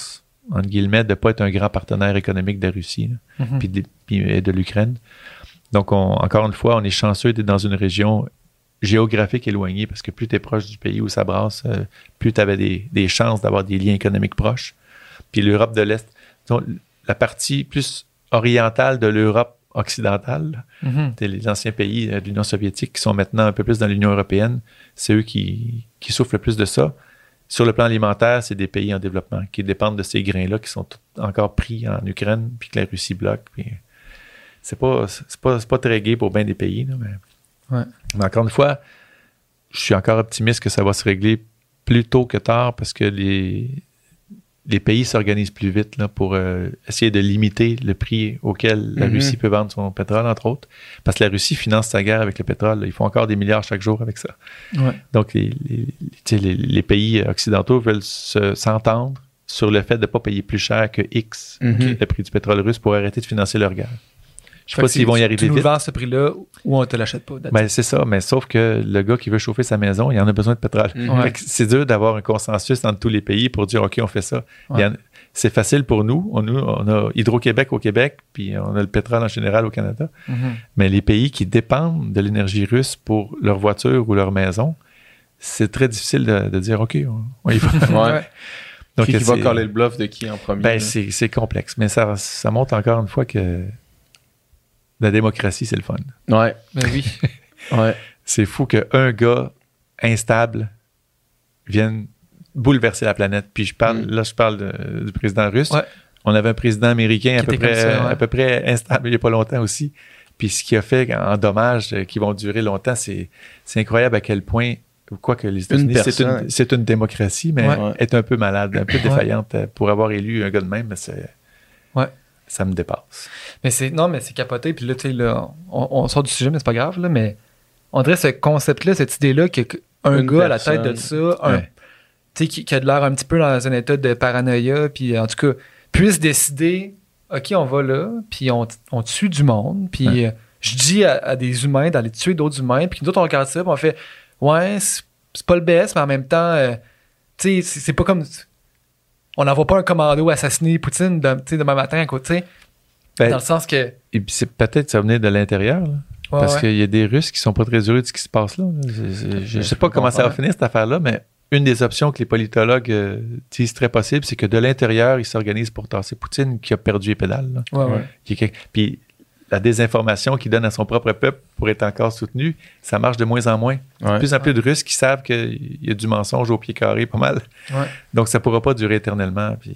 entre guillemets, de ne pas être un grand partenaire économique de la Russie là, Mhm. puis de, puis de l'Ukraine. Donc, on, encore une fois, on est chanceux d'être dans une région géographique éloignée parce que plus tu es proche du pays où ça brasse, euh, plus tu avais des, des chances d'avoir des liens économiques proches. Puis l'Europe de l'Est, donc, la partie plus orientale de l'Europe occidentale, Mhm. c'est les anciens pays de l'Union soviétique qui sont maintenant un peu plus dans l'Union européenne, c'est eux qui, qui souffrent le plus de ça. Sur le plan alimentaire, c'est des pays en développement qui dépendent de ces grains-là qui sont encore pris en Ukraine puis que la Russie bloque. Puis c'est pas, c'est pas, c'est pas très gai pour bien des pays. Là, mais... Ouais. mais encore une fois, je suis encore optimiste que ça va se régler plus tôt que tard parce que les, les pays s'organisent plus vite là, pour euh, essayer de limiter le prix auquel la Mhm. Russie peut vendre son pétrole, entre autres. Parce que la Russie finance sa guerre avec le pétrole. Là. Ils font encore des milliards chaque jour avec ça. Ouais. Donc, les, les, tu sais, les, les pays occidentaux veulent se- s'entendre sur le fait de ne pas payer plus cher que X, Mhm. le prix du pétrole russe, pour arrêter de financer leur guerre. Je sais Fait pas que s'ils vont y tu- arriver Tu nous vite. le vends à ce prix-là ou on te l'achète pas. that's Ben, it. c'est ça, mais sauf que le gars qui veut chauffer sa maison, il en a besoin de pétrole. Mhm. Fait que c'est dur d'avoir un consensus entre tous les pays pour dire OK, on fait ça. Ouais. Il y en- c'est facile pour nous. On, nous, on a Hydro-Québec au Québec, puis on a le pétrole en général au Canada. Mhm. Mais les pays qui dépendent de l'énergie russe pour leur voiture ou leur maison, c'est très difficile de, de dire OK, on, on y va. Ouais. Donc, qui qui va c'est- coller le bluff de qui en premier? ben, là? c'est, c'est complexe, mais ça, ça montre encore une fois que la démocratie, c'est le fun. Ouais. Ben oui. Ouais. C'est fou qu'un gars instable vienne bouleverser la planète. Puis je parle, Mm. là, je parle de- du président russe. Ouais. On avait un président américain à Qui peu, était près, comme ça, ouais. à peu près instable il n'y a pas longtemps aussi. Puis ce qui a fait en dommages euh, qui vont durer longtemps, c'est, c'est incroyable à quel point, quoique les États-Unis, Une c'est personne. une, c'est une démocratie, mais Ouais. est un peu malade, un peu Ouais. défaillante euh, pour avoir élu un gars de même, mais c'est, Ouais. ça me dépasse. Mais c'est non, mais c'est capoté. Puis là, tu sais, là, on, on sort du sujet, mais c'est pas grave. Là, mais on dirait ce concept-là, cette idée-là, qu'un Une gars à la tête de personne. ça, un- Ouais. tu sais, qui, qui a de l'air un petit peu dans un état de paranoïa, puis en tout cas, puisse décider, OK, on va là, puis on, on tue du monde, puis Ouais. euh, je dis à, à des humains d'aller tuer d'autres humains, puis nous autres, on regarde ça, puis on fait, ouais, c'est c'est pas le best, mais en même temps, euh, tu sais, c'est c'est pas comme. On n'envoie pas un commando assassiner Poutine de, tu sais, demain matin, quoi, tu sais. Ben, Dans le sens que. et puis c'est peut-être que ça venait de l'intérieur, là. Ouais, Parce ouais. qu'il y a des Russes qui sont pas très heureux de ce qui se passe là. là. C'est- c'est- je ne sais pas Je comment ça va comprends. finir cette affaire-là, mais une des options que les politologues euh, disent très possible, c'est que de l'intérieur, ils s'organisent pour tasser Poutine qui a perdu les pédales. là. Ouais, ouais. Ouais. Qui est quel- Puis la désinformation qu'il donne à son propre peuple pour être encore soutenu, ça marche de moins en moins. Ouais. De plus en plus de Russes qui savent qu'il y a du mensonge au pied carré, pas mal. Ouais. Donc ça ne pourra pas durer éternellement. Puis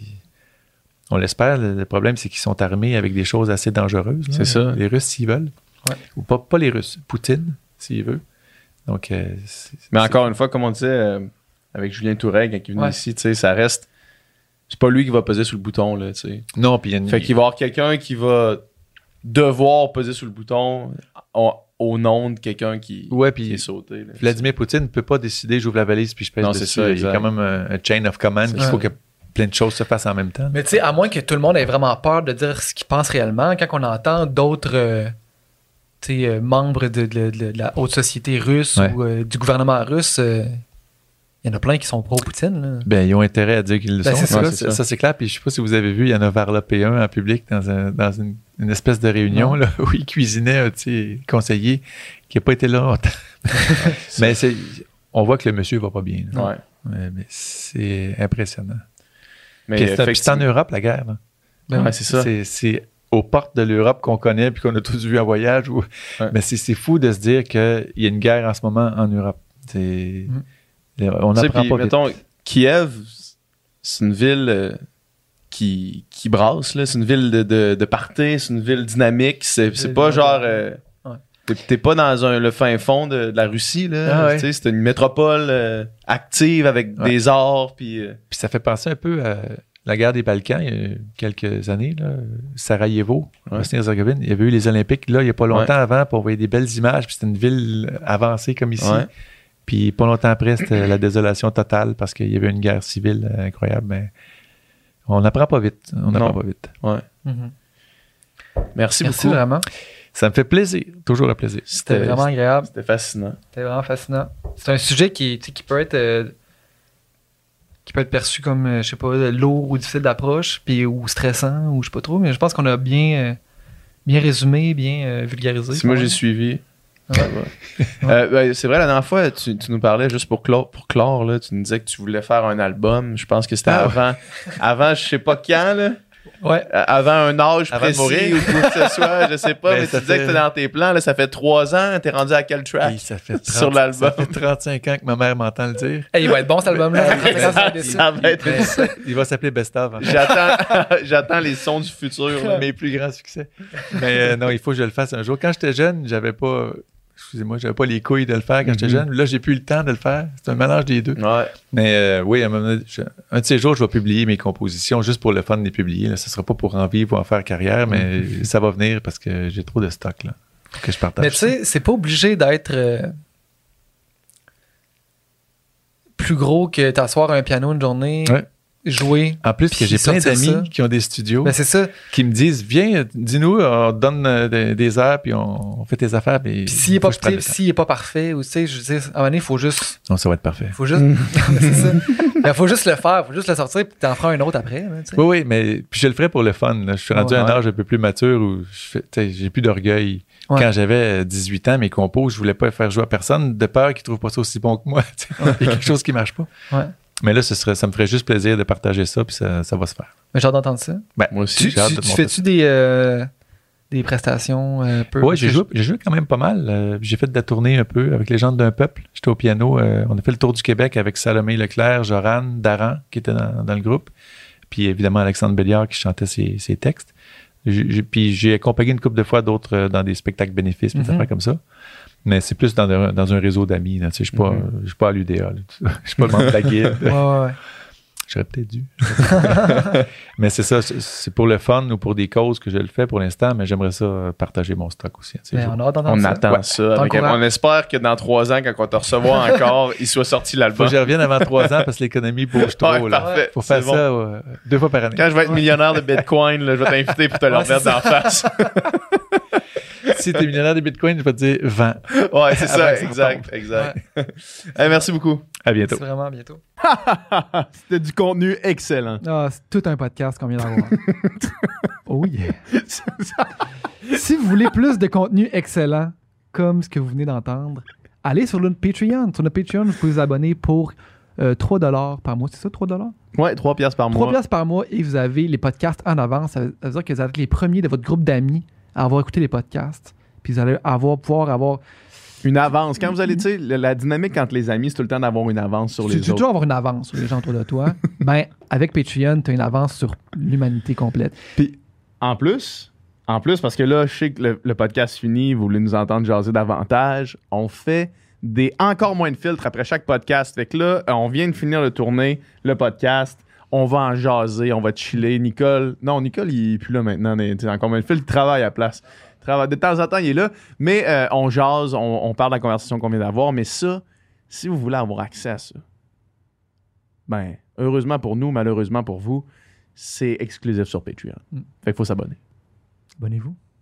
on l'espère. Le le problème, c'est qu'ils sont armés avec des choses assez dangereuses. là. C'est ça. Les Russes, s'ils veulent. Ouais. Ou pas, pas les Russes. Poutine, s'il veut. Donc, euh, c'est- Mais c'est- encore une fois, comme on disait euh, avec Julien Tourelle quand il est venu Ouais. ici, tu sais, ça reste. C'est pas lui qui va peser sur le bouton, là, tu sais. Non, puis il y a une- Fait qu'il va y avoir quelqu'un qui va devoir peser sur le bouton au, au nom de quelqu'un qui, Ouais, qui est puis sauté. là. Vladimir Poutine ne peut pas décider j'ouvre la valise puis je pèse Non, dessus. c'est ça, Il y a exact. quand même un, un chain of command qu'il ça. faut que plein de choses se fassent en même temps. Mais tu sais, à moins que tout le monde ait vraiment peur de dire ce qu'il pense réellement, quand on entend d'autres euh, tu sais, euh, membres de, de- de- de la haute société russe Ouais. ou euh, du gouvernement russe, euh, il y en a plein qui sont pro-Poutine. là. Ben, ils ont intérêt à dire qu'ils le Ben, sont. c'est Ça, ça. c'est- c'est ça. ça, c'est clair. Puis je sais pas si vous avez vu, il y en a varlopé un en public dans, un- dans une, une espèce de réunion Non. là, où il cuisinait un petit conseiller qui n'a pas été là longtemps. Mais c'est, on voit que le monsieur va pas bien. là. Ouais. Ouais, mais c'est impressionnant. Mais Puis c'est, puis c'est en effectivement- Europe, la guerre. là. Ben Ouais, c'est ça. C'est, c'est aux portes de l'Europe qu'on connaît puis qu'on a tous vu en voyage. Ou... Ouais. Mais c'est, c'est fou de se dire qu'il y a une guerre en ce moment en Europe. C'est... Mm. On Tu sais, n'apprend puis, pas vite. mettons, Kiev, c'est une ville euh, qui, qui brasse, là. C'est une ville de, de, de party, c'est une ville dynamique. C'est, c'est pas genre. euh, Ouais. t'es, t'es pas dans un, le fin fond de, de la Russie, là. Ah ouais. Tu sais, c'est une métropole euh, active avec Ouais. des arts, puis. euh, Puis ça fait penser un peu à la guerre des Balkans il y a quelques années, là, Sarajevo, Ouais. Bosnie-Herzégovine. Il y avait eu les Olympiques là, il n'y a pas longtemps avant, pour envoyer des belles images. Puis c'était une ville avancée comme ici. Ouais. Puis pas longtemps après, c'était la désolation totale parce qu'il y avait une guerre civile euh, incroyable. Mais on n'apprend pas vite. On n'apprend Non. pas vite. Ouais. Mhm. Merci, Merci beaucoup. vraiment. Ça me fait plaisir. Toujours un plaisir. C'était vraiment agréable. C'était fascinant. C'était vraiment fascinant. C'est un sujet qui, tu sais, qui peut être. euh, qui peut être perçu comme, euh, je sais pas, lourd ou difficile d'approche, puis ou stressant, ou je sais pas trop, mais je pense qu'on a bien, euh, bien résumé, bien euh, vulgarisé. Si moi j'ai suivi. Ouais. Ouais. euh, ben, c'est vrai, la dernière fois, tu, tu nous parlais, juste pour clore, pour clore là, tu nous disais que tu voulais faire un album. Je pense que c'était Ah, avant, avant, je sais pas quand, là. Ouais. Avant un âge Avant de précis mourir. ou quoi que ce soit, je sais pas, Ben, mais ça tu disais fait- que c'était dans tes plans, là, ça fait trois ans, t'es rendu à quel track? Hey, ça fait Sur l'album. Ça fait trente-cinq ans que ma mère m'entend le dire. Hey, il va être bon cet album-là. Ça va être- Mais il va s'appeler Best of. en fait. J'attends, j'attends les sons du futur. là. Mes plus grands succès. Mais euh, non, il faut que je le fasse un jour. Quand j'étais jeune, j'avais pas. Excusez-moi, j'avais pas les couilles de le faire quand j'étais Mhm. jeune. Là, j'ai plus le temps de le faire. C'est un mélange des deux. Ouais. Mais euh, oui, à un, moment donné, je- un de ces jours, je vais publier mes compositions juste pour le fun de les publier. Là. Ce sera pas pour en vivre ou en faire carrière, mais ça va venir parce que j'ai trop de stock. Là. Faut que je partage. Mais tu sais, c'est pas obligé d'être euh, plus gros que t'asseoir à un piano une journée, Ouais. jouer. En plus, que Puis j'ai plein sortir d'amis ça. qui ont des studios Ben c'est ça. qui me disent viens, dis-nous, on te donne euh, des, des heures puis on, on fait tes affaires. Puis Puis s'il est faut pas, que je prenne le t'sais, temps. s'il est pas parfait, ou tu sais, je veux dire, à un moment donné, il faut juste. Non, ça va être parfait. Faut juste. c'est ça. Il faut juste le faire, faut juste le sortir, puis t'en feras un autre après. Là, tu sais. Oui, oui, mais puis je le ferai pour le fun. là. Je suis rendu Ouais, à un ouais. âge un peu plus mature où je fais- tu sais, j'ai plus d'orgueil. Ouais. Quand j'avais dix-huit ans, mes compos, je voulais pas faire jouer à personne de peur qu'ils trouvent pas ça aussi bon que moi. tu sais. Il y a quelque chose qui marche pas. Ouais. Mais là, ce serait, ça me ferait juste plaisir de partager ça, puis ça, ça va se faire. Mais j'ai hâte d'entendre ça. Ben, Moi aussi, Tu, j'ai hâte tu- de tu monter fais-tu des, euh, des prestations euh, un peu? Oui, Parce j'ai que joué, j'ai joué quand même pas mal. Euh, j'ai fait de la tournée un peu avec les gens d'un peuple. J'étais au piano. euh, on a fait le tour du Québec avec Salomé Leclerc, Joran, Daran, qui était dans, dans le groupe. Puis évidemment, Alexandre Béliard qui chantait ses, ses textes. J'ai- j'ai- puis j'ai accompagné une couple de fois d'autres euh, dans des spectacles bénéfices, puis des Mhm. affaires comme ça. Mais c'est plus dans, un- dans un réseau d'amis. là. Tu sais, je ne suis pas, Mhm. je suis pas à l'U D A. là. Je suis pas le membre de la guilde. Ouais, ouais, ouais. J'aurais peut-être dû. Mais c'est ça, c'est- c'est pour le fun ou pour des causes que je le fais pour l'instant, mais j'aimerais ça euh, partager mon stock aussi. tu sais, Mais je- on a hâte d'entendre On ça. attend Ouais. ça. avec- T'encourages. on espère que dans trois ans, quand on te recevoir encore, il soit sorti Faut l'album. que je revienne avant trois ans parce que l'économie bouge trop. Ouais, là. parfait. Faut faire C'est bon. ça euh, deux fois par année. Quand je vais être millionnaire de Bitcoin, là, je vais t'inviter pour te le Ouais, remettre c'est d'en face. Si t'es millionnaire de Bitcoin, je vais te dire vends. Ouais, c'est ça, Avant que ça exact, exact. Hey, merci beaucoup. À bientôt. C'est vraiment bientôt. C'était du contenu excellent. Ah, c'est tout un podcast qu'on vient d'avoir. Oh yeah. Si vous voulez plus de contenu excellent, comme ce que vous venez d'entendre, allez sur notre Patreon. Sur notre Patreon, vous pouvez vous abonner pour euh, trois dollars par mois. C'est ça, trois dollars? Ouais, trois piastres par trois mois. piastres par mois et vous avez les podcasts en avance. Ça veut ça veut dire que vous êtes les premiers de votre groupe d'amis à avoir écouté les podcasts. Puis vous allez avoir, pouvoir avoir... Une avance. Quand vous allez, tu sais, la, la dynamique entre les amis, c'est tout le temps d'avoir une avance sur Tu les tu veux autres. toujours avoir une avance sur les gens autour de toi. Ben, avec Patreon, tu as une avance sur l'humanité complète. Puis, en plus, en plus, parce que là, je sais que le, le podcast finit, vous voulez nous entendre jaser davantage, on fait des encore moins de filtres après chaque podcast. Fait que là, on vient de finir de tourner le podcast. On va en jaser, on va chiller. Nicole, non, Nicole, il est plus là maintenant. mais, tu sais, encore moins de filtres, il travaille à la place. Il travaille- De temps en temps, il est là. Mais euh, on jase, on, on parle de la conversation qu'on vient d'avoir. Mais ça, si vous voulez avoir accès à ça, ben, heureusement pour nous, malheureusement pour vous, c'est exclusif sur Patreon. Mm. Fait qu'il faut s'abonner. Abonnez-vous.